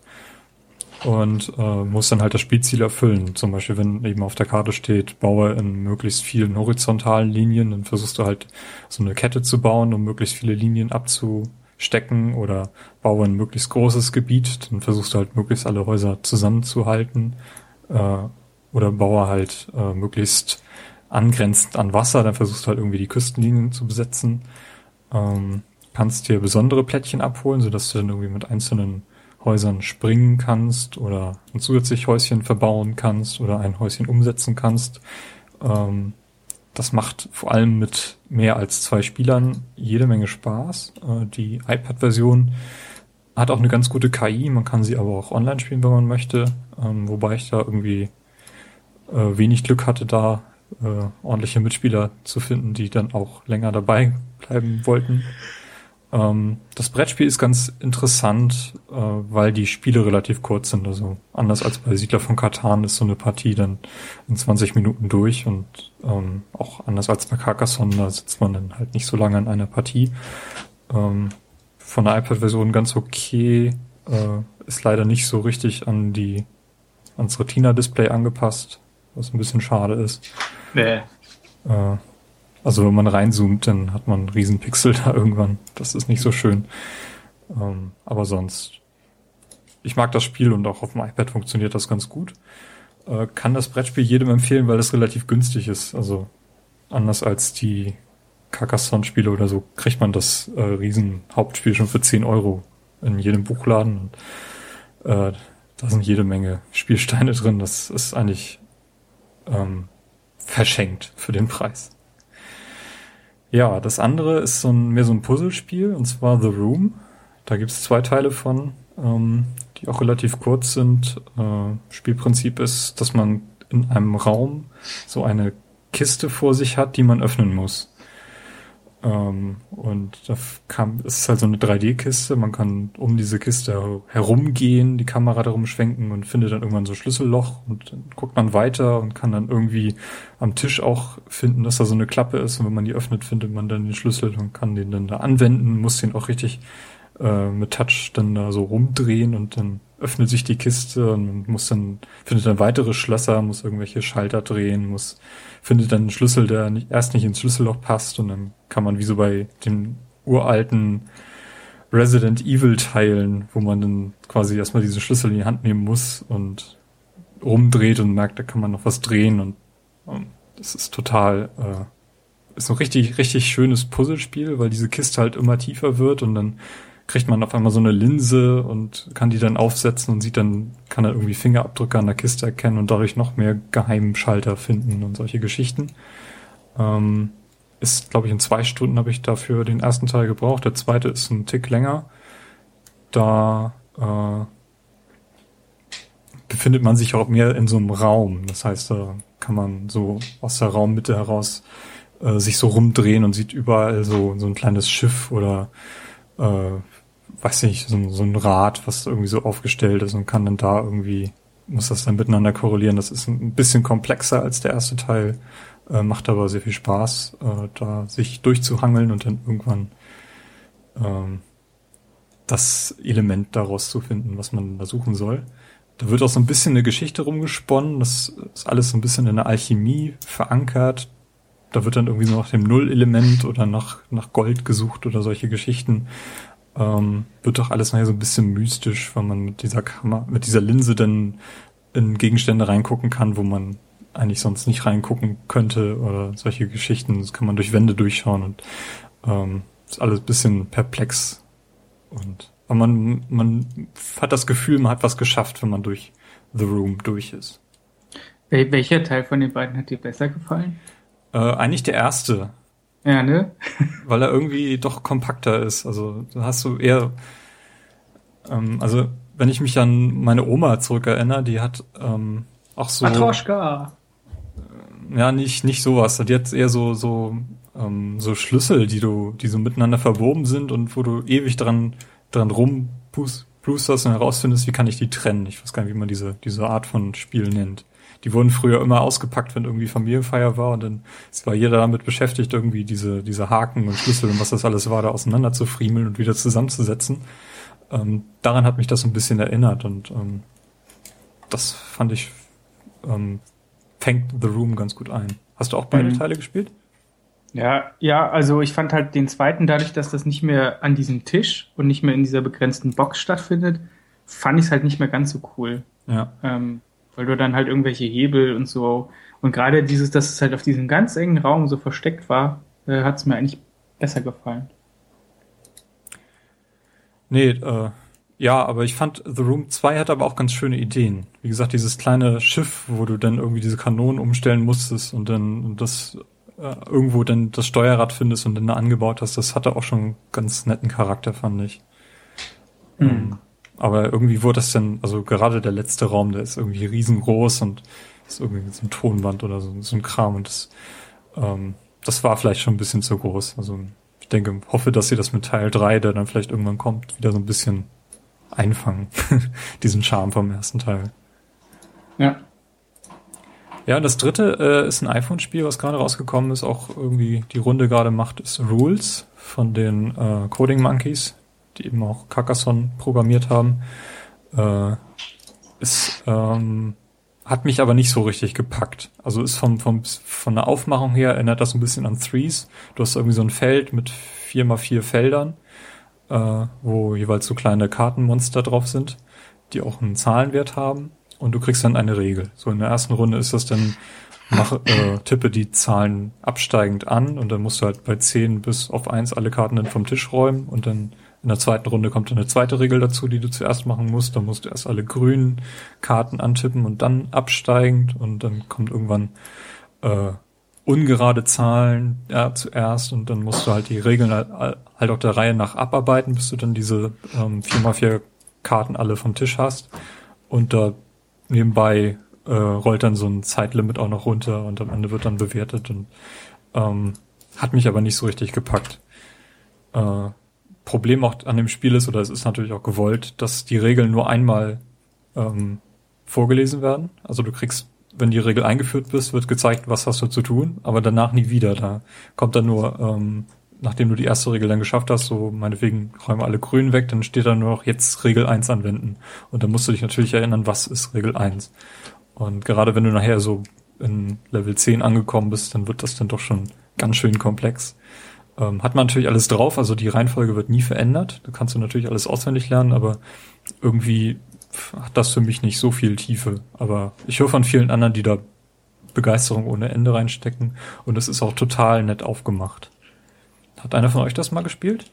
Und äh, musst dann halt das Spielziel erfüllen. Zum Beispiel, wenn eben auf der Karte steht, baue in möglichst vielen horizontalen Linien, dann versuchst du halt so eine Kette zu bauen, um möglichst viele Linien abzustecken, oder baue ein möglichst großes Gebiet, dann versuchst du halt möglichst alle Häuser zusammenzuhalten, äh, oder baue halt äh, möglichst angrenzend an Wasser, dann versuchst du halt irgendwie die Küstenlinien zu besetzen. Ähm, kannst dir besondere Plättchen abholen, sodass du dann irgendwie mit einzelnen Häusern springen kannst oder ein zusätzliches Häuschen verbauen kannst oder ein Häuschen umsetzen kannst. Ähm, das macht vor allem mit mehr als zwei Spielern jede Menge Spaß. Äh, die iPad-Version hat auch eine ganz gute K I, man kann sie aber auch online spielen, wenn man möchte, ähm, wobei ich da irgendwie äh, wenig Glück hatte, da äh, ordentliche Mitspieler zu finden, die dann auch länger dabei bleiben wollten. Ähm, das Brettspiel ist ganz interessant, äh, weil die Spiele relativ kurz sind. Also anders als bei Siedler von Catan ist so eine Partie dann in zwanzig Minuten durch, und ähm, auch anders als bei Carcassonne, da sitzt man dann halt nicht so lange in einer Partie. Ähm, von der iPad-Version ganz okay, äh, ist leider nicht so richtig an die ans Retina-Display angepasst, was ein bisschen schade ist. Nee. Äh, Also wenn man reinzoomt, dann hat man einen riesen Pixel da irgendwann. Das ist nicht so schön. Ähm, aber sonst, ich mag das Spiel und auch auf dem iPad funktioniert das ganz gut. Äh, kann das Brettspiel jedem empfehlen, weil es relativ günstig ist. Also anders als die Carcassonne-Spiele oder so, kriegt man das äh, riesen Hauptspiel schon für zehn Euro in jedem Buchladen. Und, äh, da sind jede Menge Spielsteine drin. Das ist eigentlich ähm, verschenkt für den Preis. Ja, das andere ist so ein, mehr so ein Puzzlespiel, und zwar The Room. Da gibt es zwei Teile von, ähm, die auch relativ kurz sind. Äh, Spielprinzip ist, dass man in einem Raum so eine Kiste vor sich hat, die man öffnen muss. Ähm, und da kam, es ist halt so eine drei D-Kiste, man kann um diese Kiste herumgehen, die Kamera darum schwenken und findet dann irgendwann so ein Schlüsselloch, und dann guckt man weiter und kann dann irgendwie am Tisch auch finden, dass da so eine Klappe ist, und wenn man die öffnet, findet man dann den Schlüssel und kann den dann da anwenden, muss den auch richtig äh, mit Touch dann da so rumdrehen, und dann öffnet sich die Kiste und man muss dann, findet dann weitere Schlösser, muss irgendwelche Schalter drehen, muss, findet dann einen Schlüssel, der nicht, erst nicht ins Schlüsselloch passt, und dann kann man wie so bei den uralten Resident Evil Teilen, wo man dann quasi erstmal diesen Schlüssel in die Hand nehmen muss und rumdreht und merkt, da kann man noch was drehen, und um, das ist total, äh, ist ein richtig, richtig schönes Puzzlespiel, weil diese Kiste halt immer tiefer wird, und dann kriegt man auf einmal so eine Linse und kann die dann aufsetzen und sieht dann, kann er irgendwie Fingerabdrücke an der Kiste erkennen und dadurch noch mehr Geheimschalter finden und solche Geschichten. Ähm, ist, glaube ich, in zwei Stunden habe ich dafür den ersten Teil gebraucht. Der zweite ist ein Tick länger. Da äh, befindet man sich auch mehr in so einem Raum. Das heißt, da kann man so aus der Raummitte heraus äh, sich so rumdrehen und sieht überall so, so ein kleines Schiff oder äh, weiß nicht, so, so ein Rad, was irgendwie so aufgestellt ist, und kann dann da irgendwie, muss das dann miteinander korrelieren. Das ist ein bisschen komplexer als der erste Teil, äh, macht aber sehr viel Spaß, äh, da sich durchzuhangeln und dann irgendwann ähm, das Element daraus zu finden, was man da suchen soll. Da wird auch so ein bisschen eine Geschichte rumgesponnen, das ist alles so ein bisschen in der Alchemie verankert. Da wird dann irgendwie so nach dem Null-Element oder nach, nach Gold gesucht oder solche Geschichten. Ähm, wird doch alles nachher so ein bisschen mystisch, weil man mit dieser Kamera, mit dieser Linse dann in Gegenstände reingucken kann, wo man eigentlich sonst nicht reingucken könnte, oder solche Geschichten. Das kann man durch Wände durchschauen, und ähm, ist alles ein bisschen perplex. Und aber man, man hat das Gefühl, man hat was geschafft, wenn man durch The Room durch ist. Wel- Welcher Teil von den beiden hat dir besser gefallen? Äh, eigentlich der erste. Ja, ne? Weil er irgendwie doch kompakter ist. Also da hast du eher, ähm, also wenn ich mich an meine Oma zurückerinnere, die hat ähm, auch so, Matroschka! ja, nicht nicht sowas. Die hat eher so so ähm, so Schlüssel, die du, die so miteinander verwoben sind und wo du ewig dran, dran rumblusterst und herausfindest, wie kann ich die trennen. Ich weiß gar nicht, wie man diese, diese Art von Spiel nennt. Die wurden früher immer ausgepackt, wenn irgendwie Familienfeier war und dann war jeder damit beschäftigt, irgendwie diese, diese Haken und Schlüssel und was das alles war, da auseinander zu friemeln und wieder zusammenzusetzen. Ähm, daran hat mich das so ein bisschen erinnert und ähm, das fand ich, ähm, fängt The Room ganz gut ein. Hast du auch beide mhm. Teile gespielt? Ja, ja, also ich fand halt den zweiten, dadurch, dass das nicht mehr an diesem Tisch und nicht mehr in dieser begrenzten Box stattfindet, fand ich es halt nicht mehr ganz so cool. Ja. Ähm, weil du dann halt irgendwelche Hebel und so, und gerade dieses, dass es halt auf diesem ganz engen Raum so versteckt war, äh, hat es mir eigentlich besser gefallen. Nee, äh, ja, aber ich fand, The Room zwei hatte aber auch ganz schöne Ideen. Wie gesagt, dieses kleine Schiff, wo du dann irgendwie diese Kanonen umstellen musstest und dann und das äh, irgendwo dann das Steuerrad findest und dann da angebaut hast, das hatte auch schon einen ganz netten Charakter, fand ich. Mhm. Ähm, aber irgendwie wurde das dann, also gerade der letzte Raum, der ist irgendwie riesengroß und ist irgendwie so ein Tonband oder so, so ein Kram und das, ähm, das war vielleicht schon ein bisschen zu groß. Also ich denke, hoffe, dass sie das mit Teil drei, der dann vielleicht irgendwann kommt, wieder so ein bisschen einfangen. Diesen Charme vom ersten Teil. Ja. Ja, das dritte äh, ist ein iPhone-Spiel, was gerade rausgekommen ist, auch irgendwie die Runde gerade macht, ist Rules von den äh, Coding Monkeys, die eben auch Carcassonne programmiert haben. Äh, ist, ähm, hat mich aber nicht so richtig gepackt. Also ist vom, vom, von der Aufmachung her erinnert das ein bisschen an Threes. Du hast irgendwie so ein Feld mit vier mal vier Feldern, äh, wo jeweils so kleine Kartenmonster drauf sind, die auch einen Zahlenwert haben. Und du kriegst dann eine Regel. So in der ersten Runde ist das dann, mach, äh, tippe die Zahlen absteigend an und dann musst du halt bei zehn bis auf eins alle Karten dann vom Tisch räumen und dann in der zweiten Runde kommt dann eine zweite Regel dazu, die du zuerst machen musst. Dann musst du erst alle grünen Karten antippen und dann absteigend und dann kommt irgendwann äh, ungerade Zahlen ja, zuerst und dann musst du halt die Regeln halt, halt auf der Reihe nach abarbeiten, bis du dann diese ähm, vier mal vier Karten alle vom Tisch hast. Und da nebenbei äh, rollt dann so ein Zeitlimit auch noch runter und am Ende wird dann bewertet und ähm, hat mich aber nicht so richtig gepackt. Äh, Problem auch an dem Spiel ist, oder es ist natürlich auch gewollt, dass die Regeln nur einmal ähm, vorgelesen werden. Also du kriegst, wenn die Regel eingeführt bist, wird gezeigt, was hast du zu tun, aber danach nie wieder. Da kommt dann nur, ähm, nachdem du die erste Regel dann geschafft hast, so meinetwegen räume alle Grün weg, dann steht da nur noch jetzt Regel eins anwenden. Und dann musst du dich natürlich erinnern, was ist Regel eins. Und gerade wenn du nachher so in Level zehn angekommen bist, dann wird das dann doch schon ganz schön komplex. Ähm, hat man natürlich alles drauf, also die Reihenfolge wird nie verändert. Da kannst du natürlich alles auswendig lernen, aber irgendwie hat das für mich nicht so viel Tiefe. Aber ich höre von vielen anderen, die da Begeisterung ohne Ende reinstecken. Und es ist auch total nett aufgemacht. Hat einer von euch das mal gespielt?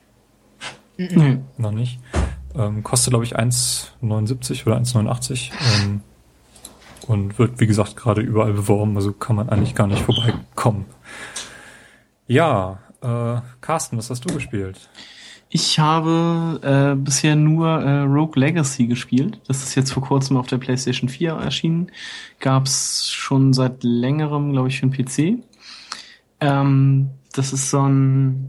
Nee. Noch nicht. Ähm, kostet, glaube ich, eins neunundsiebzig oder eins neunundachtzig. Ähm, und wird, wie gesagt, gerade überall beworben. Also kann man eigentlich gar nicht vorbeikommen. Ja, äh, Carsten, was hast du gespielt? Ich habe äh, bisher nur äh, Rogue Legacy gespielt. Das ist jetzt vor kurzem auf der PlayStation vier erschienen. Gab's schon seit längerem, glaube ich, für den P C. Ähm, das ist so ein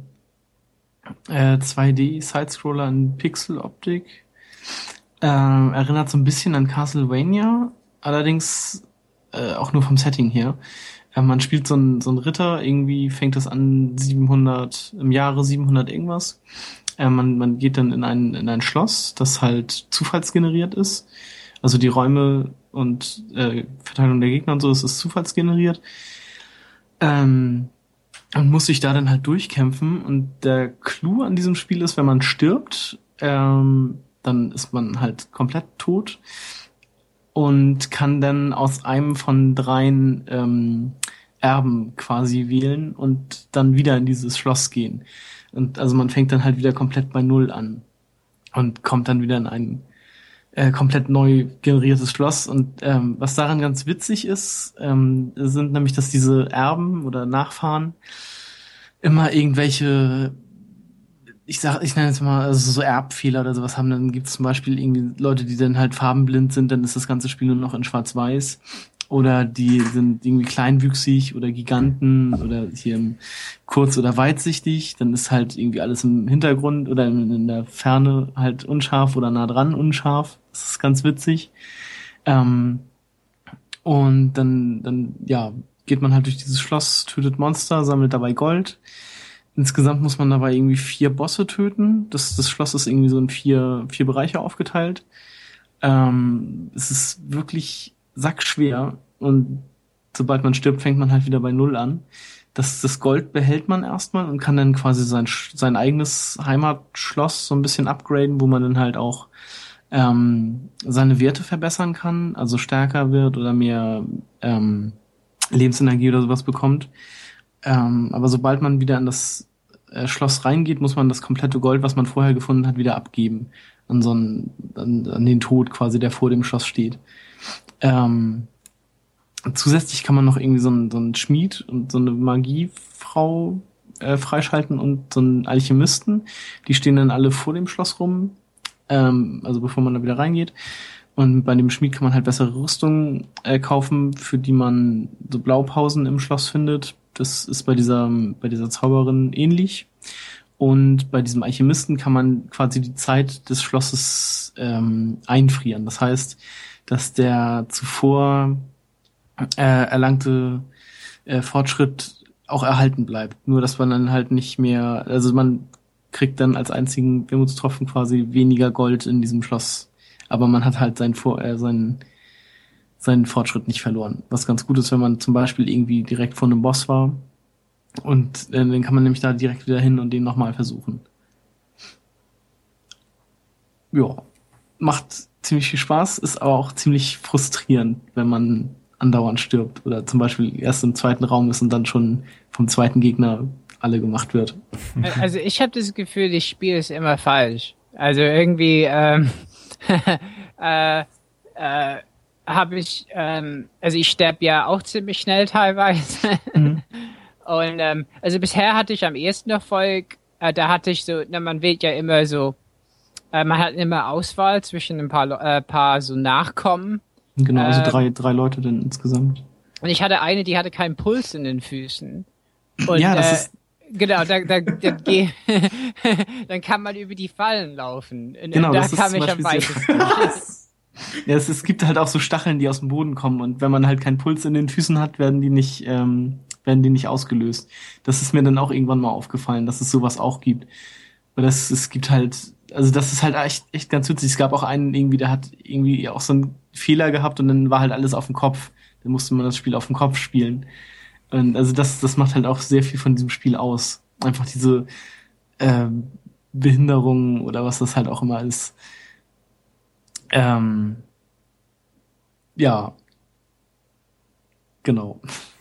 äh, zwei D-Sidescroller in Pixeloptik. Äh, erinnert so ein bisschen an Castlevania, allerdings äh, auch nur vom Setting her. Äh, man spielt so einen so einen Ritter, irgendwie fängt das an siebenhundert, im Jahre siebenhundert irgendwas. Äh, man, man geht dann in ein, in ein Schloss, das halt zufallsgeneriert ist. Also die Räume und äh, Verteilung der Gegner und so, das ist zufallsgeneriert. Ähm, und muss sich da dann halt durchkämpfen. Und der Clou an diesem Spiel ist, wenn man stirbt, ähm, dann ist man halt komplett tot und kann dann aus einem von dreien ähm, Erben quasi wählen und dann wieder in dieses Schloss gehen. Und also man fängt dann halt wieder komplett bei Null an und kommt dann wieder in ein äh, komplett neu generiertes Schloss. Und ähm, was daran ganz witzig ist, ähm, sind nämlich, dass diese Erben oder Nachfahren immer irgendwelche, ich sag, ich nenne jetzt mal, also so Erbfehler oder sowas haben. Dann gibt es zum Beispiel irgendwie Leute, die dann halt farbenblind sind, dann ist das ganze Spiel nur noch in Schwarz-Weiß. oder die sind irgendwie kleinwüchsig oder Giganten oder hier kurz- oder weitsichtig, dann ist halt irgendwie alles im Hintergrund oder in, in der Ferne halt unscharf oder nah dran unscharf. Das ist ganz witzig. Ähm, und dann, dann, ja, geht man halt durch dieses Schloss, tötet Monster, sammelt dabei Gold. Insgesamt muss man dabei irgendwie vier Bosse töten. Das, das Schloss ist irgendwie so in vier, vier Bereiche aufgeteilt. Ähm, es ist wirklich sackschwer und sobald man stirbt, fängt man halt wieder bei Null an. Das, das Gold behält man erstmal und kann dann quasi sein, sein eigenes Heimatschloss so ein bisschen upgraden, wo man dann halt auch ähm, seine Werte verbessern kann, also stärker wird oder mehr ähm, Lebensenergie oder sowas bekommt. Ähm, aber sobald man wieder in das äh, Schloss reingeht, muss man das komplette Gold, was man vorher gefunden hat, wieder abgeben. An so einen, an, an den Tod quasi, der vor dem Schloss steht. Ähm, zusätzlich kann man noch irgendwie so einen, so einen Schmied und so eine Magiefrau äh, freischalten und so einen Alchemisten. Die stehen dann alle vor dem Schloss rum, ähm, also bevor man da wieder reingeht. Und bei dem Schmied kann man halt bessere Rüstungen äh, kaufen, für die man so Blaupausen im Schloss findet. Das ist bei dieser, bei dieser Zauberin ähnlich. Und bei diesem Alchemisten kann man quasi die Zeit des Schlosses ähm, einfrieren. Das heißt, dass der zuvor äh, erlangte äh, Fortschritt auch erhalten bleibt. Nur, dass man dann halt nicht mehr, also man kriegt dann als einzigen Wermutstropfen quasi weniger Gold in diesem Schloss. Aber man hat halt seinen, Vor äh, seinen, seinen Fortschritt nicht verloren. Was ganz gut ist, wenn man zum Beispiel irgendwie direkt vor einem Boss war. Und äh, dann kann man nämlich da direkt wieder hin und den nochmal versuchen. Ja, macht ziemlich viel Spaß, ist aber auch ziemlich frustrierend, wenn man andauernd stirbt oder zum Beispiel erst im zweiten Raum ist und dann schon vom zweiten Gegner alle gemacht wird. Also ich habe das Gefühl, das Spiel ist immer falsch. Also irgendwie ähm, äh, äh, habe ich, ähm, also ich sterbe ja auch ziemlich schnell teilweise. Mhm. Und ähm, also bisher hatte ich am ehesten Erfolg, äh, da hatte ich so, na, man wählt ja immer so, äh, man hat immer Auswahl zwischen ein paar, äh, paar so Nachkommen. Genau, also ähm, drei, drei Leute denn insgesamt. Und ich hatte eine, die hatte keinen Puls in den Füßen. Und, ja, das äh, ist... Genau, da, da, da, da dann kann man über die Fallen laufen. Und, genau, und da das kam ist ich am weitesten. Ja, es, es gibt halt auch so Stacheln, die aus dem Boden kommen und wenn man halt keinen Puls in den Füßen hat, werden die nicht... Ähm, werden die nicht ausgelöst. Das ist mir dann auch irgendwann mal aufgefallen, dass es sowas auch gibt. Weil das, es gibt halt, also das ist halt echt, echt ganz witzig. Es gab auch einen irgendwie, der hat irgendwie auch so einen Fehler gehabt und dann war halt alles auf dem Kopf. Dann musste man das Spiel auf dem Kopf spielen. Und also das, das macht halt auch sehr viel von diesem Spiel aus. Einfach diese äh, Behinderung oder was das halt auch immer ist. Ähm, ja. Genau.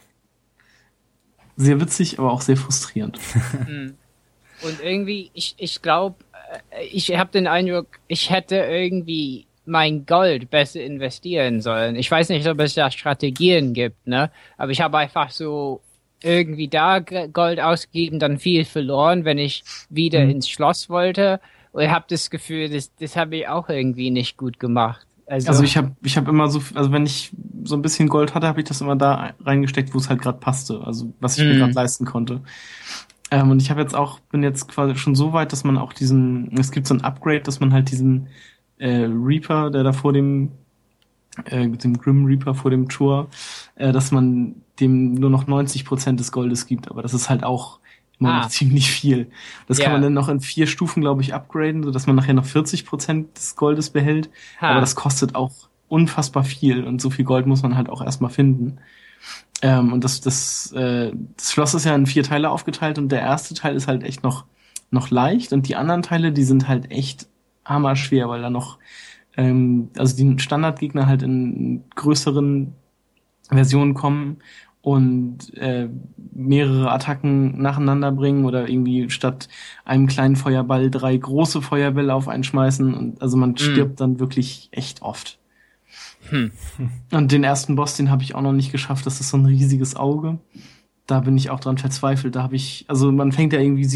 Sehr witzig, aber auch sehr frustrierend. Und irgendwie, ich, ich glaube, ich habe den Eindruck, ich hätte irgendwie mein Gold besser investieren sollen. Ich weiß nicht, ob es da Strategien gibt, ne? Aber ich habe einfach so irgendwie da Gold ausgegeben, dann viel verloren, wenn ich wieder mhm. ins Schloss wollte. Und ich habe das Gefühl, das, das habe ich auch irgendwie nicht gut gemacht. Also, also ich habe ich hab immer so, also wenn ich so ein bisschen Gold hatte, habe ich das immer da reingesteckt, wo es halt gerade passte, also was ich mm. mir gerade leisten konnte. Ähm, und ich habe jetzt auch, bin jetzt quasi schon so weit, dass man auch diesen, es gibt so ein Upgrade, dass man halt diesen äh, Reaper, der da vor dem, äh, dem Grim Reaper vor dem Tor, äh, dass man dem nur noch neunzig Prozent des Goldes gibt, aber das ist halt auch immer ah. noch ziemlich viel. Das yeah. kann man dann noch in vier Stufen, glaube ich, upgraden, sodass man nachher noch vierzig Prozent des Goldes behält. Ha. Aber das kostet auch unfassbar viel und so viel Gold muss man halt auch erstmal finden. Ähm, und das, das, äh, das Schloss ist ja in vier Teile aufgeteilt und der erste Teil ist halt echt noch, noch leicht und die anderen Teile, die sind halt echt hammerschwer, weil da noch, ähm, also die Standardgegner halt in größeren Versionen kommen und äh, mehrere Attacken nacheinander bringen oder irgendwie statt einem kleinen Feuerball drei große Feuerbälle auf einen schmeißen und also man stirbt mhm. dann wirklich echt oft. Hm. Und den ersten Boss, den habe ich auch noch nicht geschafft, das ist so ein riesiges Auge. Da bin ich auch dran verzweifelt, da habe ich, also man fängt ja irgendwie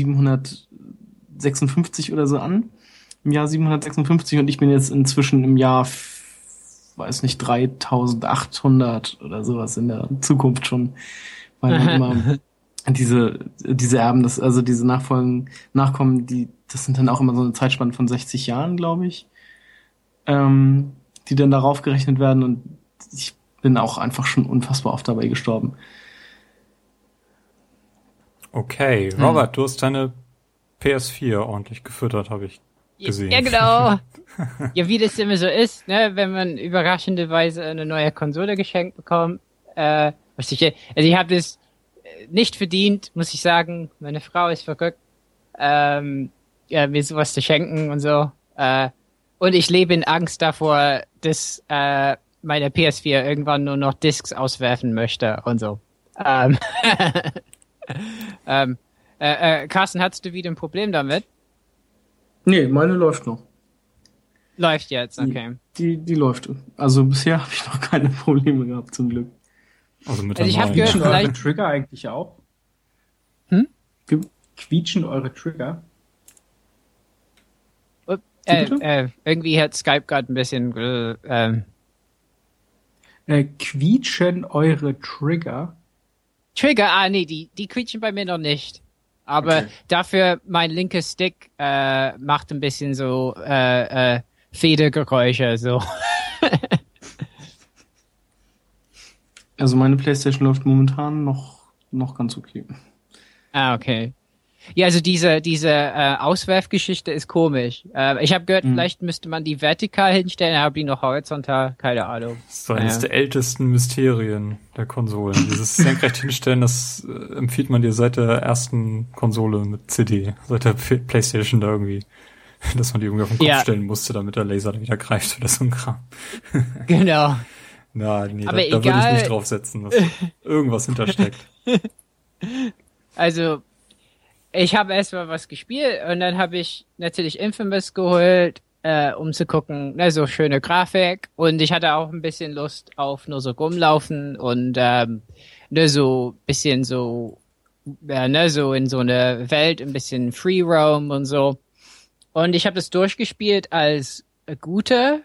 siebenhundertsechsundfünfzig oder so an, im Jahr siebenhundertsechsundfünfzig und ich bin jetzt inzwischen im Jahr weiß nicht, dreitausendachthundert oder sowas in der Zukunft schon, weil dann immer diese, diese Erben, das, also diese Nachfolgen, Nachkommen, die, das sind dann auch immer so eine Zeitspanne von sechzig Jahren, glaube ich, ähm, die dann darauf gerechnet werden, und ich bin auch einfach schon unfassbar oft dabei gestorben. Okay, Robert, hm. du hast deine P S vier ordentlich gefüttert, habe ich gesehen. Ja, genau. Ja, wie das immer so ist, ne, wenn man überraschenderweise eine neue Konsole geschenkt bekommt. Äh, was ich, also ich habe das nicht verdient, muss ich sagen. Meine Frau ist verrückt, ähm, ja, mir sowas zu schenken und so. Äh, und ich lebe in Angst davor, dass äh, meine P S vier irgendwann nur noch Discs auswerfen möchte und so. Ähm, ähm, äh, äh, Carsten, hattest du wieder ein Problem damit? Nee, meine läuft noch. Läuft jetzt, okay. Die, die, die läuft. Also bisher habe ich noch keine Probleme gehabt, zum Glück. Also mit also ich habe gehört, quietschen vielleicht eure Trigger eigentlich auch? Hm? Quietschen eure Trigger? Oh, äh, äh, irgendwie hat Skype gerade ein bisschen äh, ähm, äh, quietschen eure Trigger? Trigger, ah nee, die, die quietschen bei mir noch nicht. Aber okay. Dafür mein linker Stick äh, macht ein bisschen so äh, äh, Federgeräusche, so. Also meine PlayStation läuft momentan noch noch ganz okay. Ah, okay. Ja, also diese diese äh, Auswerfgeschichte ist komisch. Äh, ich habe gehört, mhm. vielleicht müsste man die vertikal hinstellen, aber die noch horizontal, keine Ahnung. Das ist eines ja. der ältesten Mysterien der Konsolen. Dieses senkrecht hinstellen, das äh, empfiehlt man dir seit der ersten Konsole mit C D, seit der P- PlayStation da irgendwie, dass man die irgendwie auf den Kopf ja. stellen musste, damit der Laser da wieder greift oder so ein Kram. Genau. Na, nee, aber da, egal. da würde ich nicht draufsetzen, dass irgendwas hintersteckt. Also, ich habe erstmal was gespielt und dann habe ich natürlich Infamous geholt, äh, um zu gucken, ne, so schöne Grafik, und ich hatte auch ein bisschen Lust auf nur so rumlaufen und ähm, ne, so bisschen so, ja, ne, so in so eine Welt, ein bisschen Free Roam und so. Und ich habe das durchgespielt als äh, gute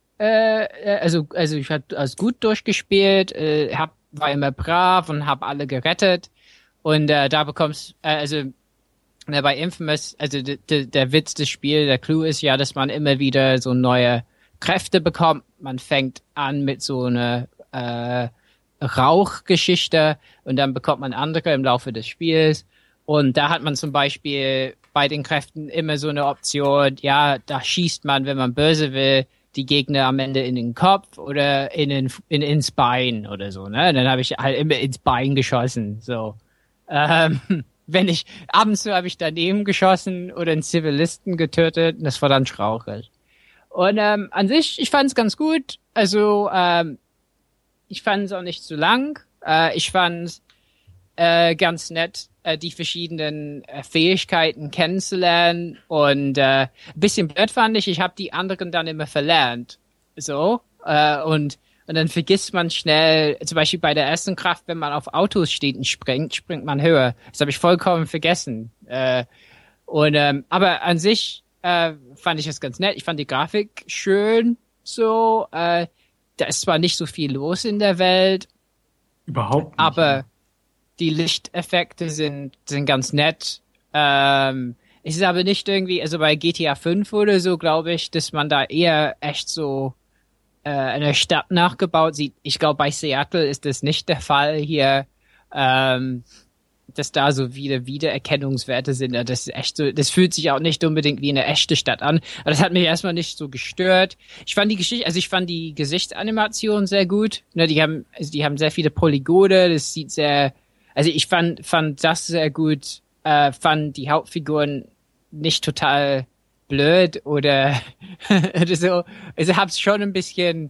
Äh, also, also ich habe als gut durchgespielt, äh, hab, war immer brav und habe alle gerettet. Und äh, da bekommst, äh, also äh, bei Infamous, also d- d- der Witz des Spiels, der Clou ist ja, dass man immer wieder so neue Kräfte bekommt. Man fängt an mit so einer äh, Rauchgeschichte und dann bekommt man andere im Laufe des Spiels. Und da hat man zum Beispiel bei den Kräften immer so eine Option, ja, da schießt man, wenn man böse will, die Gegner am Ende in den Kopf oder in, den, in ins Bein oder so, ne? Dann habe ich halt immer ins Bein geschossen, so. Ähm, wenn ich, ab und zu habe ich daneben geschossen oder einen Zivilisten getötet, und das war dann traurig. Und ähm, an sich, ich fand es ganz gut. Also, ähm, ich fand es auch nicht zu lang. Äh, ich fand es äh, ganz nett, äh, die verschiedenen äh, Fähigkeiten kennenzulernen. Und äh, ein bisschen blöd fand ich, ich habe die anderen dann immer verlernt. So. Äh, und und dann vergisst man schnell, zum Beispiel bei der ersten Kraft, wenn man auf Autos steht und springt, springt man höher. Das habe ich vollkommen vergessen. Äh, und ähm, aber an sich äh, fand ich das ganz nett. Ich fand die Grafik schön. So, äh, da ist zwar nicht so viel los in der Welt. Überhaupt nicht. Aber die Lichteffekte sind sind ganz nett. Ähm, es ist aber nicht irgendwie, also bei G T A fünf oder so, glaube ich, dass man da eher echt so äh, eine Stadt nachgebaut sieht. Ich glaube, bei Seattle ist das nicht der Fall hier, ähm, dass da so viele Wiedererkennungswerte sind. Das ist echt so, das fühlt sich auch nicht unbedingt wie eine echte Stadt an. Aber das hat mich erstmal nicht so gestört. Ich fand die Geschichte, also ich fand die Gesichtsanimation sehr gut. Ne, die haben, also die haben sehr viele Polygone. Das sieht sehr, also ich fand, fand das sehr gut. Äh, fand die Hauptfiguren nicht total blöd oder, oder so. Also hab's schon ein bisschen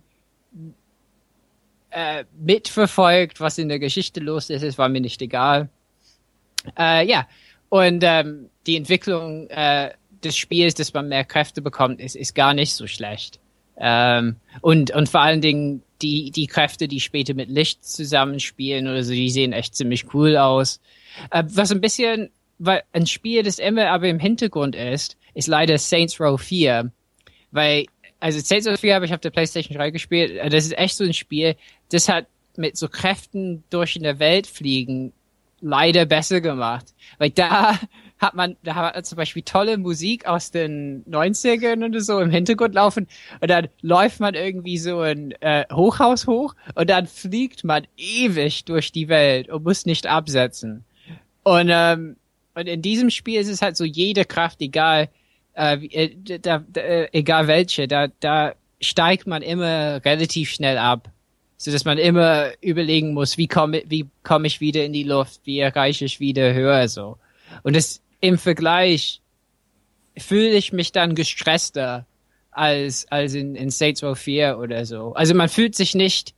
äh, mitverfolgt, was in der Geschichte los ist. Es war mir nicht egal. Äh, ja, und ähm, die Entwicklung äh, des Spiels, dass man mehr Kräfte bekommt, ist, ist gar nicht so schlecht. Ähm, und und vor allen Dingen die die Kräfte, die später mit Licht zusammenspielen oder so, die sehen echt ziemlich cool aus. Äh, was ein bisschen, weil ein Spiel, das immer aber im Hintergrund ist, ist leider Saints Row vier, weil also Saints Row vier habe ich auf der PlayStation drei gespielt. Das ist echt so ein Spiel, das hat mit so Kräften durch in der Welt fliegen leider besser gemacht. Weil da hat man, da hat man zum Beispiel tolle Musik aus den neunzigern oder so im Hintergrund laufen und dann läuft man irgendwie so ein äh, Hochhaus hoch und dann fliegt man ewig durch die Welt und muss nicht absetzen. Und, ähm, und in diesem Spiel ist es halt so, jede Kraft, egal äh, äh, da, da, äh, egal welche, da, da steigt man immer relativ schnell ab. So dass man immer überlegen muss, wie komme wie komme ich wieder in die Luft, wie erreiche ich wieder höher so. Und das im Vergleich fühle ich mich dann gestresster als als in, in Saints Row vier oder so. Also man fühlt sich nicht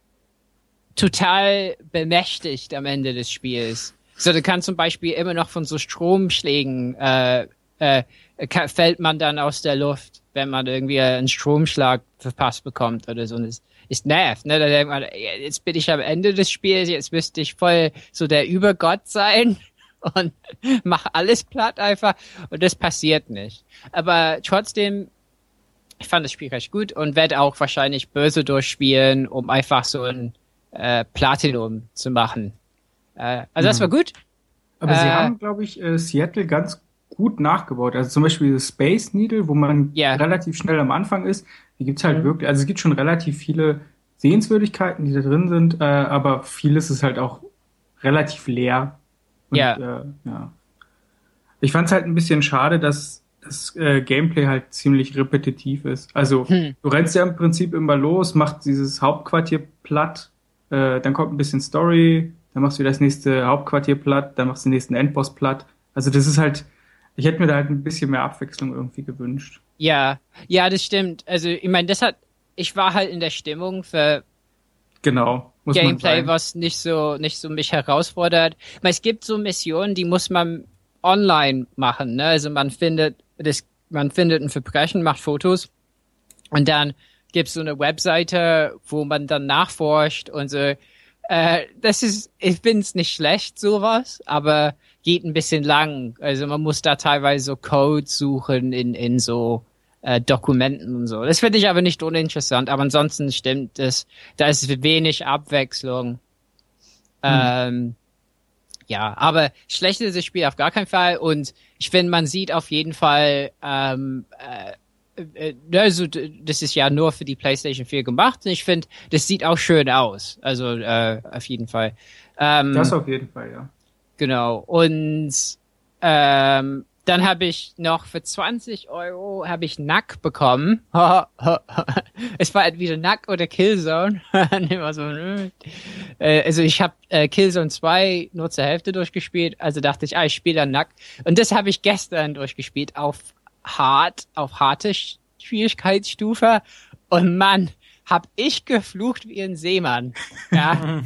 total bemächtigt am Ende des Spiels. So, du kannst zum Beispiel immer noch von so Stromschlägen äh, äh, fällt man dann aus der Luft, wenn man irgendwie einen Stromschlag verpasst bekommt oder so. Und es ist nervt, ne? Da denkt man, jetzt bin ich am Ende des Spiels, jetzt müsste ich voll so der Übergott sein und mach alles platt einfach. Und das passiert nicht. Aber trotzdem, ich fand das Spiel recht gut und werde auch wahrscheinlich böse durchspielen, um einfach so ein äh, Platinum zu machen. Äh, also das war gut. Aber sie Äh, haben, glaube ich, äh, Seattle ganz gut nachgebaut. Also zum Beispiel das Space Needle, wo man Ja. relativ schnell am Anfang ist. Die gibt's halt Mhm. wirklich, also es gibt schon relativ viele Sehenswürdigkeiten, die da drin sind, äh, aber vieles ist halt auch relativ leer. Und, Ja. Äh, ja. Ich fand's halt ein bisschen schade, dass das äh, Gameplay halt ziemlich repetitiv ist. Also Hm. du rennst ja im Prinzip immer los, machst dieses Hauptquartier platt, äh, dann kommt ein bisschen Story, dann machst du wieder das nächste Hauptquartier platt, dann machst du den nächsten Endboss platt. Also das ist halt, ich hätte mir da halt ein bisschen mehr Abwechslung irgendwie gewünscht. Ja, ja, das stimmt. Also ich meine, das hat, ich war halt in der Stimmung für Genau, muss man Gameplay, sagen. was nicht so nicht so mich herausfordert. Ich meine, es gibt so Missionen, die muss man online machen, ne? Also man findet das, man findet ein Verbrechen, macht Fotos und dann gibt's so eine Webseite, wo man dann nachforscht und so. Äh, das ist, ich find's nicht schlecht, sowas, aber geht ein bisschen lang. Also man muss da teilweise so Code suchen in in so äh, Dokumenten und so. Das finde ich aber nicht uninteressant. Aber ansonsten stimmt es, da ist wenig Abwechslung. Ähm, ja, aber schlecht ist das Spiel auf gar keinen Fall. Und ich finde, man sieht auf jeden Fall, ähm, äh, äh, also d- das ist ja nur für die PlayStation vier gemacht. Und ich finde, das sieht auch schön aus. Also äh, auf jeden Fall. Ähm, Das auf jeden Fall, ja. Genau. Und ähm, dann habe ich noch für zwanzig Euro habe ich Nack bekommen. Es war entweder Nack oder Killzone. Immer so, ne? äh, also ich habe äh, Killzone zwei nur zur Hälfte durchgespielt. Also dachte ich, ah, ich spiele dann Nack. Und das habe ich gestern durchgespielt auf hart, auf harte Sch- Schwierigkeitsstufe. Und Mann, hab ich geflucht wie ein Seemann. Ja.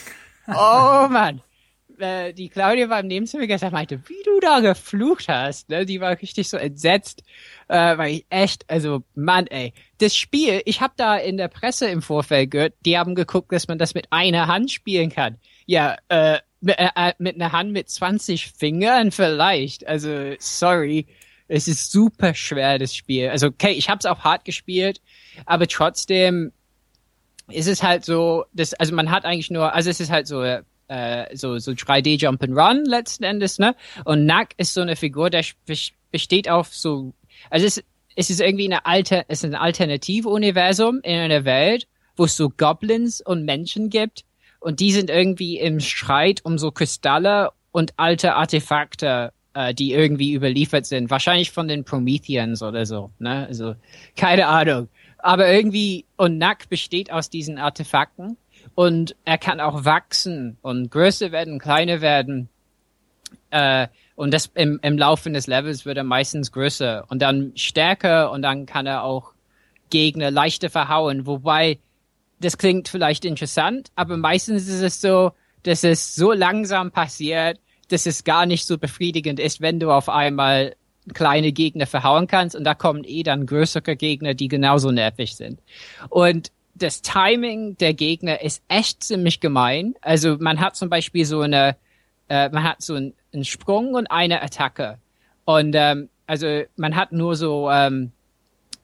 Oh Mann. Äh, die Claudia war im Nebenzimmer gestern, meinte, wie du da geflucht hast, ne? Die war richtig so entsetzt, äh, weil ich echt, also Mann, ey, das Spiel, ich habe da in der Presse im Vorfeld gehört, die haben geguckt, dass man das mit einer Hand spielen kann. Ja, äh, mit, äh, mit einer Hand mit zwanzig Fingern vielleicht. Also sorry, es ist super schwer, das Spiel. Also okay, ich habe es auch hart gespielt, aber trotzdem ist es halt so, das, also man hat eigentlich nur, also es ist halt so äh, so so drei D Jump and Run letzten Endes, ne? Und Nack ist so eine Figur, der sp- besteht auf so, also es, es ist irgendwie eine alte, es ist ein Alternativuniversum in einer Welt, wo es so Goblins und Menschen gibt und die sind irgendwie im Streit um so Kristalle und alte Artefakte, äh, die irgendwie überliefert sind, wahrscheinlich von den Prometheans oder so, ne? Also keine Ahnung, aber irgendwie und Nack besteht aus diesen Artefakten. Und er kann auch wachsen und größer werden, kleiner werden. Äh, und das im, im Laufe des Levels wird er meistens größer und dann stärker und dann kann er auch Gegner leichter verhauen. Wobei, das klingt vielleicht interessant, aber meistens ist es so, dass es so langsam passiert, dass es gar nicht so befriedigend ist, wenn du auf einmal kleine Gegner verhauen kannst und da kommen eh dann größere Gegner, die genauso nervig sind. Und das Timing der Gegner ist echt ziemlich gemein. Also man hat zum Beispiel so eine, äh, man hat so einen, einen Sprung und eine Attacke. Und ähm, also man hat nur so, ähm,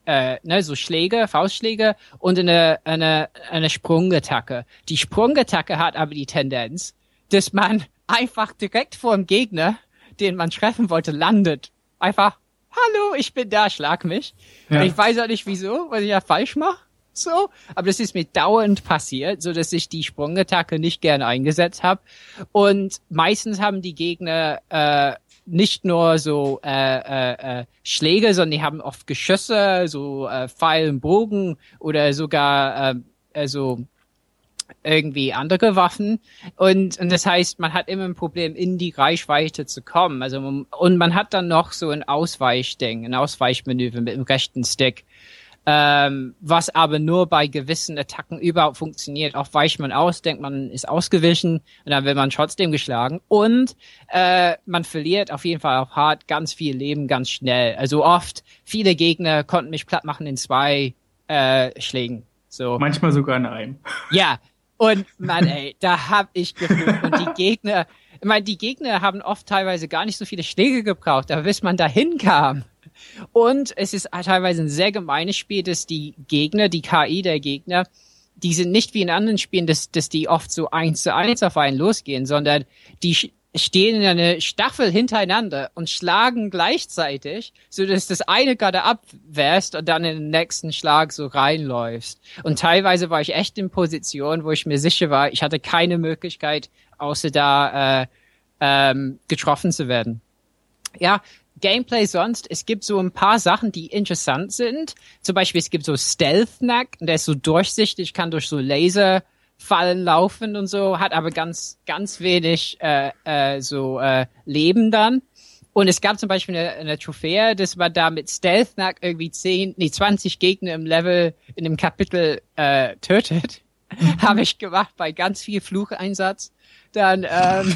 äh, ne, so Schläge, Faustschläge und eine, eine, eine Sprungattacke. Die Sprungattacke hat aber die Tendenz, dass man einfach direkt vor dem Gegner, den man treffen wollte, landet. Einfach, hallo, ich bin da, schlag mich. Ja. Und ich weiß auch nicht wieso, was ich ja falsch mache. So, aber das ist mir dauernd passiert, so dass ich die Sprungattacke nicht gerne eingesetzt habe. Und meistens haben die Gegner äh, nicht nur so äh, äh, äh, Schläge, sondern die haben oft Geschüsse, so äh, Pfeil und Bogen oder sogar äh, also irgendwie andere Waffen. Und, und das heißt, man hat immer ein Problem, in die Reichweite zu kommen. Also und man hat dann noch so ein Ausweichding, ein Ausweichmanöver mit dem rechten Stick. Ähm, was aber nur bei gewissen Attacken überhaupt funktioniert. Auch weicht man aus, denkt man ist ausgewichen und dann wird man trotzdem geschlagen. Und äh, man verliert auf jeden Fall auch hart ganz viel Leben ganz schnell. Also oft, viele Gegner konnten mich platt machen in zwei äh, Schlägen. So. Manchmal sogar in einem. Ja, und man, ey, da hab ich gefühlt. Und die Gegner, ich meine, die Gegner haben oft teilweise gar nicht so viele Schläge gebraucht, aber bis man dahin kam. Und es ist teilweise ein sehr gemeines Spiel, dass die Gegner, die K I der Gegner, die sind nicht wie in anderen Spielen, dass, dass die oft so eins zu eins auf einen losgehen, sondern die stehen in einer Staffel hintereinander und schlagen gleichzeitig, so dass das eine gerade abwehrst und dann in den nächsten Schlag so reinläufst. Und teilweise war ich echt in Position, wo ich mir sicher war, ich hatte keine Möglichkeit, außer da äh, ähm, getroffen zu werden. Ja, Gameplay sonst, es gibt so ein paar Sachen, die interessant sind. Zum Beispiel, es gibt so Stealth-Knack, der ist so durchsichtig, kann durch so Laserfallen laufen und so, hat aber ganz, ganz wenig äh, äh, so äh, Leben dann. Und es gab zum Beispiel eine, eine Trophäe, dass man da mit Stealth-Knack irgendwie zehn, nee, zwanzig Gegner im Level, in dem Kapitel äh, tötet. Habe ich gemacht bei ganz viel Flucheinsatz. Dann ähm,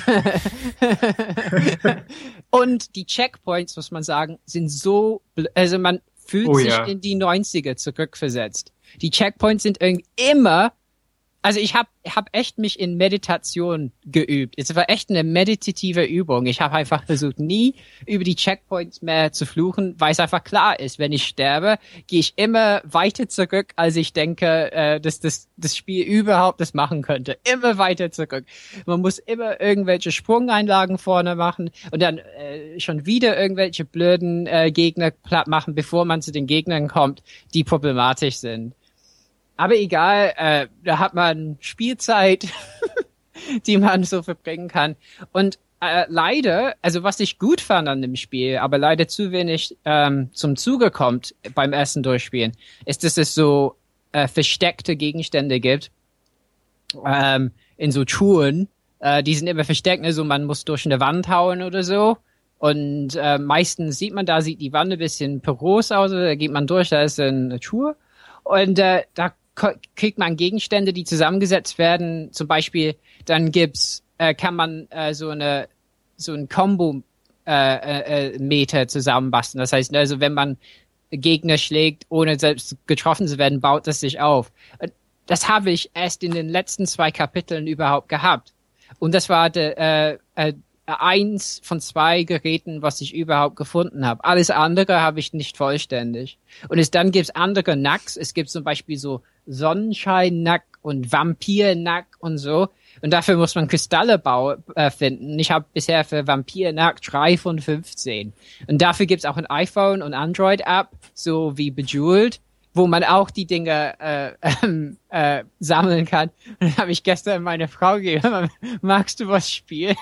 und die Checkpoints, muss man sagen, sind so, also man fühlt oh, sich ja. in die neunziger zurückversetzt. Die Checkpoints sind irgendwie immer, also ich habe hab echt mich in Meditation geübt. Es war echt eine meditative Übung. Ich habe einfach versucht, nie über die Checkpoints mehr zu fluchen, weil es einfach klar ist, wenn ich sterbe, gehe ich immer weiter zurück, als ich denke, äh, dass das, das Spiel überhaupt das machen könnte. Immer weiter zurück. Man muss immer irgendwelche Sprungeinlagen vorne machen und dann äh, schon wieder irgendwelche blöden äh, Gegner platt machen, bevor man zu den Gegnern kommt, die problematisch sind. Aber egal, äh, da hat man Spielzeit, die man so verbringen kann. Und äh, leider, also was ich gut fand an dem Spiel, aber leider zu wenig ähm, zum Zuge kommt beim ersten Durchspielen, ist, dass es so äh, versteckte Gegenstände gibt ähm, in so Truhen. Äh, die sind immer versteckt, also man muss durch eine Wand hauen oder so. Und äh, meistens sieht man, da sieht die Wand ein bisschen porös aus, da geht man durch, da ist eine Truhe. Und äh, da kriegt man Gegenstände, die zusammengesetzt werden. Zum Beispiel, dann gibt's, äh, kann man äh, so eine so ein Combo äh, äh, Meter zusammenbasteln. Das heißt, also wenn man Gegner schlägt, ohne selbst getroffen zu werden, baut das sich auf. Das habe ich erst in den letzten zwei Kapiteln überhaupt gehabt. Und das war der, äh, äh, eins von zwei Geräten, was ich überhaupt gefunden habe. Alles andere habe ich nicht vollständig. Und es dann gibt's andere Knacks. Es gibt zum Beispiel so Sonnenschein-Knack und Vampir-Knack und so. Und dafür muss man Kristalle bau äh, finden. Ich habe bisher für Vampir-Knack drei von fünfzehn. Und dafür gibt's auch ein iPhone und Android-App, so wie Bejeweled, wo man auch die Dinge äh, äh, äh, sammeln kann. Und dann habe ich gestern meine Frau gegeben, magst du was spielen?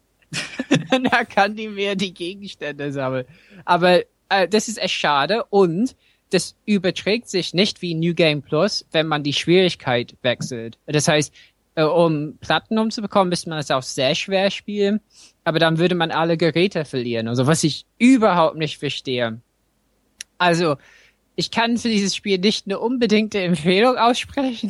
Da kann die mir die Gegenstände sammeln. Aber äh, das ist echt schade und das überträgt sich nicht wie New Game Plus, wenn man die Schwierigkeit wechselt. Das heißt, äh, um Platinum zu bekommen, müsste man das auch sehr schwer spielen, aber dann würde man alle Geräte verlieren. Also was ich überhaupt nicht verstehe. Also, ich kann für dieses Spiel nicht eine unbedingte Empfehlung aussprechen.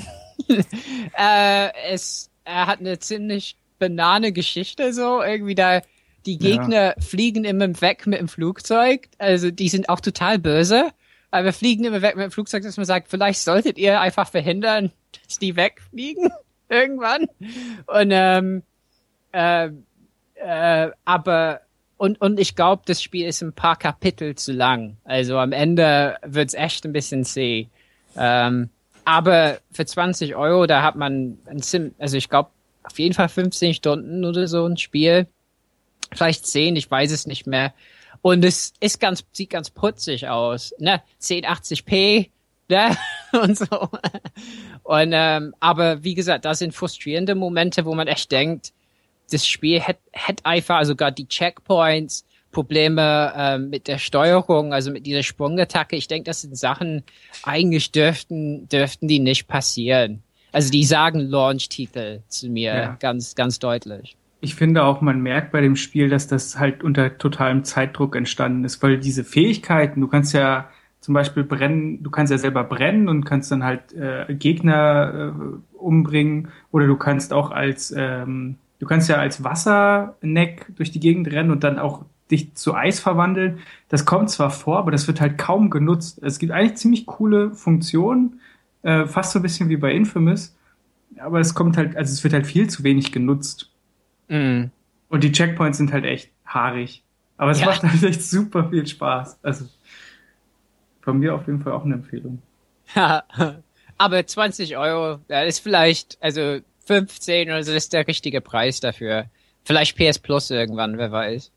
äh, es er hat eine ziemlich banane Geschichte so, irgendwie da die Gegner ja. fliegen immer weg mit dem Flugzeug, also die sind auch total böse, aber fliegen immer weg mit dem Flugzeug, dass man sagt, vielleicht solltet ihr einfach verhindern, dass die wegfliegen irgendwann und ähm, äh, äh, aber und, und ich glaube, das Spiel ist ein paar Kapitel zu lang. Also am Ende wird's echt ein bisschen zäh. Ähm, aber für zwanzig Euro, da hat man ein Sim, also ich glaube, auf jeden Fall fünfzehn Stunden oder so ein Spiel. Vielleicht zehn, ich weiß es nicht mehr. Und es ist ganz, sieht ganz putzig aus, ne? zehn achtzig p, ne? Und so. Und, ähm, aber wie gesagt, das sind frustrierende Momente, wo man echt denkt, das Spiel hätte hätt einfach, also gerade die Checkpoints, Probleme ähm, mit der Steuerung, also mit dieser Sprungattacke. Ich denke, das sind Sachen, eigentlich dürften, dürften die nicht passieren. Also die sagen Launch-Titel zu mir, Ja. ganz, ganz deutlich. Ich finde auch, man merkt bei dem Spiel, dass das halt unter totalem Zeitdruck entstanden ist, weil diese Fähigkeiten, du kannst ja zum Beispiel brennen, du kannst ja selber brennen und kannst dann halt äh, Gegner äh, umbringen, oder du kannst auch als, ähm, du kannst ja als Wasserneck durch die Gegend rennen und dann auch dich zu Eis verwandeln. Das kommt zwar vor, aber das wird halt kaum genutzt. Es gibt eigentlich ziemlich coole Funktionen, äh, fast so ein bisschen wie bei Infamous, aber es kommt halt, also es wird halt viel zu wenig genutzt. Mm. Und die Checkpoints sind halt echt haarig. Aber es Ja. macht halt echt super viel Spaß. Also von mir auf jeden Fall auch eine Empfehlung. Aber zwanzig Euro, das ist vielleicht, also fünfzehn oder so, das ist der richtige Preis dafür. Vielleicht P S Plus irgendwann, wer weiß.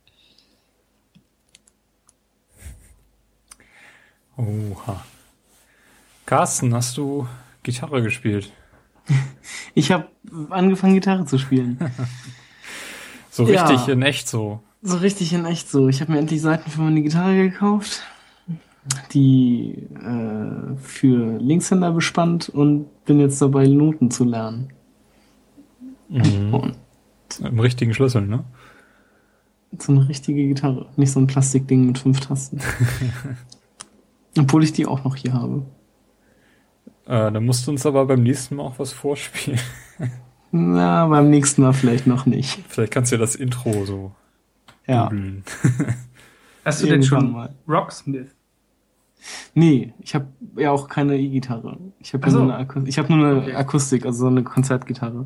Oha. Carsten, hast du Gitarre gespielt? Ich habe angefangen, Gitarre zu spielen. So Ja. richtig in echt so. So richtig in echt so. Ich habe mir endlich Saiten für meine Gitarre gekauft, die äh, für Linkshänder bespannt, und bin jetzt dabei, Noten zu lernen. Mhm. Und Im richtigen Schlüssel, ne? so eine richtige Gitarre, nicht so ein Plastikding mit fünf Tasten. Obwohl ich die auch noch hier habe. Äh, dann musst du uns aber beim nächsten Mal auch was vorspielen. Na, beim nächsten Mal vielleicht noch nicht. Vielleicht kannst du ja das Intro so Ja. dudeln. Hast du denn Irgendwann schon mal. Rocksmith? Nee, ich habe ja auch keine E-Gitarre. Ich habe Ach so. nur eine, Aku- ich hab nur eine Okay. Akustik, also so eine Konzertgitarre.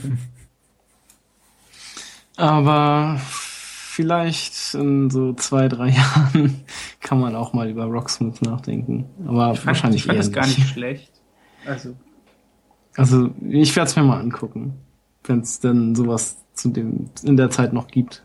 Aber vielleicht in so zwei, drei Jahren kann man auch mal über Rocksmith nachdenken. Aber Ich fand, wahrscheinlich ich fand eher das gar nicht schlecht. Also, Also ich werde es mir mal angucken, wenn es denn sowas zu dem in der Zeit noch gibt.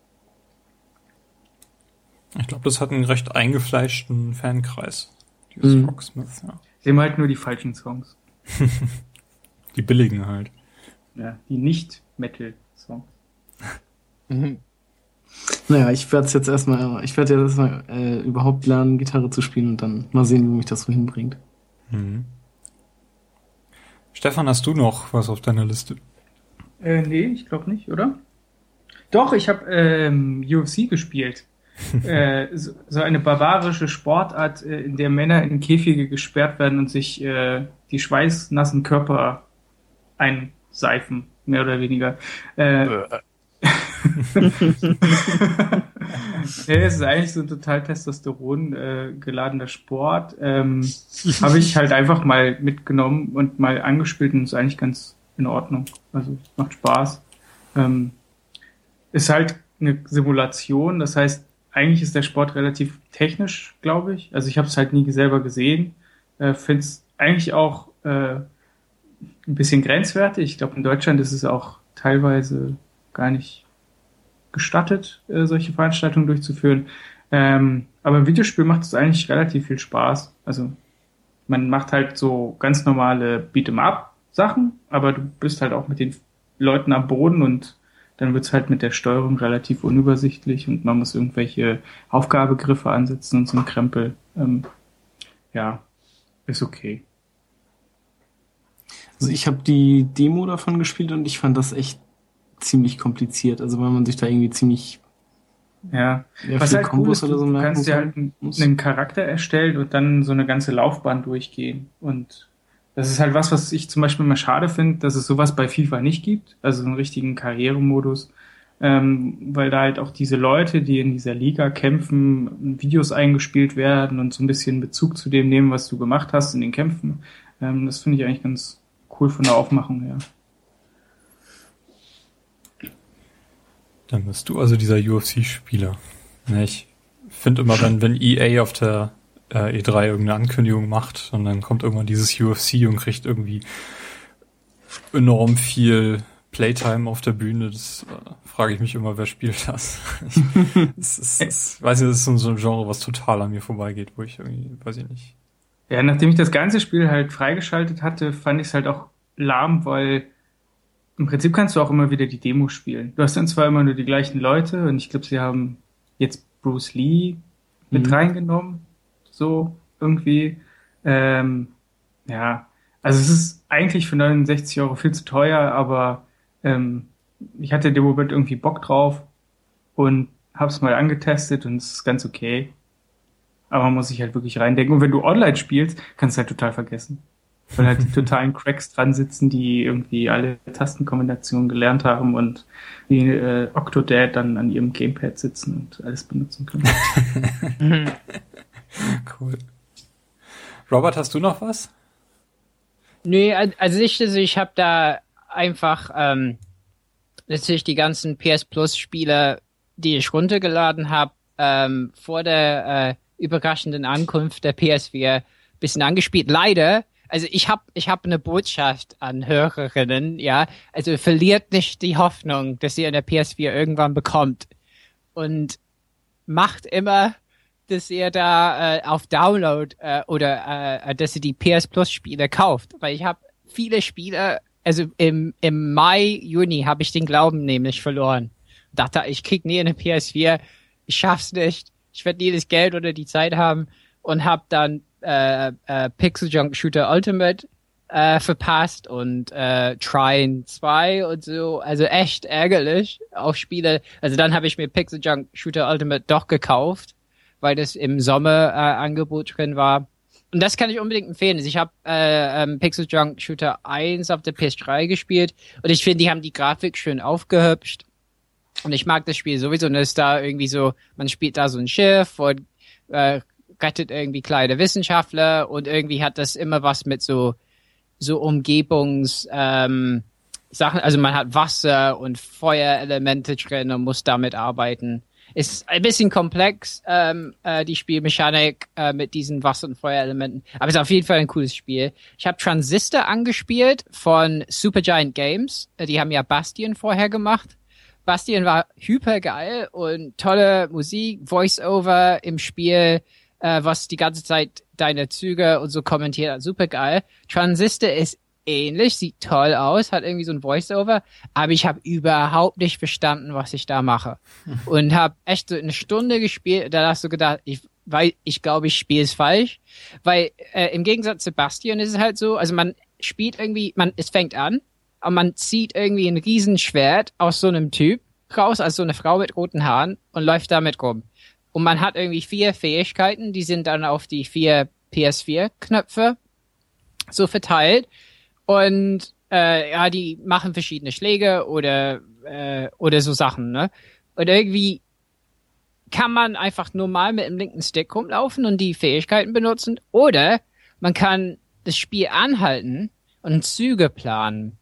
Ich glaube, das hat einen recht eingefleischten Fankreis. Dieses Mhm. Rocksmith, ja. sie haben halt nur die falschen Songs. Die billigen halt. Ja, die Nicht-Metal-Songs. Mhm. Naja, ich werde es jetzt erstmal, ich werde jetzt erstmal äh, überhaupt lernen, Gitarre zu spielen, und dann mal sehen, wo mich das so hinbringt. Mhm. Stefan, hast du noch was auf deiner Liste? Äh, nee, ich glaube nicht, oder? Doch, ich habe ähm, U F C gespielt. äh, so, so eine barbarische Sportart, äh, in der Männer in Käfige gesperrt werden und sich äh, die schweißnassen Körper einseifen, mehr oder weniger. Äh, ja, es ist eigentlich so ein total Testosteron äh, geladener Sport. Ähm, habe ich halt einfach mal mitgenommen und mal angespielt, und ist eigentlich ganz in Ordnung. Also macht Spaß. Ähm, ist halt eine Simulation, das heißt, eigentlich ist der Sport relativ technisch, glaube ich. Also ich habe es halt nie selber gesehen. Äh, Finde es eigentlich auch äh, ein bisschen grenzwertig. Ich glaube, in Deutschland ist es auch teilweise gar nicht gestattet, äh, solche Veranstaltungen durchzuführen. Ähm, aber im Videospiel macht es eigentlich relativ viel Spaß. Also man macht halt so ganz normale Beat'em-up-Sachen, aber du bist halt auch mit den Leuten am Boden, und dann wird's halt mit der Steuerung relativ unübersichtlich und man muss irgendwelche Aufgabegriffe ansetzen und so ein Krempel. Ähm, ja, ist okay. Also ich habe die Demo davon gespielt und ich fand das echt ziemlich kompliziert. Also weil man sich da irgendwie ziemlich Ja, ja, was viele halt cool Kombos ist, oder du, so du merken kannst dir halt einen, muss. einen Charakter erstellen und dann so eine ganze Laufbahn durchgehen. Und das ist halt was, was ich zum Beispiel immer schade finde, dass es sowas bei FIFA nicht gibt, also so einen richtigen Karrieremodus, ähm, weil da halt auch diese Leute, die in dieser Liga kämpfen, Videos eingespielt werden und so ein bisschen Bezug zu dem nehmen, was du gemacht hast in den Kämpfen. Ähm, das finde ich eigentlich ganz cool von der Aufmachung her. Dann bist du also dieser U F C-Spieler. Ne, ich finde immer, wenn, wenn E A auf der äh, E drei irgendeine Ankündigung macht und dann kommt irgendwann dieses U F C und kriegt irgendwie enorm viel Playtime auf der Bühne, das äh, frage ich mich immer, wer spielt das? ich, das ist, das, weiß nicht, das ist so ein Genre, was total an mir vorbeigeht, wo ich irgendwie, weiß ich nicht. Ja, nachdem ich das ganze Spiel halt freigeschaltet hatte, fand ich es halt auch lahm, weil im Prinzip kannst du auch immer wieder die Demo spielen. Du hast dann zwar immer nur die gleichen Leute und ich glaube, sie haben jetzt Bruce Lee mit mhm. reingenommen, so irgendwie. Ähm, ja, also es ist eigentlich für neunundsechzig Euro viel zu teuer, aber ähm, ich hatte in dem Moment irgendwie Bock drauf und hab's mal angetestet und es ist ganz okay. Aber man muss sich halt wirklich reindenken. Und wenn du online spielst, kannst du halt total vergessen. Weil halt die totalen Cracks dran sitzen, die irgendwie alle Tastenkombinationen gelernt haben und wie äh, Octodad dann an ihrem Gamepad sitzen und alles benutzen können. Cool. Robert, hast du noch was? Nee, also ich, also ich habe da einfach ähm, natürlich die ganzen P S Plus Spiele, die ich runtergeladen habe, ähm, vor der äh, überraschenden Ankunft der P S vier bisschen angespielt. Leider, also ich habe ich hab eine Botschaft an Hörerinnen, ja, also verliert nicht die Hoffnung, dass ihr eine P S vier irgendwann bekommt und macht immer, dass ihr da äh, auf Download äh, oder äh, dass ihr die P S Plus Spiele kauft, weil ich habe viele Spiele, also im im Mai, Juni habe ich den Glauben nämlich verloren. Dachte, ich krieg nie eine P S vier, ich schaff's nicht, ich werde nie das Geld oder die Zeit haben und habe dann äh, äh, Pixel Junk Shooter Ultimate äh, verpasst und äh, Trine zwei und so, also echt ärgerlich auf Spiele. Also dann habe ich mir Pixel Junk Shooter Ultimate doch gekauft, weil das im Sommer äh, Angebot drin war. Und das kann ich unbedingt empfehlen. Also ich habe äh, ähm, Pixel Junk Shooter eins auf der P S drei gespielt und ich finde, die haben die Grafik schön aufgehübscht. Und ich mag das Spiel sowieso. Und es ist da irgendwie so, man spielt da so ein Schiff und äh, rettet irgendwie kleine Wissenschaftler und irgendwie hat das immer was mit so so Umgebungs ähm, Sachen. Also man hat Wasser und Feuerelemente drin und muss damit arbeiten. Ist ein bisschen komplex, ähm, äh, die Spielmechanik äh, mit diesen Wasser- und Feuerelementen. Aber es ist auf jeden Fall ein cooles Spiel. Ich habe Transistor angespielt von Supergiant Games. Die haben ja Bastion vorher gemacht. Bastion war hyper geil und tolle Musik, Voice-Over im Spiel, äh, was die ganze Zeit deine Züge und so kommentiert hat. Super geil. Transistor ist ähnlich, sieht toll aus, hat irgendwie so ein Voice-Over, aber ich habe überhaupt nicht verstanden, was ich da mache. Und habe echt so eine Stunde gespielt, da hast du gedacht, ich weil ich glaube, ich spiele es falsch, weil äh, im Gegensatz zu Bastion ist es halt so, also man spielt irgendwie, man es fängt an, und man zieht irgendwie ein Riesenschwert aus so einem Typ raus, als so eine Frau mit roten Haaren und läuft damit rum. Und man hat irgendwie vier Fähigkeiten, die sind dann auf die vier P S vier Knöpfe so verteilt. Und äh, ja, die machen verschiedene Schläge oder äh, oder so Sachen, ne? Und irgendwie kann man einfach normal mit dem linken Stick rumlaufen und die Fähigkeiten benutzen. Oder man kann das Spiel anhalten und Züge planen.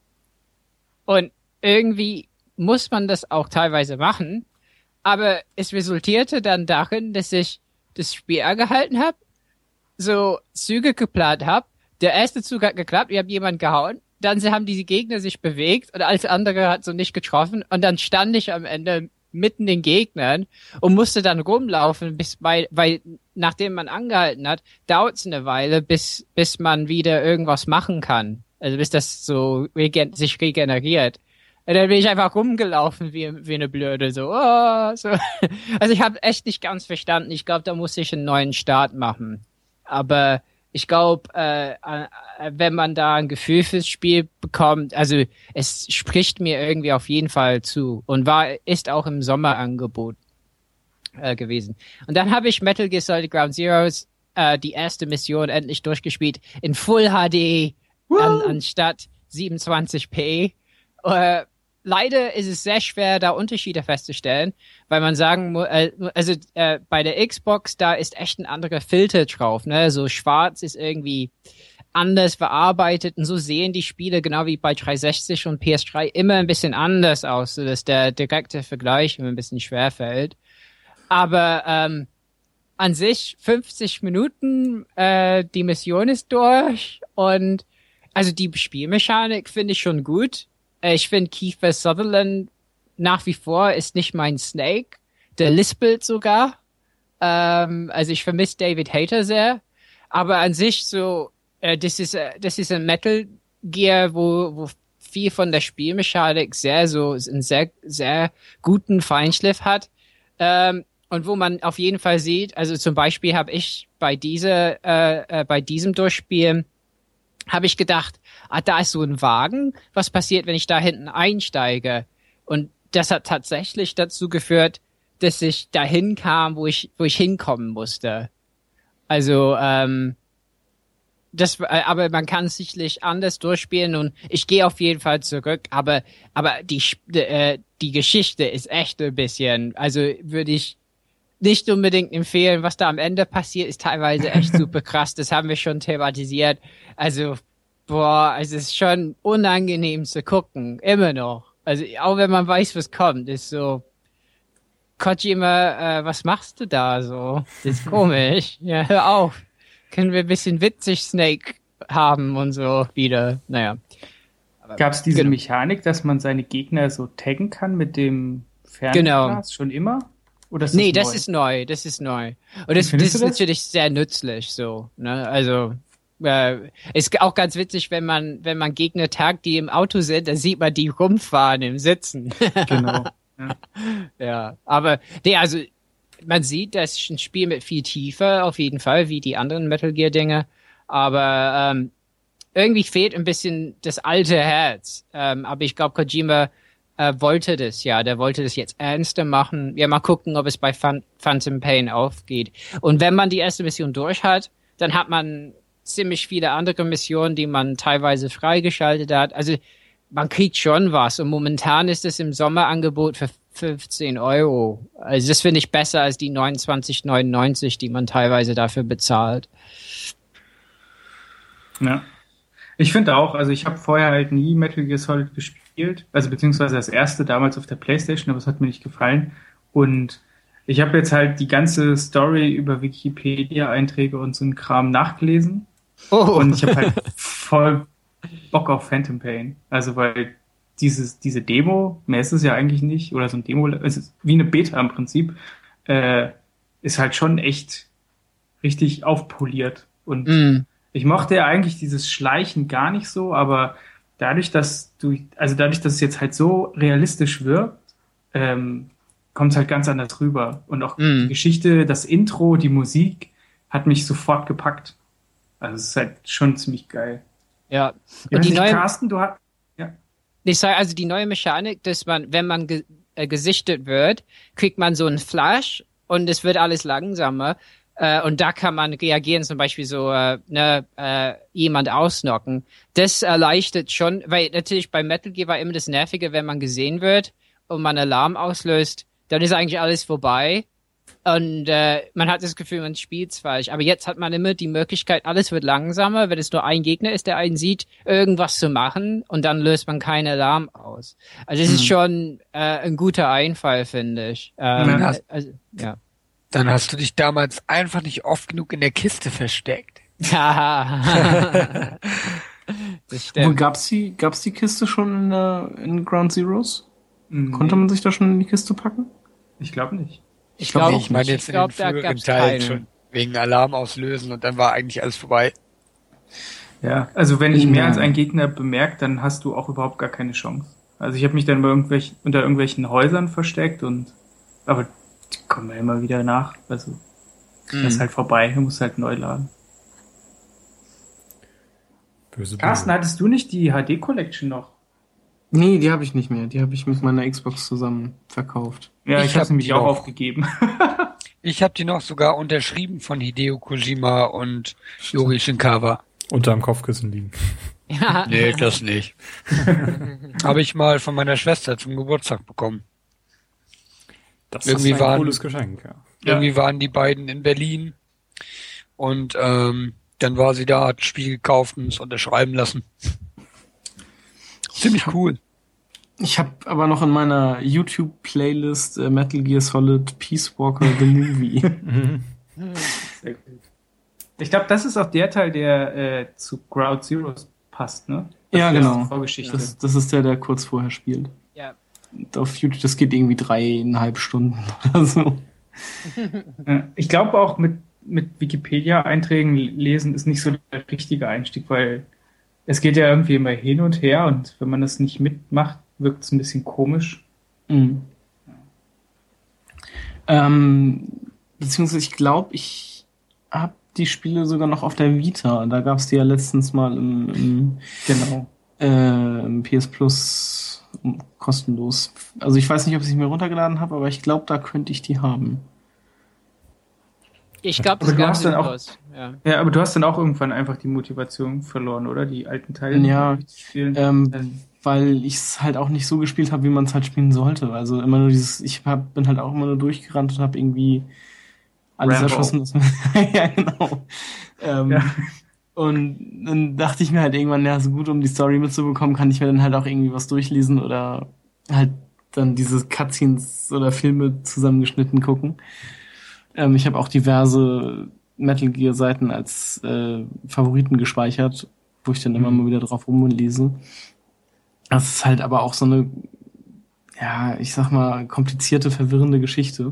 Und irgendwie muss man das auch teilweise machen. Aber es resultierte dann darin, dass ich das Spiel angehalten habe, so Züge geplant habe. Der erste Zug hat geklappt, ich habe jemanden gehauen. Dann haben diese Gegner sich bewegt und alles andere hat so nicht getroffen. Und dann stand ich am Ende mitten den Gegnern und musste dann rumlaufen, bis weil, weil nachdem man angehalten hat, dauert es eine Weile, bis bis man wieder irgendwas machen kann. Also bis das so regen- sich regeneriert. Und dann bin ich einfach rumgelaufen wie, wie eine Blöde, so, oh, so. Also ich habe echt nicht ganz verstanden. Ich glaube, da muss ich einen neuen Start machen. Aber ich glaube, äh, äh, wenn man da ein Gefühl fürs Spiel bekommt, also es spricht mir irgendwie auf jeden Fall zu und war ist auch im Sommerangebot äh, gewesen. Und dann habe ich Metal Gear Solid Ground Zeroes äh, die erste Mission endlich durchgespielt in Full H D an, anstatt siebenundzwanzig p. Äh, Leider ist es sehr schwer, da Unterschiede festzustellen, weil man sagen muss, äh, also äh, bei der Xbox, da ist echt ein anderer Filter drauf, ne? So schwarz ist irgendwie anders bearbeitet und so sehen die Spiele genau wie bei dreihundertsechzig und P S drei immer ein bisschen anders aus, sodass der direkte Vergleich immer ein bisschen schwer fällt. Aber ähm, an sich fünfzig Minuten, äh, die Mission ist durch und also die Spielmechanik finde ich schon gut. Äh, ich finde Kiefer Sutherland nach wie vor ist nicht mein Snake. Der lispelt sogar. Ähm, also ich vermisse David Hayter sehr. Aber an sich so, äh, das ist äh, das ist ein Metal Gear, wo wo viel von der Spielmechanik sehr so einen sehr sehr guten Feinschliff hat. Ähm, Und wo man auf jeden Fall sieht, also zum Beispiel habe ich bei dieser, äh, äh, bei diesem Durchspielen, habe ich gedacht, ah, da ist so ein Wagen, was passiert, wenn ich da hinten einsteige? Und das hat tatsächlich dazu geführt, dass ich dahin kam, wo ich, wo ich hinkommen musste. Also, ähm, das, äh, aber man kann es sicherlich anders durchspielen und ich gehe auf jeden Fall zurück, aber, aber die, äh, die Geschichte ist echt ein bisschen, also würde ich nicht unbedingt empfehlen, was da am Ende passiert, ist teilweise echt super krass. Das haben wir schon thematisiert. Also, boah, es ist schon unangenehm zu gucken. Immer noch. Also, auch wenn man weiß, was kommt, ist so, Kojima, äh, was machst du da so? Das ist komisch. Ja, hör auf. Können wir ein bisschen witzig Snake haben und so wieder. Naja. Gab es diese genau. Mechanik, dass man seine Gegner so taggen kann mit dem Fernglas Genau. schon immer? Oder ist nee, das, das neu? ist neu, das ist neu. Und das, das ist das? natürlich sehr nützlich, so, ne, also, äh, ist auch ganz witzig, wenn man, wenn man Gegner tagt, die im Auto sind, dann sieht man die rumfahren im Sitzen. Genau. Ja. Ja, aber, nee, also, man sieht, das ist ein Spiel mit viel Tiefe, auf jeden Fall, wie die anderen Metal Gear Dinge, aber, ähm, irgendwie fehlt ein bisschen das alte Herz, ähm, aber ich glaube, Kojima äh, wollte das, ja, der wollte das jetzt ernster machen. Ja, mal gucken, ob es bei Phan- Phantom Pain aufgeht. Und wenn man die erste Mission durch hat, dann hat man ziemlich viele andere Missionen, die man teilweise freigeschaltet hat. Also man kriegt schon was. Und momentan ist es im Sommerangebot für fünfzehn Euro. Also das finde ich besser als die neunundzwanzig neunundneunzig, die man teilweise dafür bezahlt. Ja. Ich finde auch, also ich habe vorher halt nie Metal Gear Solid gespielt, also beziehungsweise das erste damals auf der PlayStation, aber es hat mir nicht gefallen. Und ich habe jetzt halt die ganze Story über Wikipedia-Einträge und so ein Kram nachgelesen. Oh. Und ich habe halt voll Bock auf Phantom Pain. Also weil dieses, diese Demo, mehr ist es ja eigentlich nicht, oder so ein Demo, es ist wie eine Beta im Prinzip, äh, ist halt schon echt richtig aufpoliert. Und Mm. ich mochte ja eigentlich dieses Schleichen gar nicht so, aber dadurch, dass du, also dadurch, dass es jetzt halt so realistisch wirkt, ähm, kommt es halt ganz anders rüber. Und auch Mm. die Geschichte, das Intro, die Musik hat mich sofort gepackt. Also es ist halt schon ziemlich geil. Ja. Ich Und weiß die nicht, neue, Carsten, du hast, ja. ich sage also die neue Mechanik, dass man, wenn man ge äh, gesichtet wird, kriegt man so einen Flash und es wird alles langsamer. Äh, und da kann man reagieren, zum Beispiel so äh, ne, äh, jemand ausnocken. Das erleichtert schon, weil natürlich bei Metal Gear war immer das Nervige, wenn man gesehen wird und man Alarm auslöst, dann ist eigentlich alles vorbei. Und äh, man hat das Gefühl, man spielt's falsch. Aber jetzt hat man immer die Möglichkeit, alles wird langsamer, wenn es nur ein Gegner ist, der einen sieht, irgendwas zu machen und dann löst man keinen Alarm aus. Also es Mhm. ist schon äh, ein guter Einfall, finde ich. Ähm, Ja. also, ja. Dann hast du dich damals einfach nicht oft genug in der Kiste versteckt. Ja. Das Wo stimmt. gab's die, gab's die Kiste schon in, der, in Ground Zeroes? Mhm. Konnte man sich da schon in die Kiste packen? Ich glaube nicht. Ich glaub glaube, auch ich meine nicht. jetzt in glaub, den da früheren gab's Teilen keine. schon wegen Alarm auslösen und dann war eigentlich alles vorbei. Ja, also wenn dich mehr Ja. als ein Gegner bemerkt, dann hast du auch überhaupt gar keine Chance. Also ich habe mich dann bei irgendwelchen, unter irgendwelchen Häusern versteckt und aber die kommen ja immer wieder nach. Also das ist Mhm. halt vorbei, du musst halt neu laden. Böse, Carsten, böse. hattest du nicht die H D Collection noch? Nee, die habe ich nicht mehr. Die habe ich mit meiner Xbox zusammen verkauft. Ja, Ich ich, habe hab nämlich die auch noch. aufgegeben. Ich habe die noch sogar unterschrieben von Hideo Kojima und Yuri Shinkawa. Unterm Kopfkissen liegen. Ja. Nee, das nicht. Habe ich mal von meiner Schwester zum Geburtstag bekommen. Das Irgendwie ist ein waren- cooles Geschenk, ja. Ja. Irgendwie waren die beiden in Berlin und ähm, Dann war sie da, hat das Spiel gekauft und es unterschreiben lassen. Ziemlich cool. Ich habe aber noch in meiner YouTube-Playlist äh, Metal Gear Solid Peace Walker The Movie. Sehr gut. Ich glaube, das ist auch der Teil, der äh, zu Ground Zeroes passt, ne? Das Ja, ist genau. die Vorgeschichte. Das, das ist der, der kurz vorher spielt. Ja. Und auf YouTube, das geht irgendwie dreieinhalb Stunden oder so. Ja, ich glaube auch mit, mit Wikipedia-Einträgen lesen ist nicht so der richtige Einstieg, weil es geht ja irgendwie immer hin und her und wenn man das nicht mitmacht, wirkt es ein bisschen komisch. Mhm. Ähm, beziehungsweise ich glaube, ich habe die Spiele sogar noch auf der Vita. Da gab es die ja letztens mal im, im, Genau. äh, im P S Plus kostenlos. Also ich weiß nicht, ob ich sie mir runtergeladen habe, aber ich glaube, da könnte ich die haben. Ich glaube, Aber das du gab hast dann auch- aus. Ja. Ja, aber du hast dann auch irgendwann einfach die Motivation verloren, oder? Die alten Teile. Ja, richtig spielen. Ähm, weil ich es halt auch nicht so gespielt habe, wie man es halt spielen sollte. Also immer nur dieses, ich hab, bin halt auch immer nur durchgerannt und habe irgendwie alles Rambo. erschossen. Das ja, genau. Ähm, Ja. Und dann dachte ich mir halt irgendwann, ja, so gut, um die Story mitzubekommen, kann ich mir dann halt auch irgendwie was durchlesen oder halt dann diese Cutscenes oder Filme zusammengeschnitten gucken. Ähm, ich habe auch diverse Metal Gear Seiten als äh, Favoriten gespeichert, wo ich dann immer Mhm. mal wieder drauf rumlese. Das ist halt aber auch so eine, ja, ich sag mal, komplizierte, verwirrende Geschichte.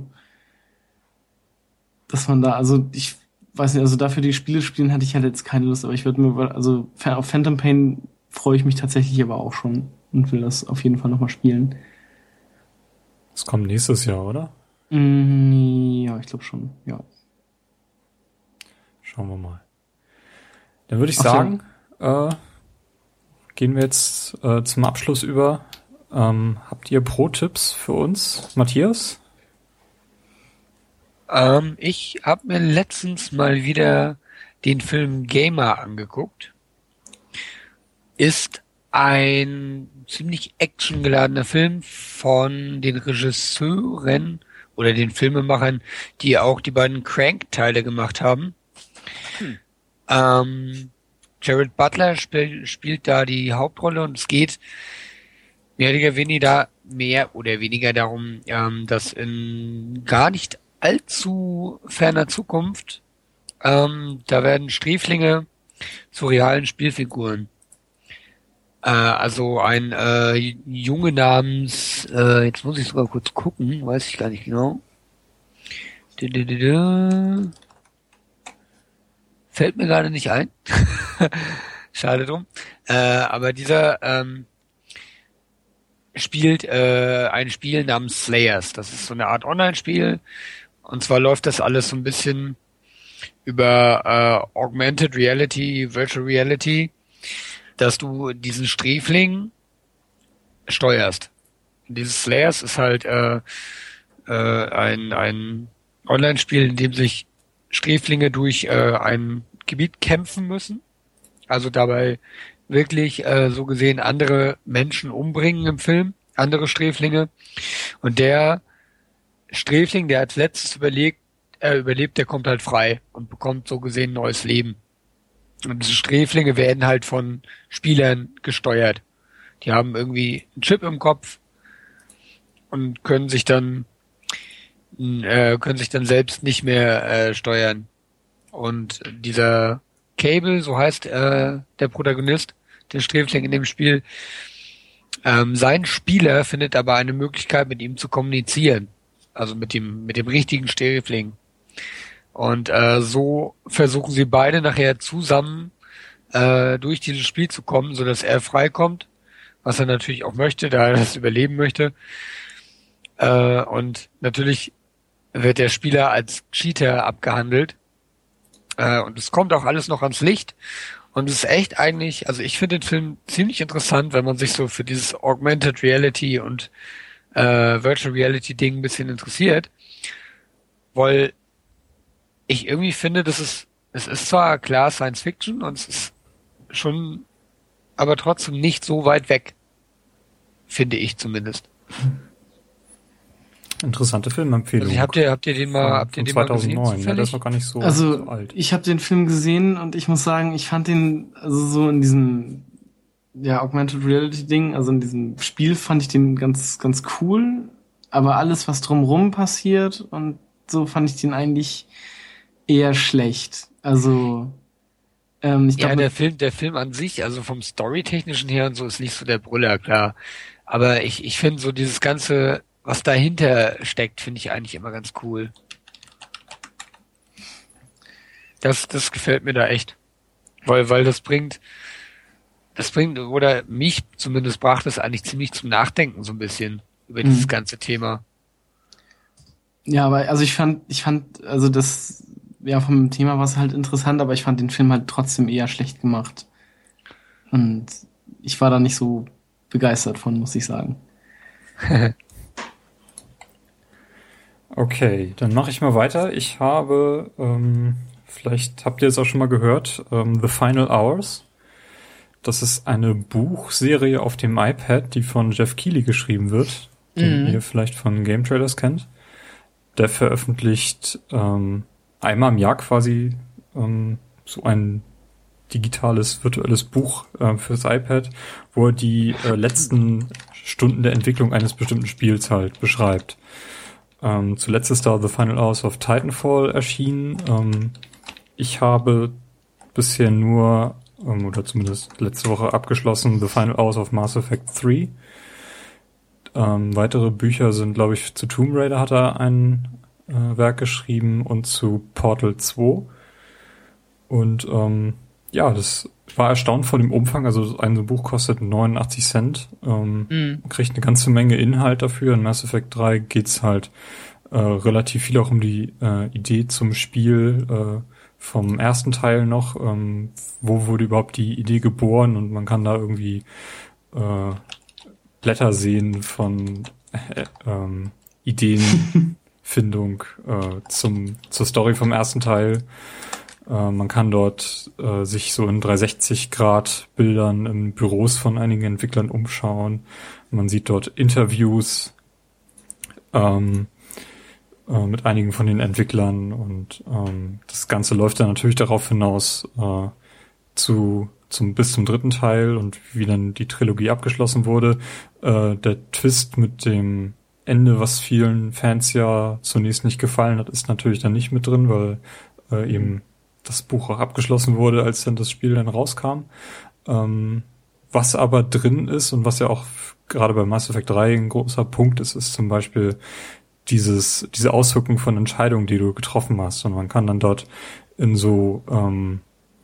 Dass man da, also ich weiß nicht, also dafür die Spiele spielen hatte ich halt jetzt keine Lust, aber ich würde mir, also auf Phantom Pain freue ich mich tatsächlich aber auch schon und will das auf jeden Fall nochmal spielen. Das kommt nächstes Jahr, oder? Mm, ja, ich glaube schon, ja. Schauen wir mal. Dann würde ich Ach so. sagen, äh, gehen wir jetzt äh, zum Abschluss über. Ähm, habt ihr Pro-Tipps für uns, Matthias? Ähm, ich habe mir letztens mal wieder den Film Gamer angeguckt. Ist ein ziemlich actiongeladener Film von den Regisseuren oder den Filmemachern, die auch die beiden Crank-Teile gemacht haben. Hm. Ähm, Jared Butler spiel, spielt da die Hauptrolle und es geht mehr oder weniger, mehr oder weniger darum, ähm, dass in gar nicht allzu ferner Zukunft ähm, da werden Sträflinge zu realen Spielfiguren. Äh, also ein äh, Junge namens, äh, jetzt muss ich sogar kurz gucken, weiß ich gar nicht genau. Du, du, du, du. Fällt mir gerade nicht ein. Schade drum. Äh, aber dieser ähm, spielt äh, ein Spiel namens Slayers. Das ist so eine Art Online-Spiel. Und zwar läuft das alles so ein bisschen über äh, Augmented Reality, Virtual Reality, dass du diesen Sträfling steuerst. Und dieses Slayers ist halt äh, äh, ein, ein Online-Spiel, in dem sich Sträflinge durch äh, ein Gebiet kämpfen müssen. Also dabei wirklich äh, so gesehen andere Menschen umbringen im Film, andere Sträflinge. Und der Sträfling, der als letztes überlebt, äh, überlebt, der kommt halt frei und bekommt so gesehen neues Leben. Und diese Sträflinge werden halt von Spielern gesteuert. Die haben irgendwie einen Chip im Kopf und können sich dann äh, können sich dann selbst nicht mehr äh, steuern. Und dieser Cable, so heißt äh, der Protagonist, der Sträfling in dem Spiel, ähm, sein Spieler findet aber eine Möglichkeit, mit ihm zu kommunizieren. Also mit dem mit dem richtigen Sträfling. Und äh, so versuchen sie beide nachher zusammen äh, durch dieses Spiel zu kommen, so dass er freikommt, was er natürlich auch möchte, da er das überleben möchte. Äh, und natürlich wird der Spieler als Cheater abgehandelt. Äh, und es kommt auch alles noch ans Licht. Und es ist echt eigentlich, also ich finde den Film ziemlich interessant, wenn man sich so für dieses Augmented Reality und äh, Virtual Reality Ding ein bisschen interessiert. Weil ich irgendwie finde, das ist, es ist zwar klar Science Fiction und es ist schon, aber trotzdem nicht so weit weg. Finde ich zumindest. Interessante Filmempfehlung. Also habt ihr, habt ihr den mal, Von- habt ihr von den mal zweitausendneun, gesehen? ja, der ist noch gar nicht so, Also, so alt. ich habe den Film gesehen und ich muss sagen, ich fand den, also so in diesem, ja, Augmented Reality Ding, also in diesem Spiel fand ich den ganz, ganz cool, aber alles, was drumrum passiert und so fand ich den eigentlich eher schlecht. Also, ähm, ich Ja, glaube, der Film, der Film an sich, also vom Storytechnischen her und so, ist nicht so der Brüller, klar. Aber ich, ich finde so dieses ganze, was dahinter steckt, finde ich eigentlich immer ganz cool. Das, das gefällt mir da echt. Weil, weil das bringt, das bringt, oder mich zumindest brachte es eigentlich ziemlich zum Nachdenken so ein bisschen über dieses Mhm. ganze Thema. ja, aber also ich fand, ich fand, also das, ja, vom Thema war es halt interessant, aber ich fand den Film halt trotzdem eher schlecht gemacht. Und ich war da nicht so begeistert von, muss ich sagen. Okay, dann mache ich mal weiter. Ich habe, ähm, vielleicht habt ihr es auch schon mal gehört, ähm, The Final Hours. Das ist eine Buchserie auf dem iPad, die von Jeff Keighley geschrieben wird, den Mhm. ihr vielleicht von Game Trailers kennt. Der veröffentlicht ähm, einmal im Jahr quasi ähm, so ein digitales, virtuelles Buch äh, fürs iPad, wo er die äh, letzten Stunden der Entwicklung eines bestimmten Spiels halt beschreibt. Ähm, zuletzt ist da The Final Hours of Titanfall erschienen. Ähm, ich habe bisher nur, ähm, oder zumindest letzte Woche abgeschlossen, The Final Hours of Mass Effect drei. Ähm, weitere Bücher sind, glaube ich, zu Tomb Raider hat er ein äh, Werk geschrieben und zu Portal zwei. Und ähm, ja, das war erstaunt von dem Umfang. Also ein so Buch kostet neunundachtzig Cent. Ähm, Mhm. man kriegt eine ganze Menge Inhalt dafür. In Mass Effect drei geht's halt äh, relativ viel auch um die äh, Idee zum Spiel äh, vom ersten Teil noch. Ähm, wo wurde überhaupt die Idee geboren? Und man kann da irgendwie äh, Blätter sehen von äh, ähm, Ideenfindung äh, zum zur Story vom ersten Teil. Äh, man kann dort äh, sich so in dreihundertsechzig Grad Bildern in Büros von einigen Entwicklern umschauen. Man sieht dort Interviews ähm, äh, mit einigen von den Entwicklern und ähm, das Ganze läuft dann natürlich darauf hinaus äh, zu zum bis zum dritten Teil und wie dann die Trilogie abgeschlossen wurde. Äh, der Twist mit dem Ende, was vielen Fans ja zunächst nicht gefallen hat, ist natürlich dann nicht mit drin, weil äh, eben das Buch auch abgeschlossen wurde, als dann das Spiel dann rauskam. Ähm, was aber drin ist und was ja auch gerade bei Mass Effect drei ein großer Punkt ist, ist zum Beispiel dieses diese Auswirkung von Entscheidungen, die du getroffen hast. Und man kann dann dort in so ähm,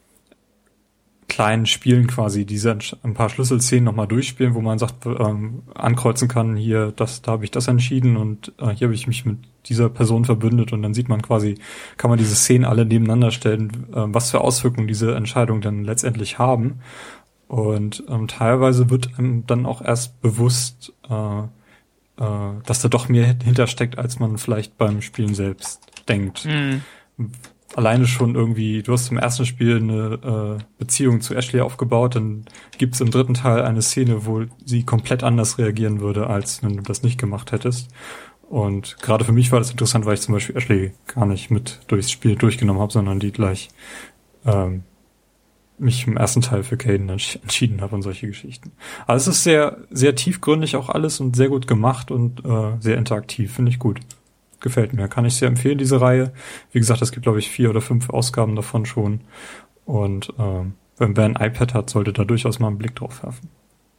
kleinen Spielen quasi diese ein paar Schlüsselszenen nochmal durchspielen, wo man sagt, ähm, ankreuzen kann, hier, das, da habe ich das entschieden und äh, hier habe ich mich mit dieser Person verbündet und dann sieht man quasi, kann man diese Szenen alle nebeneinander stellen, äh, was für Auswirkungen diese Entscheidungen dann letztendlich haben. Und ähm, teilweise wird einem dann auch erst bewusst, äh, äh, dass da doch mehr hintersteckt, als man vielleicht beim Spielen selbst denkt. Mhm. Alleine schon irgendwie, du hast im ersten Spiel eine äh, Beziehung zu Ashley aufgebaut, dann gibt's im dritten Teil eine Szene, wo sie komplett anders reagieren würde, als wenn du das nicht gemacht hättest. Und gerade für mich war das interessant, weil ich zum Beispiel Ashley gar nicht mit durchs Spiel durchgenommen habe, sondern die gleich ähm, mich im ersten Teil für Kaidan entsch- entschieden habe und solche Geschichten. Also es ist sehr, sehr tiefgründig auch alles und sehr gut gemacht und äh, sehr interaktiv, finde ich gut. Gefällt mir. Kann ich sehr empfehlen, diese Reihe. Wie gesagt, es gibt, glaube ich, vier oder fünf Ausgaben davon schon. Und ähm, wenn wer ein iPad hat, sollte da durchaus mal einen Blick drauf werfen.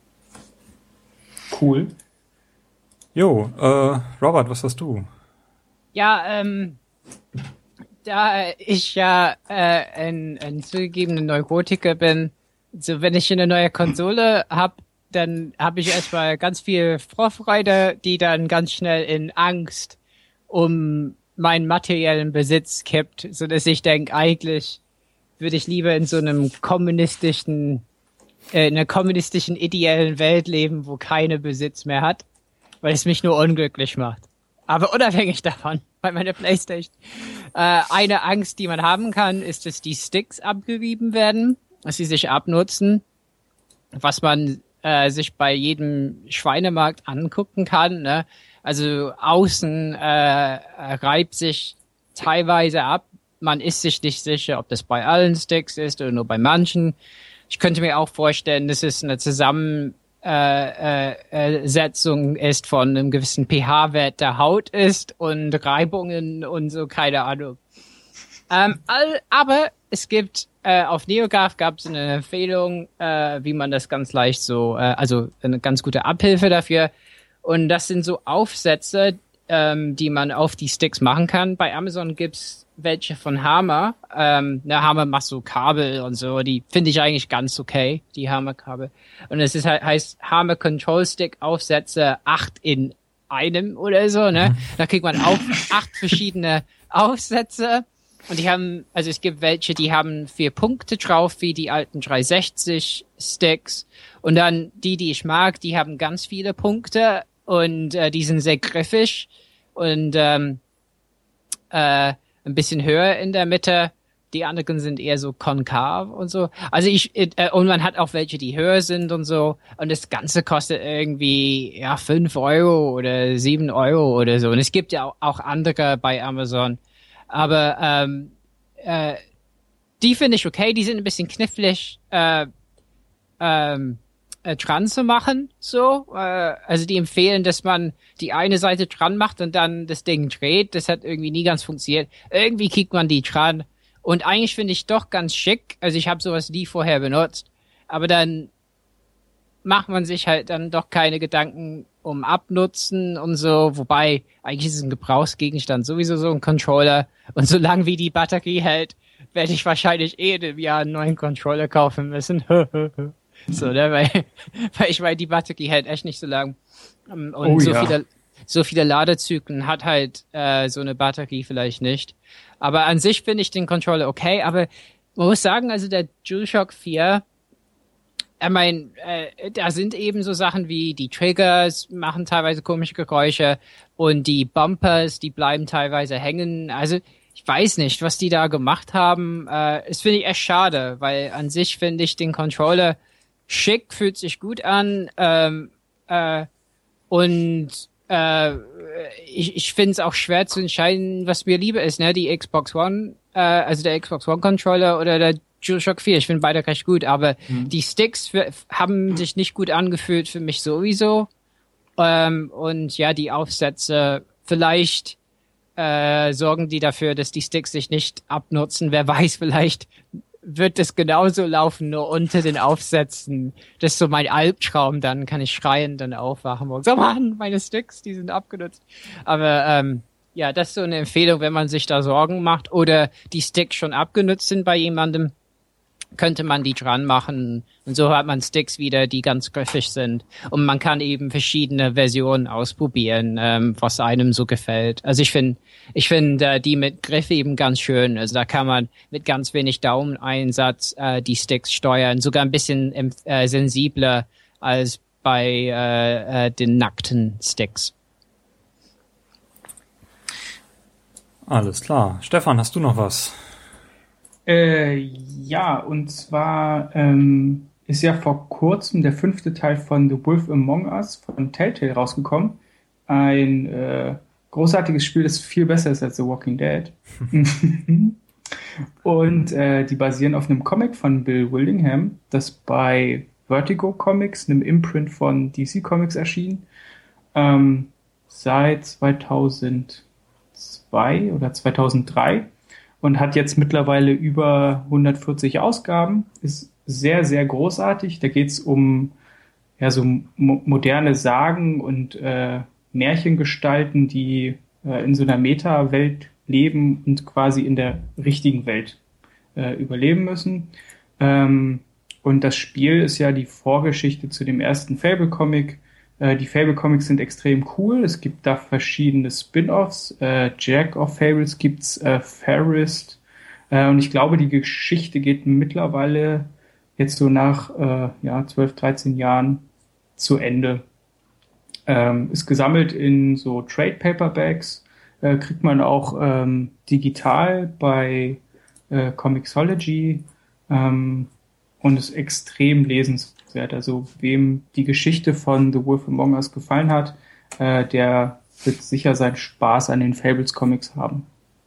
Cool. Jo, äh, Robert, was hast du? Ja, ähm, da ich ja äh, ein, ein zugegebener Neurotiker bin, so wenn ich eine neue Konsole hab, dann habe ich erstmal ganz viel Vorfreude, die dann ganz schnell in Angst um meinen materiellen Besitz kippt, so dass ich denke, eigentlich würde ich lieber in so einem kommunistischen, äh, in einer kommunistischen ideellen Welt leben, wo keine Besitz mehr hat, weil es mich nur unglücklich macht. Aber unabhängig davon, bei meiner PlayStation, äh, eine Angst, die man haben kann, ist, dass die Sticks abgerieben werden, dass sie sich abnutzen, was man äh, sich bei jedem Schweinemarkt angucken kann, ne? Also außen äh, reibt sich teilweise ab. Man ist sich nicht sicher, ob das bei allen Sticks ist oder nur bei manchen. Ich könnte mir auch vorstellen, dass es eine Zusammensetzung äh, äh, ist von einem gewissen pH-Wert der Haut ist und Reibungen und so, keine Ahnung. Ähm, all, aber es gibt, äh, auf NeoGAF gab es eine Empfehlung, äh, wie man das ganz leicht so, äh, also eine ganz gute Abhilfe dafür. Und das sind so Aufsätze, ähm, die man auf die Sticks machen kann. Bei Amazon gibt's welche von Hammer. Ähm, ne, Hammer macht so Kabel und so. Die finde ich eigentlich ganz okay, die Hammer-Kabel. Und es ist halt, heißt Hammer Control Stick Aufsätze acht in einem oder so, ne? Da kriegt man auch acht verschiedene Aufsätze. Und die haben, also es gibt welche, die haben vier Punkte drauf, wie die alten dreihundertsechzig Sticks. Und dann die, die ich mag, die haben ganz viele Punkte und äh, die sind sehr griffig und ähm, äh, ein bisschen höher in der Mitte. Die anderen sind eher so konkav und so. Also ich, äh, und man hat auch welche, die höher sind und so. Und das Ganze kostet irgendwie, ja, fünf Euro oder sieben Euro oder so. Und es gibt ja auch, auch andere bei Amazon. Aber ähm, äh, die finde ich okay. Die sind ein bisschen knifflig äh, ähm, äh, dran zu machen. So, äh, also die empfehlen, dass man die eine Seite dran macht und dann das Ding dreht. Das hat irgendwie nie ganz funktioniert. Irgendwie kriegt man die dran. Und eigentlich finde ich doch ganz schick. Also ich habe sowas nie vorher benutzt. Aber dann macht man sich halt dann doch keine Gedanken um Abnutzen und so. Wobei, eigentlich ist es ein Gebrauchsgegenstand sowieso so ein Controller. Und solange wie die Batterie hält, werde ich wahrscheinlich eh in einem Jahr einen neuen Controller kaufen müssen. So, ne? Weil, weil ich meine, die Batterie hält echt nicht so lang. Und oh, so ja. viele, so viele Ladezyklen hat halt äh, so eine Batterie vielleicht nicht. Aber an sich finde ich den Controller okay, aber man muss sagen, also der DualShock vier, ich meine, äh, da sind eben so Sachen wie die Triggers machen teilweise komische Geräusche und die Bumpers, die bleiben teilweise hängen. Also ich weiß nicht, was die da gemacht haben. Äh, das finde ich echt schade, weil an sich finde ich den Controller schick, fühlt sich gut an ähm, äh, und äh, ich, ich finde es auch schwer zu entscheiden, was mir lieber ist, ne? Die Xbox One, äh, also der Xbox One Controller oder der DualShock vier. Ich finde beide recht gut, aber mhm. die Sticks für, haben sich nicht gut angefühlt für mich sowieso. Ähm, und ja, die Aufsätze, vielleicht äh, sorgen die dafür, dass die Sticks sich nicht abnutzen. Wer weiß, vielleicht wird es genauso laufen, nur unter den Aufsätzen. Das ist so mein Albtraum, dann kann ich schreien, dann aufwachen und so, Mann, meine Sticks, die sind abgenutzt. Aber ähm, ja, das ist so eine Empfehlung, wenn man sich da Sorgen macht oder die Sticks schon abgenutzt sind bei jemandem, könnte man die dran machen und so hat man Sticks wieder, die ganz griffig sind und man kann eben verschiedene Versionen ausprobieren, ähm, was einem so gefällt. Also ich finde, ich finde äh, die mit Griff eben ganz schön. Also da kann man mit ganz wenig Daumeneinsatz äh, die Sticks steuern, sogar ein bisschen äh, sensibler als bei äh, äh, den nackten Sticks. Alles klar. Stefan, hast du noch was? Äh, ja, und zwar ähm, ist ja vor kurzem der fünfte Teil von The Wolf Among Us von Telltale rausgekommen. Ein äh, großartiges Spiel, das viel besser ist als The Walking Dead. Und äh, die basieren auf einem Comic von Bill Willingham, das bei Vertigo Comics, einem Imprint von D C Comics erschien, ähm, seit zweitausendzwei oder zweitausenddrei. Und hat jetzt mittlerweile über hundertvierzig Ausgaben, ist sehr, sehr großartig. Da geht's um ja so mo- moderne Sagen und äh, Märchengestalten, die äh, in so einer Meta-Welt leben und quasi in der richtigen Welt äh, überleben müssen. Ähm, und das Spiel ist ja die Vorgeschichte zu dem ersten Fable-Comic. Äh, die Fable-Comics sind extrem cool. Es gibt da verschiedene Spin-Offs. Äh, Jack of Fables gibt's, äh, Ferrist. Äh, und ich glaube, die Geschichte geht mittlerweile jetzt so nach äh, ja, zwölf, dreizehn Jahren zu Ende. Ähm, ist gesammelt in so Trade-Paperbacks. Äh, kriegt man auch ähm, digital bei äh, Comixology. Ähm, und ist extrem lesenswert. Also wem die Geschichte von The Wolf Among Us gefallen hat, äh, der wird sicher seinen Spaß an den Fables-Comics haben.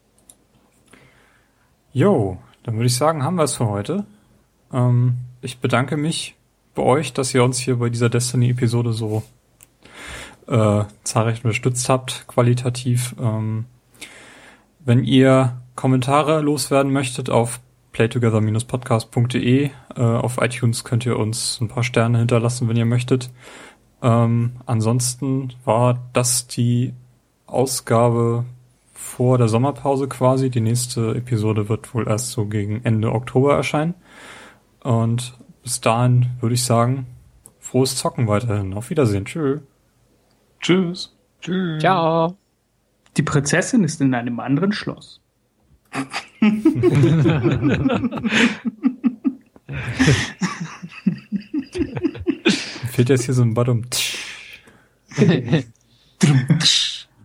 Jo, dann würde ich sagen, haben wir es für heute. Ähm, ich bedanke mich bei euch, dass ihr uns hier bei dieser Destiny-Episode so äh, zahlreich unterstützt habt, qualitativ. Ähm, wenn ihr Kommentare loswerden möchtet auf playtogether Bindestrich podcast Punkt de, äh, auf iTunes könnt ihr uns ein paar Sterne hinterlassen, wenn ihr möchtet. Ähm, ansonsten war das die Ausgabe vor der Sommerpause quasi. Die nächste Episode wird wohl erst so gegen Ende Oktober erscheinen. Und bis dahin würde ich sagen, frohes Zocken weiterhin. Auf Wiedersehen. Tschö. Tschüss. Tschüss. Ciao. Die Prinzessin ist in einem anderen Schloss. Fehlt jetzt hier so ein Badum. Drum, tsch.